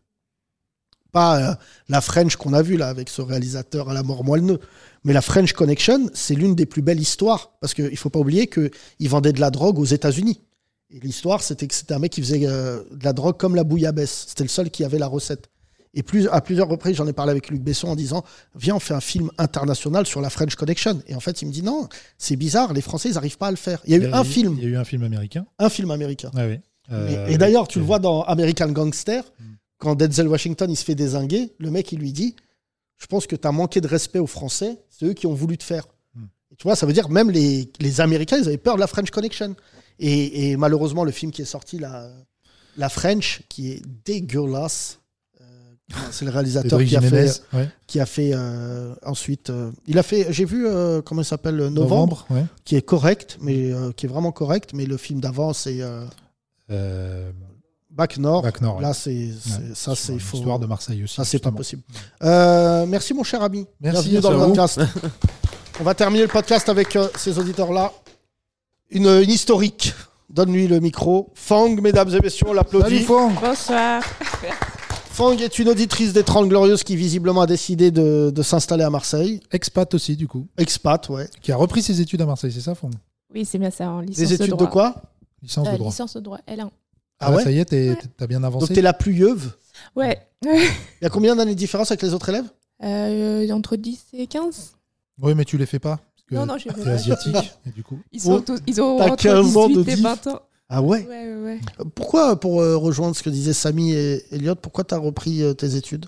Pas euh, la French qu'on a vue là, avec ce réalisateur à la mort moelleux. Mais la French Connection, c'est l'une des plus belles histoires. Parce qu'il ne faut pas oublier qu'il vendait de la drogue aux États-Unis. Et l'histoire, c'était que c'était un mec qui faisait euh, de la drogue comme la bouillabaisse. C'était le seul qui avait la recette. Et plus, à plusieurs reprises, j'en ai parlé avec Luc Besson en disant « Viens, on fait un film international sur la French Connection ». Et en fait, il me dit « Non, c'est bizarre, les Français, ils n'arrivent pas à le faire ». Il y a eu un film. Il y a eu un film américain. Un film américain. Ah oui. Euh, et et d'ailleurs, tu le vois dans American Gangster, quand Denzel Washington il se fait dézinguer, le mec il lui dit je pense que tu as manqué de respect aux Français, c'est eux qui ont voulu te faire. Mm. Et tu vois, ça veut dire même les, les Américains, ils avaient peur de la French Connection. Et, et malheureusement, le film qui est sorti, la, la French, qui est dégueulasse, euh, c'est le réalisateur Cédric qui a, Jiménez, fait, ouais. qui a fait euh, ensuite. euh, il a fait, j'ai vu, euh, comment il s'appelle, Novembre, Novembre, ouais. qui est correct, mais euh, qui est vraiment correct, mais le film d'avant, c'est. Euh, Euh, Bac Nord. Bac Nord, ouais. Là, c'est c'est- Ouais. ça, Sur c'est une faux. histoire de Marseille aussi, Ça, c'est pas justement. possible. Euh, merci, mon cher ami. Merci, Bienvenue dans le merci à vous. podcast. On va terminer le podcast avec euh, ces auditeurs-là. Une, une historique. Donne-lui le micro. Fang, mesdames et messieurs, on l'applaudit. Salut, Fang. Bonsoir. Fang est une auditrice des trente Glorieuses qui visiblement a décidé de, de s'installer à Marseille. Expat aussi, du coup. Expat, ouais. Qui a repris ses études à Marseille, c'est ça, Fang? Oui, c'est bien ça, en licence Des études de droit. de quoi? Licence Euh, de droit. Licence de droit, L un. Ah, ouais, ça y est, t'es- t'as bien avancé. Donc, t'es la plus yeuve. Ouais. Il y a combien d'années de différence avec les autres élèves? Euh, entre dix et quinze. Oui, mais tu les fais pas. Parce que Non, non, je les fais t'es pas. asiatique, et du coup. Ils, sont Oh, tous, ils ont t'as entre quinze ans de dix-huit et diff. vingt ans. Ah ouais? Ouais, ouais, ouais. Pourquoi, pour euh, rejoindre ce que disaient Samy et Elliot, pourquoi t'as repris euh, tes études?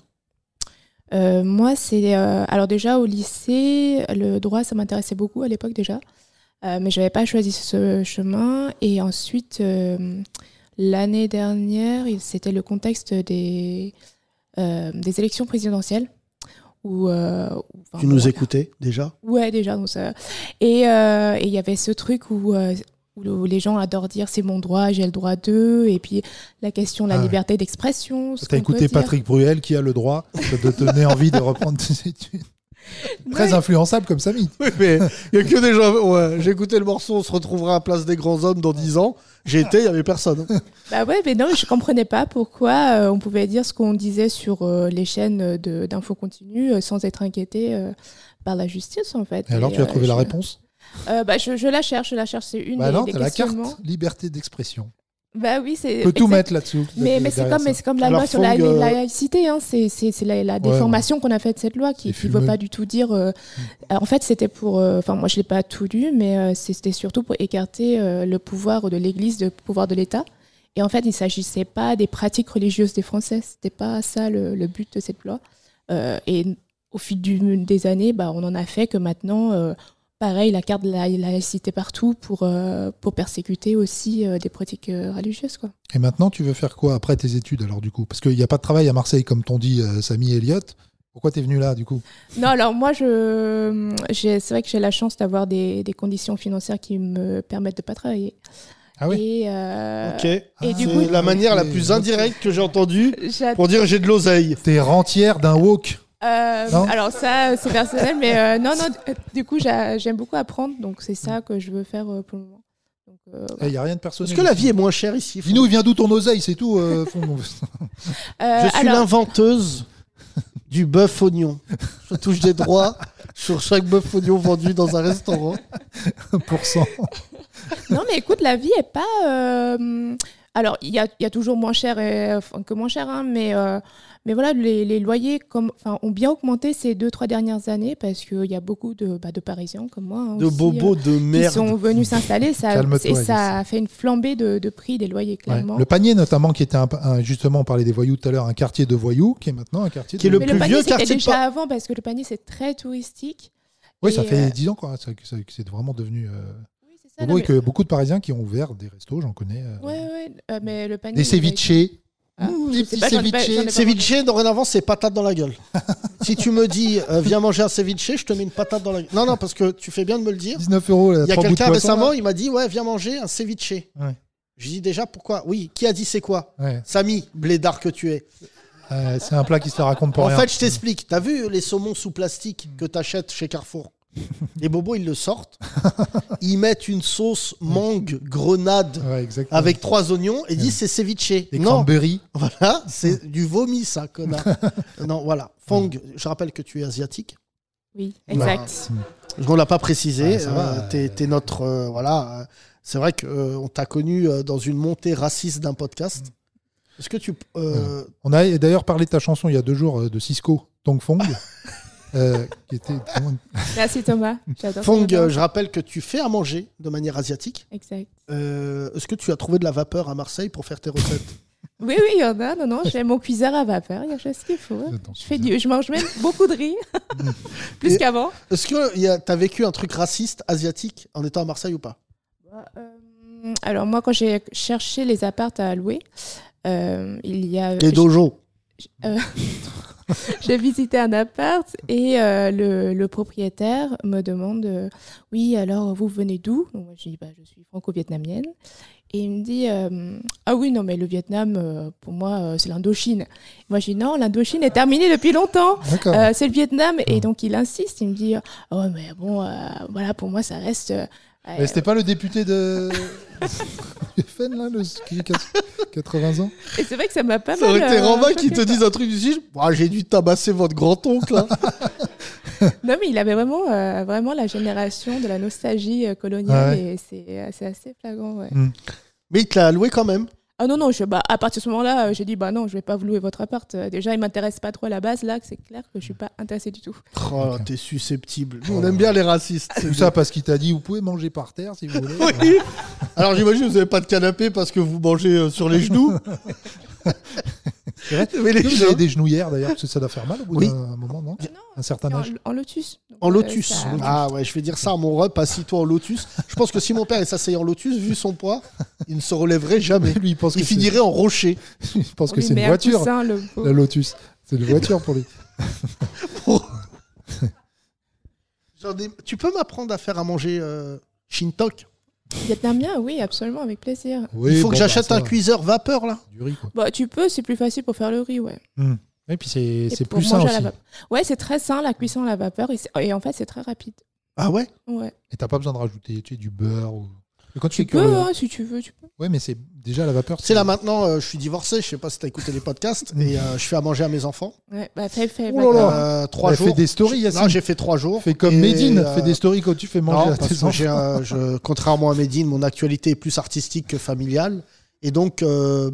Euh, moi, c'est. euh, alors, déjà, au lycée, le droit, ça m'intéressait beaucoup à l'époque déjà. Euh, mais je n'avais pas choisi ce chemin. Et ensuite, euh, l'année dernière, il- c'était le contexte des, euh, des élections présidentielles. Où, euh, où- enfin, Tu bon, nous écoutais déjà? Ouais, déjà. Donc ça... Et euh, et il y avait ce truc où, euh, où le- où les gens adorent dire c'est mon droit, j'ai le droit d'eux. Et puis la question de la Ah ouais. liberté d'expression. ce T'as qu'on peut écouté dire. Patrick Bruel qui a le droit de te donner envie de reprendre tes études. Très Ouais. influençable comme Samy. Oui, mais il n'y a que des gens. Ouais, j'ai écouté le morceau, on se retrouvera à Place des Grands Hommes dans dix ans. J'ai été, il n'y avait personne. Bah ouais, mais non, je comprenais pas pourquoi euh, on pouvait dire ce qu'on disait sur euh, les chaînes de- d'infos continues euh, sans être inquiété euh, par la justice, en fait. Et alors, Et, tu as euh, trouvé la je- réponse? Euh, bah, je, je la cherche, je la cherche, c'est une Bah des, non, des t'as la carte questionnements. liberté d'expression. Bah oui, c'est. On peut tout mais c'est- mettre là-dessous. Mais, mais c'est derrière comme, mais ça. c'est comme la Alors, loi sur la, Fong, euh, la laïcité, hein. c'est c'est- c'est la, la Ouais, déformation qu'on a faite de cette loi qui Les ne veut fumeux. pas du tout dire. euh, euh, en fait, c'était pour. euh, Enfin, moi, je ne l'ai pas tout lu, mais euh, c'était surtout pour écarter euh, le pouvoir de l'Église, le pouvoir de l'État. Et en fait, il ne s'agissait pas des pratiques religieuses des Français. Ce n'était pas ça le, le but de cette loi. Euh, et au fil du- des années, bah, on en a fait que maintenant. euh, Pareil, la carte de la la laïcité partout pour, euh, pour persécuter aussi euh, des pratiques euh, religieuses, quoi. Et maintenant, tu veux faire quoi après tes études, alors, du coup? Parce qu'il n'y a pas de travail à Marseille, comme t'ont dit euh, Samy et Elliott. Pourquoi t'es venu là, du coup? Non, alors moi, je, j'ai- c'est vrai que j'ai la chance d'avoir des, des conditions financières qui me permettent de ne pas travailler. Ah oui? Et, euh, Ok. et du C'est coup, la manière la ok, plus ok. indirecte que j'ai entendue j'a- pour dire j'ai de l'oseille. T'es rentière d'un wok. euh, Non alors ça, c'est personnel, mais euh, non, non, euh, du coup, j'a- j'aime beaucoup apprendre, donc c'est ça que je veux faire euh, pour le moment. Donc, euh, Il n'y a rien de personnel. Est-ce que la ici. vie est moins chère ici? Fond Dis-nous, il vient d'où ton oseille, c'est tout. euh, Fond. euh, Je suis alors, l'inventeuse du bœuf oignon. Je touche des droits sur chaque bœuf oignon vendu dans un restaurant. un pour cent. non, mais écoute, la vie est pas. euh, Alors, il y a, il y a toujours moins cher et, enfin, que moins cher, hein, mais, euh, mais voilà, les, les loyers comme, enfin, ont bien augmenté ces deux, trois dernières années parce qu'il y a beaucoup de, bah, de Parisiens comme moi. hein, De aussi, bobos euh, de qui merde. sont venus s'installer. Ça, Calme-toi, et ça Alice. a fait une flambée de, de prix des loyers, Ouais. clairement. Le panier, notamment, qui était un, un- justement, on parlait des voyous tout à l'heure, un quartier de voyous, qui est maintenant un quartier Qui est de le Mais plus le panier, vieux c'était quartier de déjà Paris. avant parce que le panier, c'est très touristique. Oui, ça Et, fait euh, dix ans quoi, ça- que ça- que c'est vraiment devenu. Euh... Oui, c'est ça. bobo non, et mais- que beaucoup de Parisiens qui ont ouvert des restos, j'en connais. euh, Ouais, ouais, euh, mais le panier. Des il a été- ceviches. Ah, Mmh, je les sais petits pas, j'en ai pas- ceviches. j'en ai pas Ceviche, dorénavant, c'est patate dans la gueule. Si tu me dis, euh, viens manger un ceviche, je te mets une patate dans la gueule. Non, non, parce que tu fais bien de me le dire. dix-neuf euros. là, Il y a trois bouts de quelqu'un poisson, récemment, là. il m'a dit, ouais, viens manger un ceviche. Ouais. Je dis déjà, pourquoi? Oui, qui a dit c'est quoi? Ouais. Samy, blédard que tu es. Euh, c'est un plat qui se raconte pour En rien. fait, je t'explique. T'as vu les saumons sous plastique que t'achètes chez Carrefour? Les bobos, ils le sortent. Ils mettent une sauce mangue, grenade, Ouais, exactement. avec trois oignons et disent c'est ceviche. Des Non, cranberries. voilà, c'est du vomi, ça, connard. Non, voilà. Fong, je rappelle que tu es asiatique. Oui, exact. On ne l'a pas précisé. Ouais, ça va, euh, euh, t'es, t'es notre. euh, voilà. euh, C'est vrai qu'on t'a connu euh, dans une montée raciste d'un podcast. Est-ce que tu. euh, On a d'ailleurs parlé de ta chanson il y a deux jours euh, de Cisco, Tong Fong. euh, qui était vraiment une- Merci Thomas. J'adore. Fong, ton euh, nom. je rappelle que tu fais à manger de manière asiatique. Exact. Euh, est-ce que tu as trouvé de la vapeur à Marseille pour faire tes recettes? Oui, oui, il y en a. Non, non, j'ai mon cuiseur à vapeur. Il y a chose qu'il faut. Attends, Je, fais du... je mange même beaucoup de riz. Plus Et- qu'avant. Est-ce que y a- t'as vécu un truc raciste asiatique en étant à Marseille ou pas? Euh, alors, moi, quand j'ai cherché les appartes à louer, euh, il y a. Les dojos. Euh, j'ai visité un appart et euh, le, le propriétaire me demande euh, oui, alors vous venez d'où? Donc, moi, je dis bah, je suis franco-vietnamienne. Et il me dit euh, ah oui, non, mais le Vietnam, euh, pour moi, euh, c'est l'Indochine. Moi, je dis non, l'Indochine est terminée depuis longtemps. D'accord. Euh, c'est le Vietnam. Et donc, il insiste. Il me dit oh, mais bon, euh, voilà, pour moi, ça reste. euh, Mais c'était pas le député de F N, là, le... qui a quatre-vingts ans? Et c'est vrai que ça m'a pas Ça mal. aurait été euh, Romain qui choqué, te quoi. dise un truc du style. Ah, j'ai dû tabasser votre grand-oncle. Hein. Non, mais il avait vraiment, euh, vraiment la génération de la nostalgie euh, coloniale Ah ouais. et c'est, euh, c'est assez flagrant. Ouais. Mm. Mais il te l'a alloué quand même. Ah non, non, je, bah, à partir de ce moment-là, euh, j'ai dit bah non, je vais pas vous louer votre appart. Euh, déjà, il m'intéresse pas trop à la base. Là, c'est clair que je suis pas intéressée du tout. Oh, là, t'es susceptible. Nous, on aime bien les racistes. c'est Tout ça parce qu'il t'a dit vous pouvez manger par terre si vous voulez. Oui. Alors j'imagine que vous n'avez pas de canapé parce que vous mangez euh, sur les genoux. C'est vrai. Mais les Est-ce que vous gens- avez des genouillères d'ailleurs, parce que ça doit faire mal au bout Oui. d'un moment, non? Non, un certain En, âge. en lotus. Donc, En euh, lotus. ça- Ah ouais, je vais dire ça à mon rep, assis-toi en lotus. Je pense que si mon père il s'asseyait en lotus, vu son poids, il ne se relèverait jamais. Lui, il pense il que finirait en rocher. Je pense On que lui c'est une met un voiture, coussin, le pauvre. la Lotus. C'est une voiture pour lui. Genre des- Tu peux m'apprendre à faire à manger euh, Shintok? Vietnamien, oui, absolument, avec plaisir. Oui, Il faut bon, que j'achète bah, ça un va. cuiseur vapeur là. Du riz, quoi. Bah, tu peux, c'est plus facile pour faire le riz, ouais. Hmm. Et puis c'est Et c'est pour plus sain manger à la aussi. vapeur. Ouais, c'est très sain, la cuisson à la vapeur. Et, c'est- et en fait, c'est très rapide. Ah ouais? Ouais. Et t'as pas besoin de rajouter tu sais, du beurre ou. Et quand tu, Tu fais peux, cuire le- hein, si tu veux, tu peux. Ouais, mais c'est déjà à la vapeur. Tu sais, là maintenant, euh, je suis divorcé. Je sais pas si t'as écouté les podcasts. Et euh, je fais à manger à mes enfants. Ouais, bah, fais, fais. Oh là là. Euh, trois Elle jours. fait des stories, Yacine. Là, j'ai fait trois jours. Fais comme Et, Médine, euh, fais des stories quand tu fais manger Non, à parce tes que j'ai enfants. un- je- contrairement à Médine, mon actualité est plus artistique que familiale. Et donc, euh,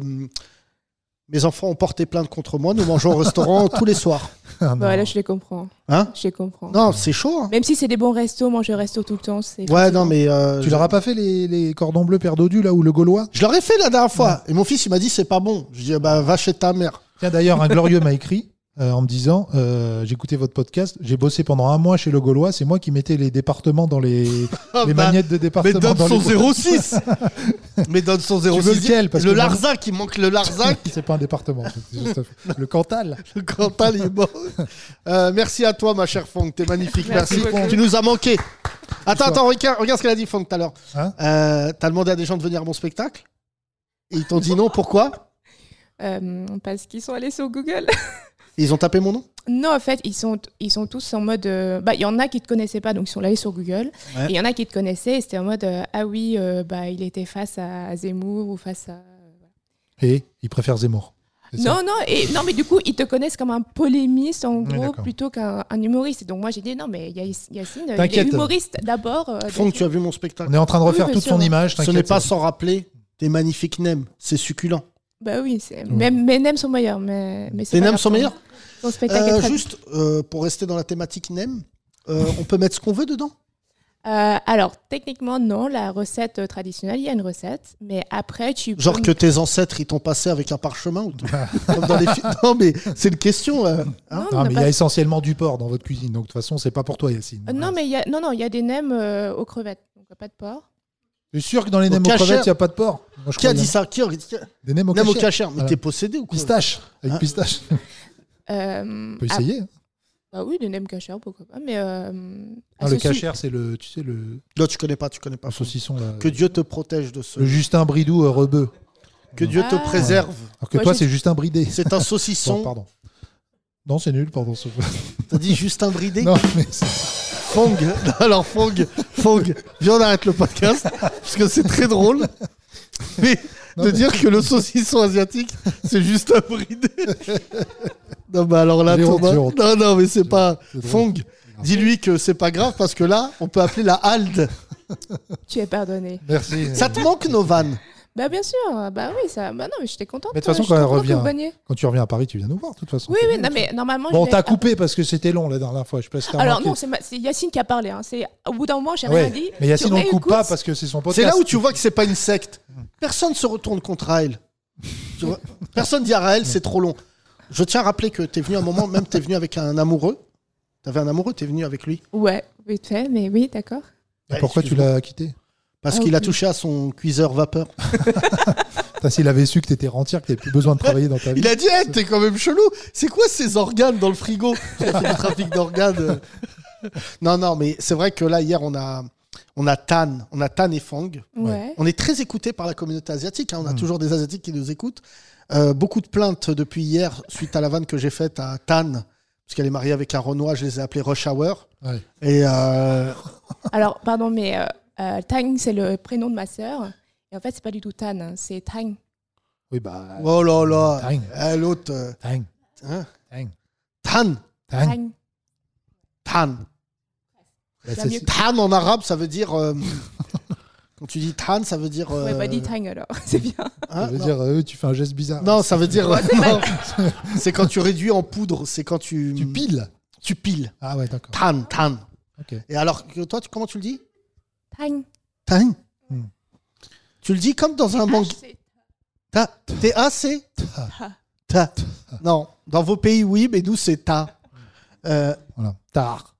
mes enfants ont porté plainte contre moi. Nous mangeons au restaurant tous les soirs. Ah, Bah, là, je les comprends. Hein Je les comprends. Non, c'est chaud. Hein. Même si c'est des bons restos, manger au resto tout le temps, c'est. Ouais, fatigant. non, mais. euh, Tu leur as pas fait les, les cordons bleus Père Dodu là ou le Gaulois? Je leur ai fait la dernière fois. Et mon fils, il m'a dit, c'est pas bon. Je dis, bah, va chez ta mère. Tiens, d'ailleurs, un glorieux m'a écrit euh, en me disant euh, j'écoutais votre podcast, j'ai bossé pendant un mois chez le Gaulois, c'est moi qui mettais les départements dans les, Ah, les bah, magnettes de département. Mais donne dans son les... zéro six. Mais donne son zéro six. Tu veux lequel? Parce Le que moi- Larzac, il manque le Larzac. C'est pas un département. c'est juste un- Le Cantal. Le Cantal, il est bon. Euh, merci à toi, ma chère Fong. T'es magnifique. Merci Merci. beaucoup. Tu nous as manqué. Attends, attends, regarde, regarde ce qu'elle a dit, Fong, tout à l'heure. Hein Euh, T'as demandé à des gens de venir à mon spectacle et ils t'ont dit non. Pourquoi? Euh, parce qu'ils sont allés sur Google. Et ils ont tapé mon nom. Non, en fait, ils sont, ils sont tous en mode. euh, Bah, il y en a qui te connaissaient pas, donc ils sont allés sur Google. Ouais. Et il y en a qui te connaissaient, et c'était en mode euh, ah oui, euh, bah, il était face à Zemmour ou face à. Et il préfère Zemmour. C'est ça. Non, non, et, non, mais du coup, ils te connaissent comme un polémiste, en Oui, gros, d'accord. plutôt qu'un un humoriste. Et donc, moi, j'ai dit non, mais Yac- Yacine, il est T'inquiète. humoriste d'abord. euh, Fong, donc- tu as vu mon spectacle. On est en train de refaire Oui, bien toute sûr. son image. Ce t'inquiète, n'est pas ça. sans rappeler tes magnifiques nems. C'est succulent. Bah oui, c'est- même mes nems sont meilleurs. Mais, mais c'est Tes pas nems grave, sont ton- meilleurs. Ton spectacle est Euh, très Juste euh, pour rester dans la thématique nem, euh, on peut mettre ce qu'on veut dedans. Euh, alors, techniquement, non. La recette euh, traditionnelle, il y a une recette. Mais après, tu peux... Genre que tes ancêtres, ils t'ont passé avec un parchemin ou tout. Comme dans les films. Non, mais c'est une question. euh, hein. Non, Non, on mais n'a il y pas- a essentiellement du porc dans votre cuisine, donc de toute façon, c'est pas pour toi, Yacine. Euh, non, mais il y a... non, non, il y a des nems euh, aux crevettes. Donc, pas de porc. Tu es sûr que dans les Au nems aux cachère. crevettes, il n'y a pas de porc? Moi, je Qui a crois dit qu'il y ça? Qui a... qui a- Des nems au Nem au cachère. cachère. Mais Voilà. t'es possédé ou quoi? Pistache. Avec Hein pistache. Euh, On peut ah, essayer. bah oui, des nems cachers, pourquoi pas. Mais euh, Ah, le associe- cachère, c'est le, tu sais, le, Non, tu connais pas, tu connais pas. le saucisson. Là, Que Dieu te protège de ce. Le Justin Bridou euh, rebeu. Que Dieu te Ah. préserve. Alors que Moi, toi, j'ai- c'est Justin Bridé. C'est un Bon, saucisson. pardon. Non, c'est nul, pardon. ce- T'as dit Justin Bridé? Non, mais c'est- Fong. Alors, Fong, Fong, viens, on arrête le podcast. Parce que c'est très drôle. Mais Non, de mais- dire que le saucisson asiatique, c'est Justin Bridé. Non, mais alors là, J'ai honte, Thomas. j'ai honte. Non, non, mais c'est pas. c'est drôle. Fong, dis-lui que c'est pas grave parce que là, on peut appeler la halde. Tu es pardonné. Merci. Ça te manque nos vannes? Bah bien sûr, bah oui, ça. Bah non, mais j'étais contente. Mais de toute façon, je suis quand elle contente que revient, vous veniez. quand tu reviens à Paris, tu viens nous voir, de toute façon. Oui, C'est oui, bien, non, mais normalement. Bon, je t'as vais- coupé parce que c'était long la dernière fois. Je sais pas si t'as Alors remarqué. non, c'est ma- c'est Yacine qui a parlé. Hein. C'est au bout d'un moment, j'ai Ouais. rien dit. Mais Yacine, Tu on le coupe réécoutes. pas parce que c'est son podcast. C'est là où tu vois que c'est pas une secte. Personne se retourne contre Raël. Tu vois Personne dit à Raël, c'est trop long. Je tiens à rappeler que t'es venu à un moment, même t'es venu avec un amoureux. T'avais un amoureux, t'es venu avec lui. Ouais, vite fait, mais oui, d'accord. Et pourquoi tu l'as quitté? Parce Ah, qu'il a ok. touché à son cuiseur vapeur. Putain, S'il avait su que t'étais rentière, que t'avais plus besoin de travailler dans ta vie. Il a dit, hey, t'es quand même chelou. C'est quoi ces organes dans le frigo? Tu as fait du trafic d'organes. Non, non, mais c'est vrai que là, hier, on a, on a Tan. On a Tan et Fang. Ouais. On est très écoutés par la communauté asiatique. hein. On a Mm. toujours des Asiatiques qui nous écoutent. Euh, beaucoup de plaintes depuis hier suite à la vanne que j'ai faite à Tan. Parce qu'elle est mariée avec un Renoir. Je les ai appelés Rush Hour. Ouais. Et euh, Alors, pardon, mais euh, euh, Tang, c'est le prénom de ma sœur. Et en fait, c'est pas du tout Tan, hein, c'est Tang. Oui, bah. oh là là. Tang. Eh, L'autre. euh, Tang. hein. Tang. Tan. Tang. Tang. Tan. Bah, Ça c'est- mieux. Tan en arabe, ça veut dire. euh, Quand tu dis Tan, ça veut dire. On euh, m'avait pas dit Tang alors, c'est bien. hein, Ça veut non. dire, euh, tu fais un geste bizarre. Non, ça veut dire. Ouais, c'est non. C'est quand tu réduis en poudre. C'est quand tu. Tu piles. Tu piles. Ah ouais, d'accord. Tan, tan. Ok. Et alors, que toi, tu- comment tu le dis? Tang. Tan. Hmm. Tu le dis comme dans un manga. C'est- Ta. T-A, c'est Ta. Ta. Non. Dans vos pays, oui, mais nous, c'est ta. Euh... Voilà. Tar.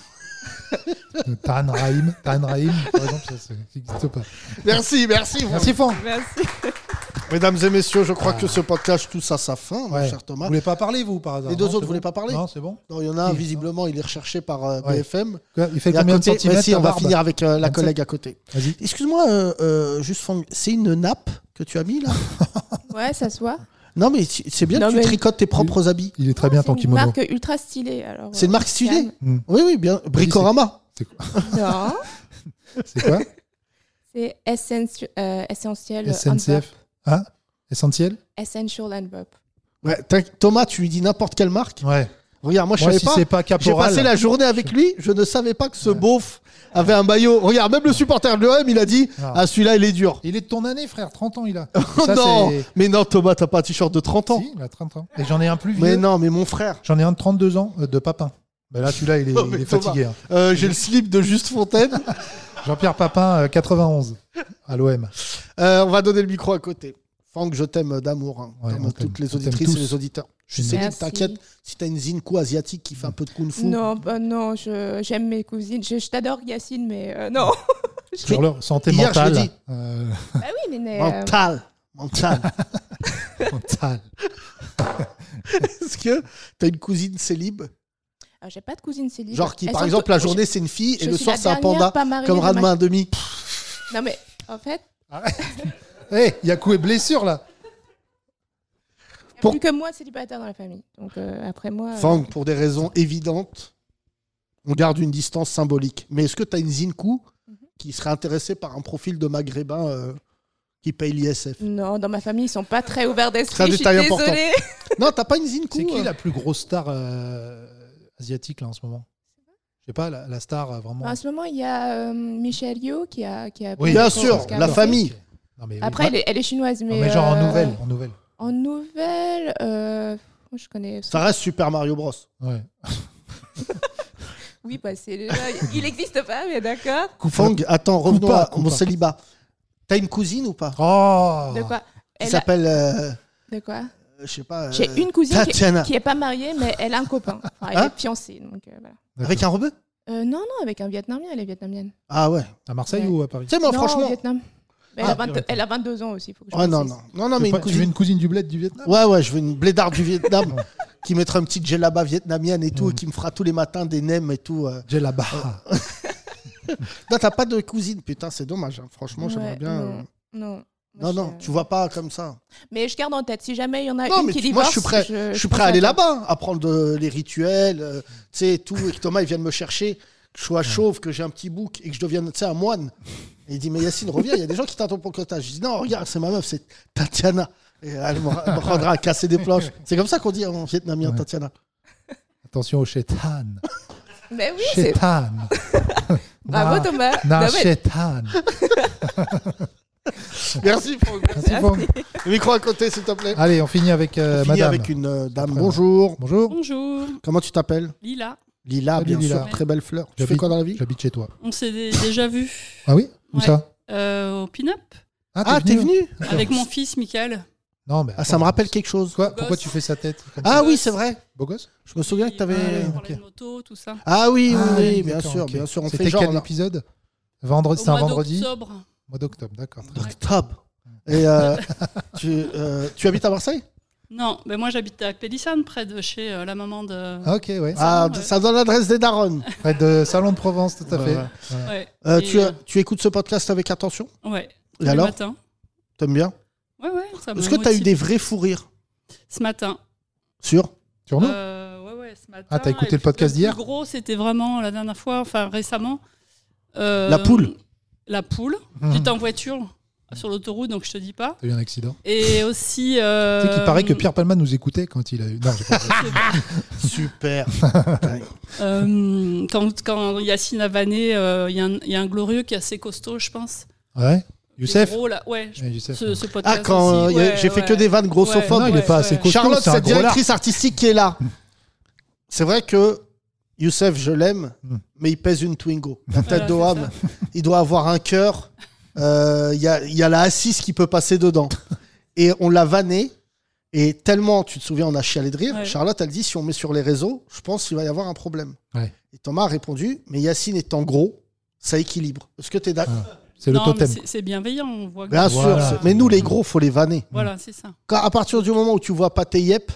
Tan Rahim, Tan Rahim, par exemple, ça, ça n'existe pas. Merci, merci. Merci, Franck. Merci. Mesdames et messieurs, je crois Ah. que ce podcast touche à sa fin, mon Ouais. cher Thomas. Vous voulez pas parler, vous, par hasard? Les deux Non, autres, c'est vous voulez bon pas parler? Non, c'est bon. Non, il y en a un, Qui visiblement, il est recherché par euh, Ouais. B F M. Il fait Et à combien de côté- centimètres, mais si, ta on va barbe finir avec euh, la vingt-sept collègue à côté. Vas-y. Excuse-moi, euh, euh, juste, Fang, c'est une nappe que tu as mis là? Ouais, ça se voit. Non, mais c'est c'est bien Non, que tu mais- tricotes tes propres habits. Il est très bien ton C'est une kimono. marque ultra stylée. alors, C'est une euh, marque stylée? calme. Oui, oui, bien. Bricorama. C'est quoi? Non, C'est quoi? c'est Essenti- euh, Essentiel S N C F. Hein? Essentiel? Essential and Bop. Ouais, t'as- Thomas, tu lui dis n'importe quelle marque. Ouais. Regarde, moi je Moi, savais si pas. c'est pas J'ai Caporal. passé la journée avec lui, je ne savais pas que ce beauf avait un maillot. Regarde, même le supporter de l'O M, il a dit Ah. ah, celui-là, il est dur. Il est de ton année, frère. trente ans, il a. Oh Ça, non, c'est- mais non, Thomas, t'as pas un t-shirt de trente ans. Si, il a trente ans. Et j'en ai un plus vieux. Mais non, mais mon frère. J'en ai un de trente-deux ans, euh, de Papin. Mais là, celui-là, il est, Non, mais il est Thomas, fatigué. hein. euh, J'ai le slip de Juste Fontaine. Jean-Pierre Papin, euh, quatre-vingt-onze, à l'O M. Euh, on va donner le micro à côté. Franck, je t'aime d'amour, hein, Ouais, comme on t'aime. toutes les On t'aime auditrices et tous. les auditeurs. Je suis Merci. Céline, t'inquiète, si t'as une zinkou asiatique qui fait un peu de kung-fu. Non, bah non, je- j'aime mes cousines. Je, je t'adore, Yacine, mais euh, non. Sur leur santé Hier, je l'ai mentale. dit. euh, Bah oui, mais. mais, euh, Mental. Mental. mentale. Est-ce que t'as une cousine célib? ah, j'ai pas de cousine célib. Genre qui, Elles par sont exemple, toutes- la journée c'est une fille je et le suis soir la c'est un dernière panda, pas mariée comme de ras de ma- main à demi. Non, mais en fait, Hé, Yakou est blessure, là. il n'y a Pour- plus que moi célibataire dans la famille. Donc euh, après moi. euh, Fang, pour des raisons évidentes, on garde une distance symbolique. Mais est-ce que t'as une zinkou qui serait intéressée par un profil de maghrébin euh, qui paye l'I S F? Non, dans ma famille, ils sont pas très ouverts C'est un d'esprit. Je suis détail important. désolée. Non, t'as pas une zinkou? C'est qui euh la plus grosse star euh, asiatique, là, en ce moment? Je sais pas, la, la star, euh, vraiment. En ce moment, il y a euh, Michelle Yeoh qui a. Qui a Oui, Bien pris le sûr, Oscar. la famille. Non, mais, Après, elle est, elle est chinoise, mais. Non, mais genre en euh, nouvelle. En nouvelle. En nouvelle, euh, moi, je connais. Ça reste Super Mario Bros. Ouais. Oui, bah, c'est déjà- il n'existe pas, mais d'accord. Fang, attends, revenons pas, à coupe mon pas. célibat. T'as une cousine ou pas? Oh De quoi Qui Elle a- s'appelle, euh, De quoi euh, je sais pas. euh, J'ai une cousine qui, Tatiana. qui est pas mariée, mais elle a un copain. Enfin, elle Hein est fiancée, donc euh, voilà. Avec un rebeu? Euh, non, non, avec un Vietnamien, elle est vietnamienne. Ah ouais. À Marseille Ouais. ou à Paris? Tu sais, moi, non, franchement. au Vietnam. Mais elle, Ah, a vingt-deux, elle a vingt-deux ans aussi, faut que je Ouais, non, précise. non. Non, non, Tu mais veux une pas- Tu veux cousine. une cousine du bled du Vietnam? Ouais, ouais, je veux une blédarde du Vietnam qui mettra un petit djellaba vietnamienne et tout, et qui me fera tous les matins des nems et tout. euh. J'ai là-bas. Non, t'as pas de cousine, putain, c'est dommage. hein. Franchement, Ouais, j'aimerais bien. euh. Non, non. Non, Moi, non, je- tu vois pas comme ça. Mais je garde en tête, si jamais il y en a Non, une mais qui tu- divorce, moi, je suis prêt, je, suis prêt à pense aller toi. là-bas, apprendre de- les rituels, euh, tu sais, tout, et que Thomas, il vienne me chercher, que je sois chauve, que j'ai un petit bouc, et que je devienne, tu sais, un moine. Et il dit, mais Yacine, reviens, il y a des gens qui t'attendent pour le cotage. Je dis, non, regarde, c'est ma meuf, c'est Tatiana. Et elle me me rendra à casser des planches. C'est comme ça qu'on dit en vietnamien, Ouais. Tatiana. Attention au chétan. Mais oui, c'est. Chétan. Bravo, Na- Thomas. Na Non, mais- chétan. Merci, Franck. Merci, Franck. Le micro à côté, s'il te plaît. Allez, on finit avec euh, On finit madame. avec une euh, dame. Après, Bonjour. Bonjour. Bonjour, Comment tu t'appelles? Lila. Lila, Salut, bien Lila. sûr. Très belle fleur. Tu fais J'habite- quoi dans la vie? J'habite chez toi. On s'est dé- déjà vu Ah oui? Où Ouais. ça? euh, au pin-up Ah, t'es venu? avec mon fils Michael. Non, mais Ah, ça me rappelle quelque chose. Quoi? Beau Pourquoi gosse. tu fais sa tête comme Ah ça? oui, c'est vrai. Beau gosse? Je me souviens que t'avais. On parlait ok. de moto, tout ça. Ah oui, oui, Ah, oui, bien d'accord, sûr, ok. bien sûr. On C'était fait genre. quel là. épisode? Vendredi, Au c'est un mois vendredi? d'octobre. Mois d'octobre, d'accord. très bien. Octobre. Et euh, tu, euh, tu habites à Marseille? Non, ben moi j'habite à Pélissane, près de chez euh, la maman de. Ah, ok, ouais. Ah, ouais. ça donne l'adresse des darons. Près de Salon de Provence, tout à Ouais, fait. ouais. Voilà. Ouais. Euh, Et, tu, euh, tu écoutes ce podcast avec attention? Ouais. Et tous les alors? matins. T'aimes bien? Ouais, ouais. Ça me Est-ce que t'as eu motive. des vrais fous rires? Ce matin. Sur? Sur nous? Euh, ouais, ouais, ce matin. Ah, t'as écouté Et le podcast plus d'hier? gros, c'était vraiment la dernière fois, enfin récemment. euh, La poule? La poule. Mhm. J'étais en voiture sur l'autoroute, donc je te dis pas. T'as eu un accident? Et aussi. euh, Tu sais qu'il paraît que Pierre Palma nous écoutait quand il a eu. Non, j'ai pas Super. euh, quand, quand Yacine a vanné, euh, il y, a un- il y a un glorieux qui est assez costaud, je pense. Ouais. Qui est Youssef? gros, là. Ouais, je- Ouais, Youssef, ce, ouais. ce podcast. Ah, quand euh, aussi, y a- ouais, j'ai fait ouais. que des vannes grossophobes. Non, il est pas assez costaud. Charlotte, c'est un cette gros lard. directrice artistique qui est là. C'est vrai que Youssef, je l'aime, Mm. mais il pèse une Twingo. La tête Voilà, de c'est Wham, il doit avoir un cœur. euh, Il y, a, il y a la assise qui peut passer dedans. Et on l'a vanné. Et tellement, tu te souviens, on a chialé de rire. Ouais. Charlotte, elle dit, si on met sur les réseaux, je pense qu'il va y avoir un problème. Ouais. Et Thomas a répondu, mais Yacine étant gros, ça équilibre. Est-ce que tu es d'accord? Ah. C'est le Non, totem. mais c'est- C'est bienveillant, on voit. que- Bien sûr, Voilà. c'est- mais nous, les gros, faut les vanner. Voilà, c'est ça. Quand, à partir du moment où tu vois pas tes yep,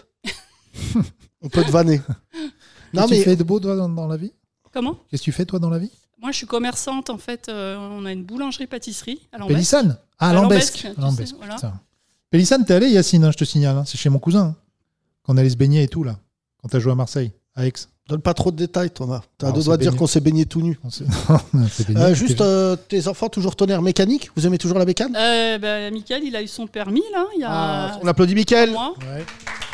on peut te vanner. Qu'est-ce que tu fais de beau, toi, dans, dans la vie? Comment? Qu'est-ce que tu fais, toi, dans la vie? Moi, je suis commerçante, en fait. euh, on a une boulangerie-pâtisserie à Lambesc. Pélissane. Ah, À Lambesc. tu sais, Lambesc, voilà. putain. Pélissane, t'es allé, Yacine, hein, je te signale. hein, C'est chez mon cousin. hein, Quand on allait se baigner et tout, là. Quand t'as joué à Marseille, à Aix. Donne pas trop de détails, Thomas. T'as Ah, deux on doigts s'est de dire baigné. qu'on s'est baigné tout nu. On s'est- on s'est baigné, Euh, c'était- juste, euh, tes enfants, toujours tonnerre mécanique? Vous aimez toujours la bécane? Euh, bah, Mickaël, il a eu son permis, là. Il y a Ah, on applaudit Mickaël. un mois. Ouais.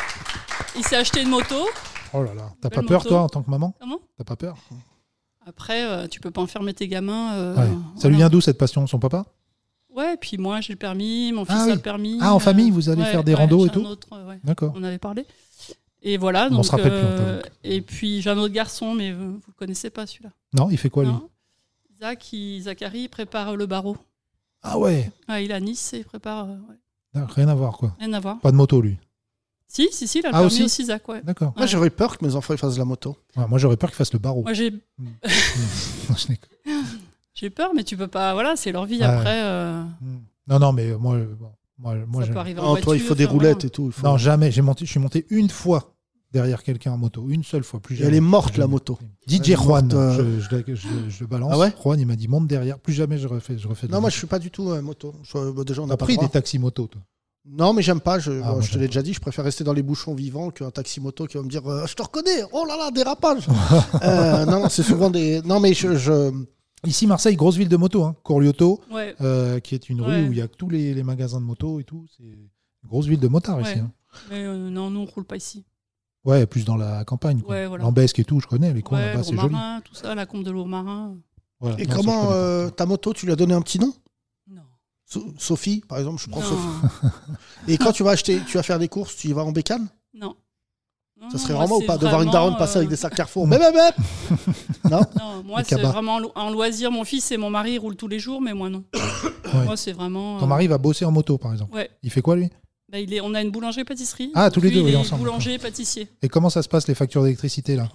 Il s'est acheté une moto. Oh là là. T'as pas Belle peur, moto. toi, en tant que maman? Comment? T'as pas peur? Après, euh, tu peux pas enfermer tes gamins. euh, Ouais. Ça voilà. lui vient d'où, cette passion? Son papa? Ouais, puis moi, j'ai le permis. Mon fils Ah a oui. le permis. Ah, en euh, famille, vous allez ouais, faire des ouais, randos et j'ai un tout autre, euh, ouais. D'accord. On avait parlé. Et voilà. On donc, se rappelle plus, on euh, t'avoue. Et puis, j'ai un autre garçon, mais vous, vous le connaissez pas, celui-là. Non, il fait quoi, lui? Non. Zach, il, Zachary, il prépare le barreau. Ah ouais. Ouais, il est à Nice et il prépare. euh, ouais. Non, rien à voir, quoi. Rien à voir. Pas de moto, lui. Si, si, si, il a le Ah, permis aussi aussi, Zach. Ouais. D'accord. Moi, j'aurais peur que mes enfants ils fassent de la moto. Ouais, moi, j'aurais peur qu'il fasse le barreau. Moi, j'ai. Mm. Mm. Je déconne. J'ai peur, mais tu peux pas. Voilà, c'est leur vie Ouais. après. euh, Non, non, mais moi, euh, bon, moi, moi Ça j'aime- peut arriver en Non, toi, il voiture, faut des enfin, roulettes voilà. et tout. il faut- Non, jamais. J'ai monté, je suis monté une fois derrière quelqu'un en moto. Une seule fois. Plus Et jamais. elle est morte, la Jamais. moto. D J Elle est Juan, morte, euh, je, je, je- je- je le balance. Ah ouais Juan, il m'a dit monte derrière. Plus jamais je refais, je refais de Non, la moi, moto. je suis pas du tout euh, moto. Je- bah, déjà, on T'as a pas pris le droit. des taxis moto, toi? Non, mais j'aime pas. Je, Ah, bon, moi, je te l'ai j'aime déjà dit, je préfère rester dans les bouchons vivants qu'un taxi moto qui va me dire euh, je te reconnais. Oh là là, dérapage. Euh, non, non, c'est souvent des. Non, mais je. je- Ici, Marseille, grosse ville de moto. Hein. Corliotto, Ouais. euh, qui est une rue Ouais. où il y a tous les, les magasins de moto et tout. C'est une grosse ville de motards Ouais. ici. Hein. Mais euh, non, nous, on roule pas ici. Ouais, plus dans la campagne. quoi. Ouais, voilà. Lambesc et tout, je connais. Les coins Ouais, là-bas, c'est joli. Lourmarin, tout ça, la combe de Lourmarin. Voilà. Et Non, ça, je comment connais pas. euh, ta moto, tu lui as donné un petit nom? Non. So- Sophie, par exemple, je prends Non. Sophie. Et quand tu vas acheter, tu vas faire des courses, tu y vas en bécane? Non. Non, Ça serait moi, vraiment ou c'est pas de voir une vraiment, daronne passer euh, avec des sacs Carrefour? Bép, bép, bép. Non. Non, moi, Les c'est cabas. vraiment lo- en loisir. Mon fils et mon mari ils roulent tous les jours, mais moi, non. Ouais. Moi, c'est vraiment. Ton euh, mari va bosser en moto, par exemple. Ouais. Il fait quoi, lui? Bah, il est, on a une boulangerie-pâtisserie. Ah, tous les Lui, deux, il oui, est ensemble, boulanger-pâtissier. Et comment ça se passe, les factures d'électricité, là?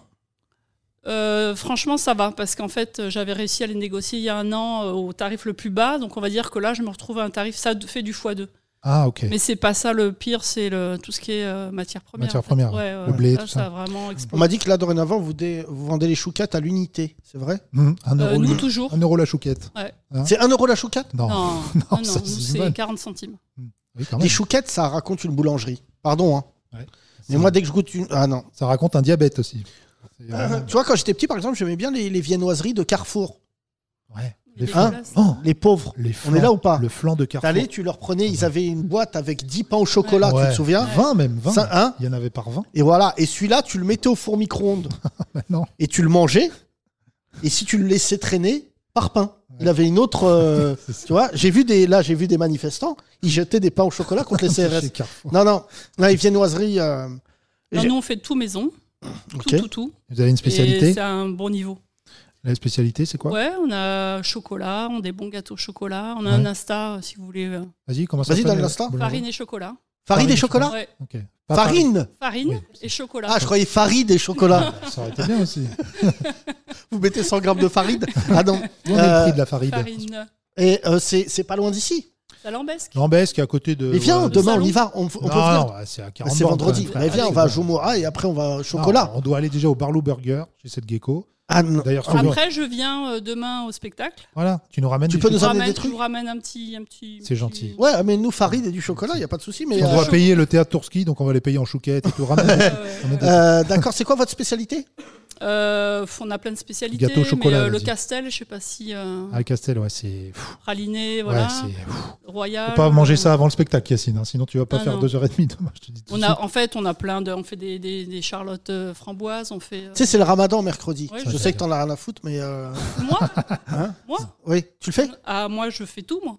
Euh, franchement, ça va, parce qu'en fait, euh, j'avais réussi à les négocier il y a un an euh, au tarif le plus bas. Donc, on va dire que là, je me retrouve à un tarif, ça fait du fois deux. Ah, ok. Mais c'est pas ça le pire, c'est le, tout ce qui est euh, matière première. Matière en fait. première, Ouais, ouais, le blé, là, tout ça. ça. a vraiment On explosé. m'a dit que là, dorénavant, vous, dé- vous vendez les chouquettes à l'unité. C'est vrai? Mmh, un Euh, euro, nous, le- toujours. un euro la chouquette. Ouais. Hein? C'est un euro la chouquette? Non, Non, non, non, non, ça, nous, c'est une c'est vanne. quarante centimes. Oui, quand Les même. chouquettes, ça raconte une boulangerie. Pardon, hein. Ouais. Mais Ça- moi, dès que je goûte une. Ah non. Ça raconte un diabète aussi. C'est Euh, vraiment- tu vois, quand j'étais petit, par exemple, j'aimais bien les, les viennoiseries de Carrefour. Ouais. Les Les, Hein dégueulasses. oh, Les pauvres. les On est là ou pas? Le flan de Carrefour. T'allais, tu leur prenais, ils avaient une boîte avec dix pains au chocolat, Ouais. tu te souviens? vingt même, vingt. Ça, hein? Il y en avait par vingt. Et voilà. Et celui-là, tu le mettais au four micro-ondes Non. et tu le mangeais. Et si tu le laissais traîner, par pain. Il avait une autre. euh, C'est ça. tu vois, j'ai vu des, là, j'ai vu des manifestants. Ils jetaient des pains au chocolat contre les C R Chez S. Carrefour. Non, non. Non, les viennoiseries. euh, Non, j'ai- nous, on fait tout maison. Ok. Tout, tout, tout. Vous avez une Et spécialité? c'est un bon niveau. La spécialité, c'est quoi? Ouais, on a chocolat, on a des bons gâteaux au chocolat. On a Ouais. un Insta, euh, si vous voulez. euh, Vas-y, comment ça Vas-y, s'appelle, donne euh, l'instant. Boulevard farine et chocolat. Farine Farine et et chocolat? Ouais. Ok. Pas Farine? Farine Oui. et chocolat. Ah, je croyais farine et chocolat. Ça aurait été bien aussi. Vous mettez cent grammes de farine? Ah non. Où on est Euh, le prix de la farine? Farine. Et euh, c'est c'est pas loin d'ici. Ça l'embesque. Lambesc, qui est à côté de. Mais viens, ouais, demain, salon. on y va. On, on peut non, venir. non, ouais, c'est à quarante C'est bornes, vendredi. quand même. Mais viens, Allez, on va à bon. Jomora et après on va au chocolat. Non, on doit aller déjà au Barlou Burger chez cette gecko. Ah non. D'ailleurs, tu, dois- Après, je viens euh, demain au spectacle. voilà, tu nous ramènes Tu des peux Je nous vous trucs. amener ramène, des trucs je vous ramène un petit. Un petit C'est un gentil. petit- Ouais, mais nous, farine et du chocolat, il n'y a pas de souci. Mais On euh, doit payer le théâtre Tourski, donc on va les payer en chouquette et tout. Ramène des Ouais, trucs. ouais. Ramène des euh, d'accord, c'est quoi votre spécialité? Euh, on a plein de spécialités. Gâteau au chocolat, mais euh, le vas-y. Castel, je sais pas si. Euh, trucs. Ah, le Castel, ouais, c'est. pff, praliné, voilà. Ouais, c'est. pff. Royal. Faut pas manger ça avant le spectacle, Yacine, hein, sinon tu vas pas Ah, faire non. deux heures et demie demain, je te dis tout de On a, suite. en fait, on a plein de. On fait des, des, des charlottes euh, framboises, on fait. euh, Tu sais, c'est le ramadan mercredi. Ouais, je je sais sais. que t'en as rien à foutre, mais. euh, Moi hein Moi Oui, tu le fais? Ah, moi, je fais tout, moi.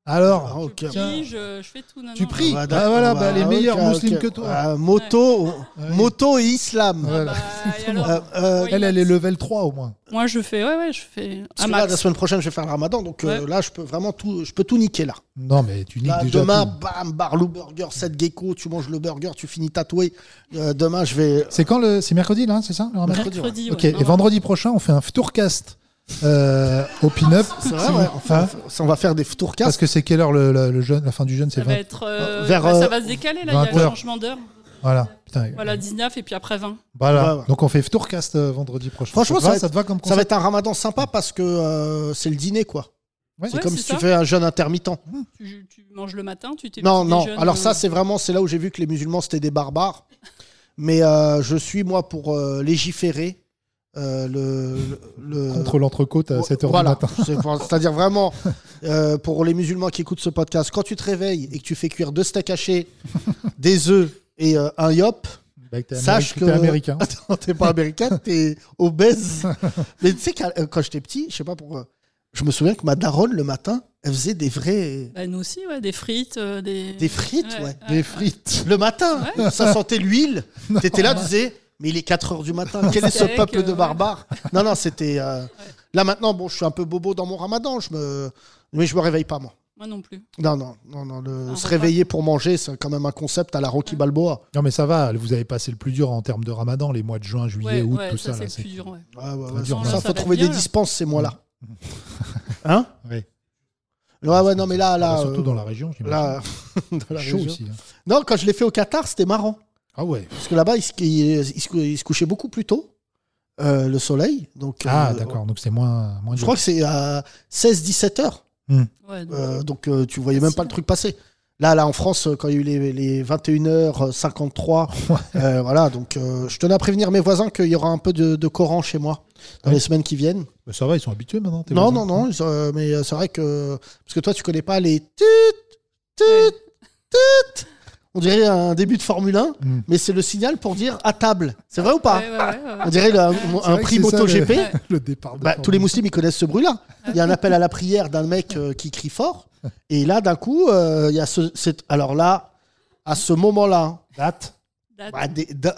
Alors, Ah, ok. Je prie, je, je fais tout. Non, tu non. pries. Ah, Ah, d'accord. voilà, bah, les Ah, meilleurs ok, musulmans ok. que toi. Ah, moto, Ouais. moto et islam. Ah, Voilà. bah, et alors Euh, euh, Oui, Elle, elle là, est level trois au moins. Moi, je fais, ouais, ouais, je fais Parce un que là, max. la semaine prochaine, je vais faire le ramadan, donc euh, Ouais. là, je peux vraiment tout, je peux tout niquer là. Non, mais tu niques Là, déjà demain, tout. bam, Barlou Burger, sept gecko, tu manges le burger, tu finis tatoué. Euh, demain, je vais. C'est quand le... C'est mercredi, là, c'est ça le ramadan Mercredi, Mercredi, Ok, ouais. et vendredi prochain, on fait un Tourcast euh, au pin-up. C'est vrai, ouais. Enfin, Hein on va faire des tourcasts. Parce que c'est quelle heure le, le, le jeûne, la fin du jeûne, c'est Ça va vingt. être, euh, Vers, bah, ça euh, va se décaler là. Il y a vingt un heures. changement d'heure. Voilà. Putain. Voilà, dix-neuf et puis après vingt. Voilà. Ouais, ouais. Donc on fait Tourcast euh, vendredi prochain. Franchement, ça, ça, va, va ça être, te va comme ça concept va être un ramadan sympa parce que euh, c'est le dîner, quoi. Ouais. C'est Ouais, comme c'est si ça. tu fais un jeûne intermittent. Tu, tu manges le matin, tu t'es Non, petit non. déjeunes, Alors euh, ça, c'est vraiment, c'est là où j'ai vu que les musulmans, c'était des barbares. Mais euh, je suis, moi, pour euh, légiférer euh, le, le... Contre l'entrecôte à sept heures Voilà. du matin. C'est pour- C'est-à-dire vraiment, euh, pour les musulmans qui écoutent ce podcast, quand tu te réveilles et que tu fais cuire deux steaks hachés, des œufs et euh, un yop, Bah, t'es sache Amérique- que... t'es américain. Attends, t'es pas américain, t'es obèse. Mais tu sais, qu'à- euh, quand j'étais petit, je sais pas pourquoi, je me souviens que ma daronne, le matin, elle faisait des vrais... Bah, nous aussi, ouais, des frites. euh, des... Des frites, ouais. Des frites. Le matin, Ouais. ça sentait l'huile. T'étais là, tu disais, mais il est quatre heures du matin. Quel est ce Steak, peuple de euh, barbares? Non, non, c'était. euh, Là maintenant, bon, je suis un peu bobo dans mon ramadan, je me... mais je me réveille pas, moi. Moi non plus. Non, non, non, non. Le... Un Se repas. réveiller pour manger, c'est quand même un concept à la Rocky Balboa. Non, mais ça va, vous avez passé le plus dur en termes de ramadan, les mois de juin, juillet, Ouais, août, ouais, tout ça, ça. c'est là, le plus dur, ouais. Ouais, ouais, Très ouais, dur, ça, là. faut Ça va trouver être des bien, là. dispenses ces mois-là. Hein Oui. Ouais, ouais, non, mais là, là. Bah, surtout euh, dans la région, j'imagine. Là, dans la Chaud région. aussi. hein. Non, quand je l'ai fait au Qatar, c'était marrant. Ah ouais. Parce que là-bas, il, se- il se- il se il se couchait beaucoup plus tôt, euh, le soleil. Donc, Ah, euh, d'accord, donc c'est moins, moins Je dur. crois que c'est à seize dix-sept heures. Hmm. Ouais, donc, Euh, donc euh, tu voyais même pas le truc passer. Là, là en France, euh, quand il y a eu les, les vingt et une heures cinquante-trois, euh, voilà, donc euh, je tenais à prévenir mes voisins qu'il y aura un peu de, de Coran chez moi dans Ouais. les semaines qui viennent. Bah, ça va, ils sont habitués maintenant. tes Non, voisins. non, non, ils, euh, mais euh, c'est vrai que. Parce que toi, tu connais pas les. Tut, tut, tut. On dirait un début de Formule un, Hmm. mais c'est le signal pour dire à table. C'est vrai ou pas? ouais, ouais, ouais, ouais. On dirait le- un, C'est un vrai que prix c'est ça, MotoGP. le- Ouais. Le départ de Bah, Formule tous les musulmans, ils connaissent ce bruit-là. Il y a un appel à la prière d'un mec euh, qui crie fort. Et là, d'un coup, euh, il y a ce. cette- Alors là, à ce moment-là, Date, Date. bah, des- da-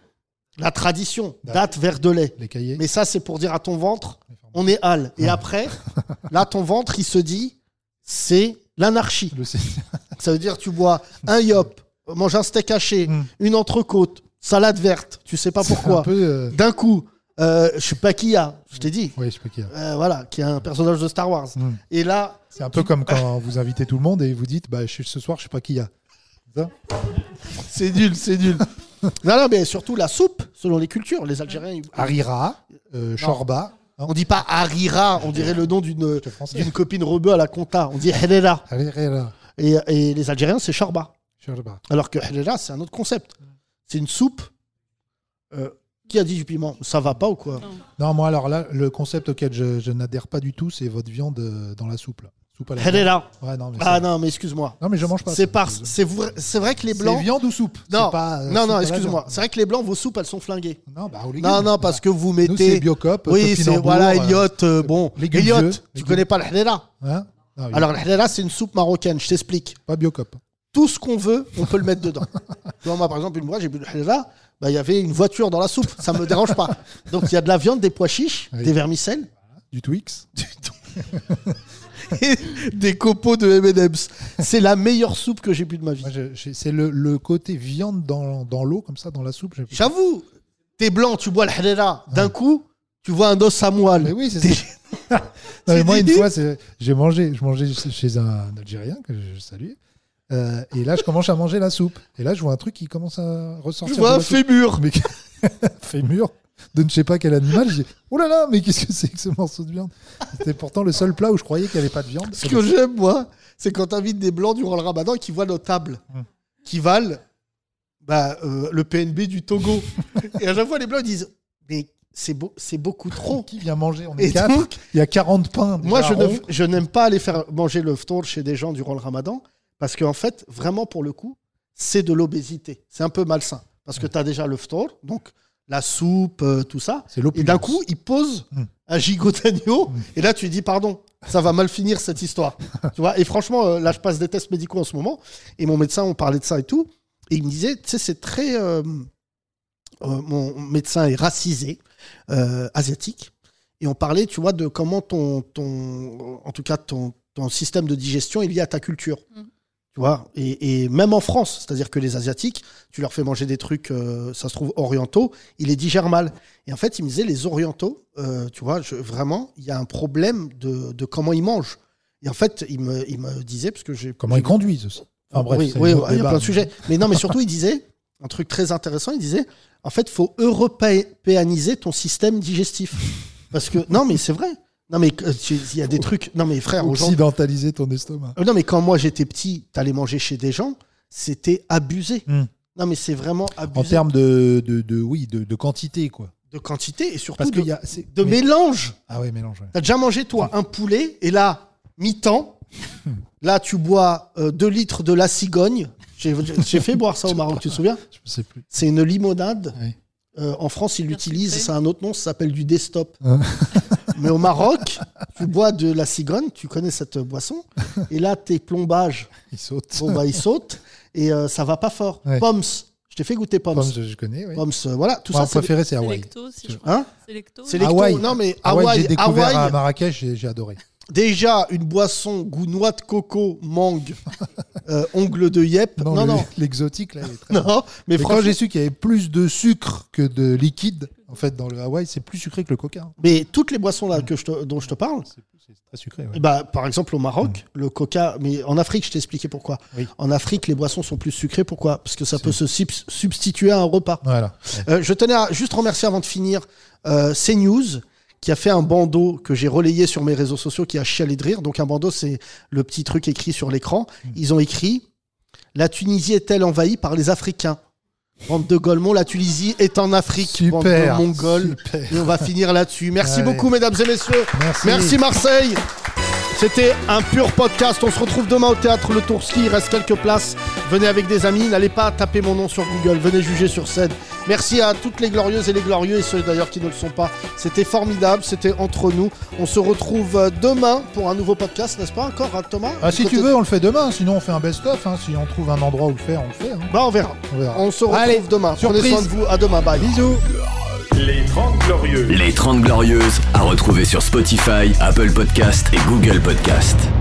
la tradition, Date. date verre de lait. les cahiers. Mais ça, c'est pour dire à ton ventre, on est hal. Et après, là, ton ventre, il se dit, c'est l'anarchie. Le- Ça veut dire, tu bois un yop, mange un steak haché, Mm. une entrecôte, salade verte, tu sais pas C'est pourquoi. un peu. euh, D'un coup, euh, je sais pas qui y a, je t'ai dit. Ouais, je sais pas qui. a. Euh, voilà, qui est un personnage de Star Wars. Mm. Et là, C'est un peu comme quand vous invitez tout le monde et vous dites, bah, je- ce soir, je sais pas qui y a. Ça c'est nul, c'est nul. Non, non, mais surtout la soupe, selon les cultures. Les Algériens, ils- Harira, euh, Chorba. on dit pas Harira, on dirait le nom d'une Je français. d'une copine rebeu à la compta. On dit Helena. Harira, Et, et les Algériens, c'est Chorba. Chorba. Alors que Helena, c'est un autre concept. C'est une soupe. euh, qui a dit du piment? Ça va pas ou quoi? Non, moi, alors là, le concept auquel je, je n'adhère pas du tout, c'est votre viande euh, dans la soupe. Là. Soupe à la viande. Helena. Ouais, non, mais Ah c'est- non, mais excuse-moi. non, mais je mange pas. C'est ça. par- c'est vrai, c'est vrai que les blancs. C'est viande ou soupe? Non, C'est pas, euh, non, soupe non, à la excuse-moi. viande. C'est vrai que les blancs, vos soupes, elles sont flinguées. Non, bah, aux légumes. Non, non, parce que vous Nous, c'est mettez. Biocop. Oui, c'est topinambour, voilà, euh, Elliot. euh, bon, légumes Elliot, vieux, tu légumes. connais pas le Helena? Hein non, oui, Alors, le Helena, c'est une soupe marocaine, je t'explique. pas Biocop. Tout ce qu'on veut, on peut le mettre dedans. Tu vois, moi, par exemple, une fois, j'ai bu le Helena, bah, il y avait une voiture dans la soupe. Ça me dérange pas. Donc, il y a de la viande, des pois chiches, Oui. des vermicelles, Du Twix. et des copeaux de M and M's. C'est la meilleure soupe que j'ai bu de ma vie. Moi, je- je- c'est le, le côté viande dans, dans l'eau, comme ça, dans la soupe. j'ai- J'avoue, t'es blanc, tu bois le Helena. D'un coup, tu vois un os à moelle. Mais oui, c'est T'es- ça. Non, mais moi, une dit fois, c'est- j'ai mangé, je mangeais chez un Algérien que je salue. Euh, et là, je commence à manger la soupe. Et là, je vois un truc qui commence à ressortir. Je vois de un la soupe. fémur. Mais fémur de ne sais pas quel animal. Je dis, oh là là, mais qu'est-ce que c'est que ce morceau de viande? C'était pourtant le seul plat où je croyais qu'il n'y avait pas de viande. Ce que j'aime, moi, c'est quand t'invites des blancs durant le ramadan qui voient nos tables, Hum. qui valent bah, euh, le P N B du Togo. Et à chaque fois, les blancs ils disent mais c'est beau, c'est beaucoup trop. Qui vient manger? On est Et quatre. donc, Il y a quarante pains. déjà moi, je, ne- ronds. je n'aime pas aller faire manger le ftour chez des gens durant le ramadan parce qu'en fait, vraiment, pour le coup, c'est de l'obésité. C'est un peu malsain parce que tu as déjà le ftour, donc la soupe, euh, tout ça. C'est Et l'opulence. d'un coup, ils posent Mm. un gigot d'agneau. Et là, tu dis, pardon, ça va mal finir cette histoire. Tu vois, et franchement, euh, là, je passe des tests médicaux en ce moment, et mon médecin, on parlait de ça et tout, et il me disait, tu sais, c'est très... Euh, euh, mon médecin est racisé, euh, asiatique, et on parlait, tu vois, de comment ton, ton en tout cas, ton, ton système de digestion est lié à ta culture. Mm. Tu vois, et, et même en France, c'est-à-dire que les Asiatiques, tu leur fais manger des trucs, euh, ça se trouve, orientaux, ils les digèrent mal. Et en fait, il me disait, les orientaux, euh, tu vois, je, vraiment, il y a un problème de, de comment ils mangent. Et en fait, il me, il me disait, parce que j'ai... Comment ils conduisent aussi. Enfin bref, oui, oui, il y a plein de sujets. Mais non, mais surtout, il disait, un truc très intéressant, il disait, en fait, il faut européaniser ton système digestif. Parce que, non, mais c'est vrai. Non, mais il y a des trucs. Non, mais frère, occidentaliser ton estomac. Non, mais quand moi j'étais petit, t'allais manger chez des gens, c'était abusé. Mm. Non, mais c'est vraiment abusé. En termes de, de, de, oui, de, de quantité, quoi. De quantité et surtout Parce de, y a, de mais... mélange. Ah ouais, mélange. Ouais. T'as déjà mangé, toi, un poulet, et là, mi-temps, là, tu bois euh, deux litres de la cigogne. J'ai, j'ai fait boire ça au Maroc, tu te souviens? Je ne sais plus. C'est une limonade. Ouais. Euh, en France, ils l'utilisent, c'est un autre nom, ça s'appelle du Destop. Ah. Mais au Maroc, tu bois de la cigogne, tu connais cette boisson, et là, tes plombages, ils sautent. Bon, bah, ils sautent, et euh, ça va pas fort. Ouais. Poms, je t'ai fait goûter Poms. Poms, je connais, oui. Poms, euh, voilà, tout Moi, ça. Mon préféré, c'est Hawaï. Selecto, si je hein Selecto. Selecto. Hawaï. Non, mais Hawaï, Hawaï, j'ai découvert Hawaï, à Marrakech, j'ai, j'ai adoré. Déjà, une boisson goût noix de coco, mangue, euh, ongle de yep. Non, non, le, non. L'exotique, là, il est très non, bon. mais, mais quand j'ai su qu'il y avait plus de sucre que de liquide, en fait, dans le Hawaï, c'est plus sucré que le coca. Mais toutes les boissons là que je te, dont je te parle, c'est, c'est très sucré. Ouais. Bah, par exemple, au Maroc, mmh. le coca, mais en Afrique, je t'ai expliqué pourquoi. Oui. En Afrique, les boissons sont plus sucrées. Pourquoi? Parce que ça c'est... peut se sub- substituer à un repas. Voilà. Ouais. Euh, je tenais à juste remercier avant de finir euh, CNews, qui a fait un bandeau que j'ai relayé sur mes réseaux sociaux, qui a chialé de rire. Donc un bandeau, c'est le petit truc écrit sur l'écran. Mmh. Ils ont écrit « La Tunisie est-elle envahie par les Africains ?» Bande de Golemont, la Tunisie est en Afrique. Super, bande de Mongols. Super. Et on va finir là-dessus. Merci Allez. beaucoup, mesdames et messieurs. Merci, Merci Marseille. C'était un pur podcast. On se retrouve demain au théâtre Le Tourski. Il reste quelques places. Venez avec des amis. N'allez pas taper mon nom sur Google. Venez juger sur scène. Merci à toutes les glorieuses et les glorieux, et ceux d'ailleurs qui ne le sont pas. C'était formidable. C'était entre nous. On se retrouve demain pour un nouveau podcast, n'est-ce pas encore, hein, Thomas? Ah, si tu veux, on le fait demain. Sinon, on fait un best-of. Hein. Si on trouve un endroit où le faire, on le fait. Hein. Bah, on verra. On verra. On se retrouve Allez, demain. surprise. Prenez soin de vous. À demain. Bye. Bisous. Les trente Glorieuses. Les trente Glorieuses à retrouver sur Spotify, Apple Podcast et Google Podcast.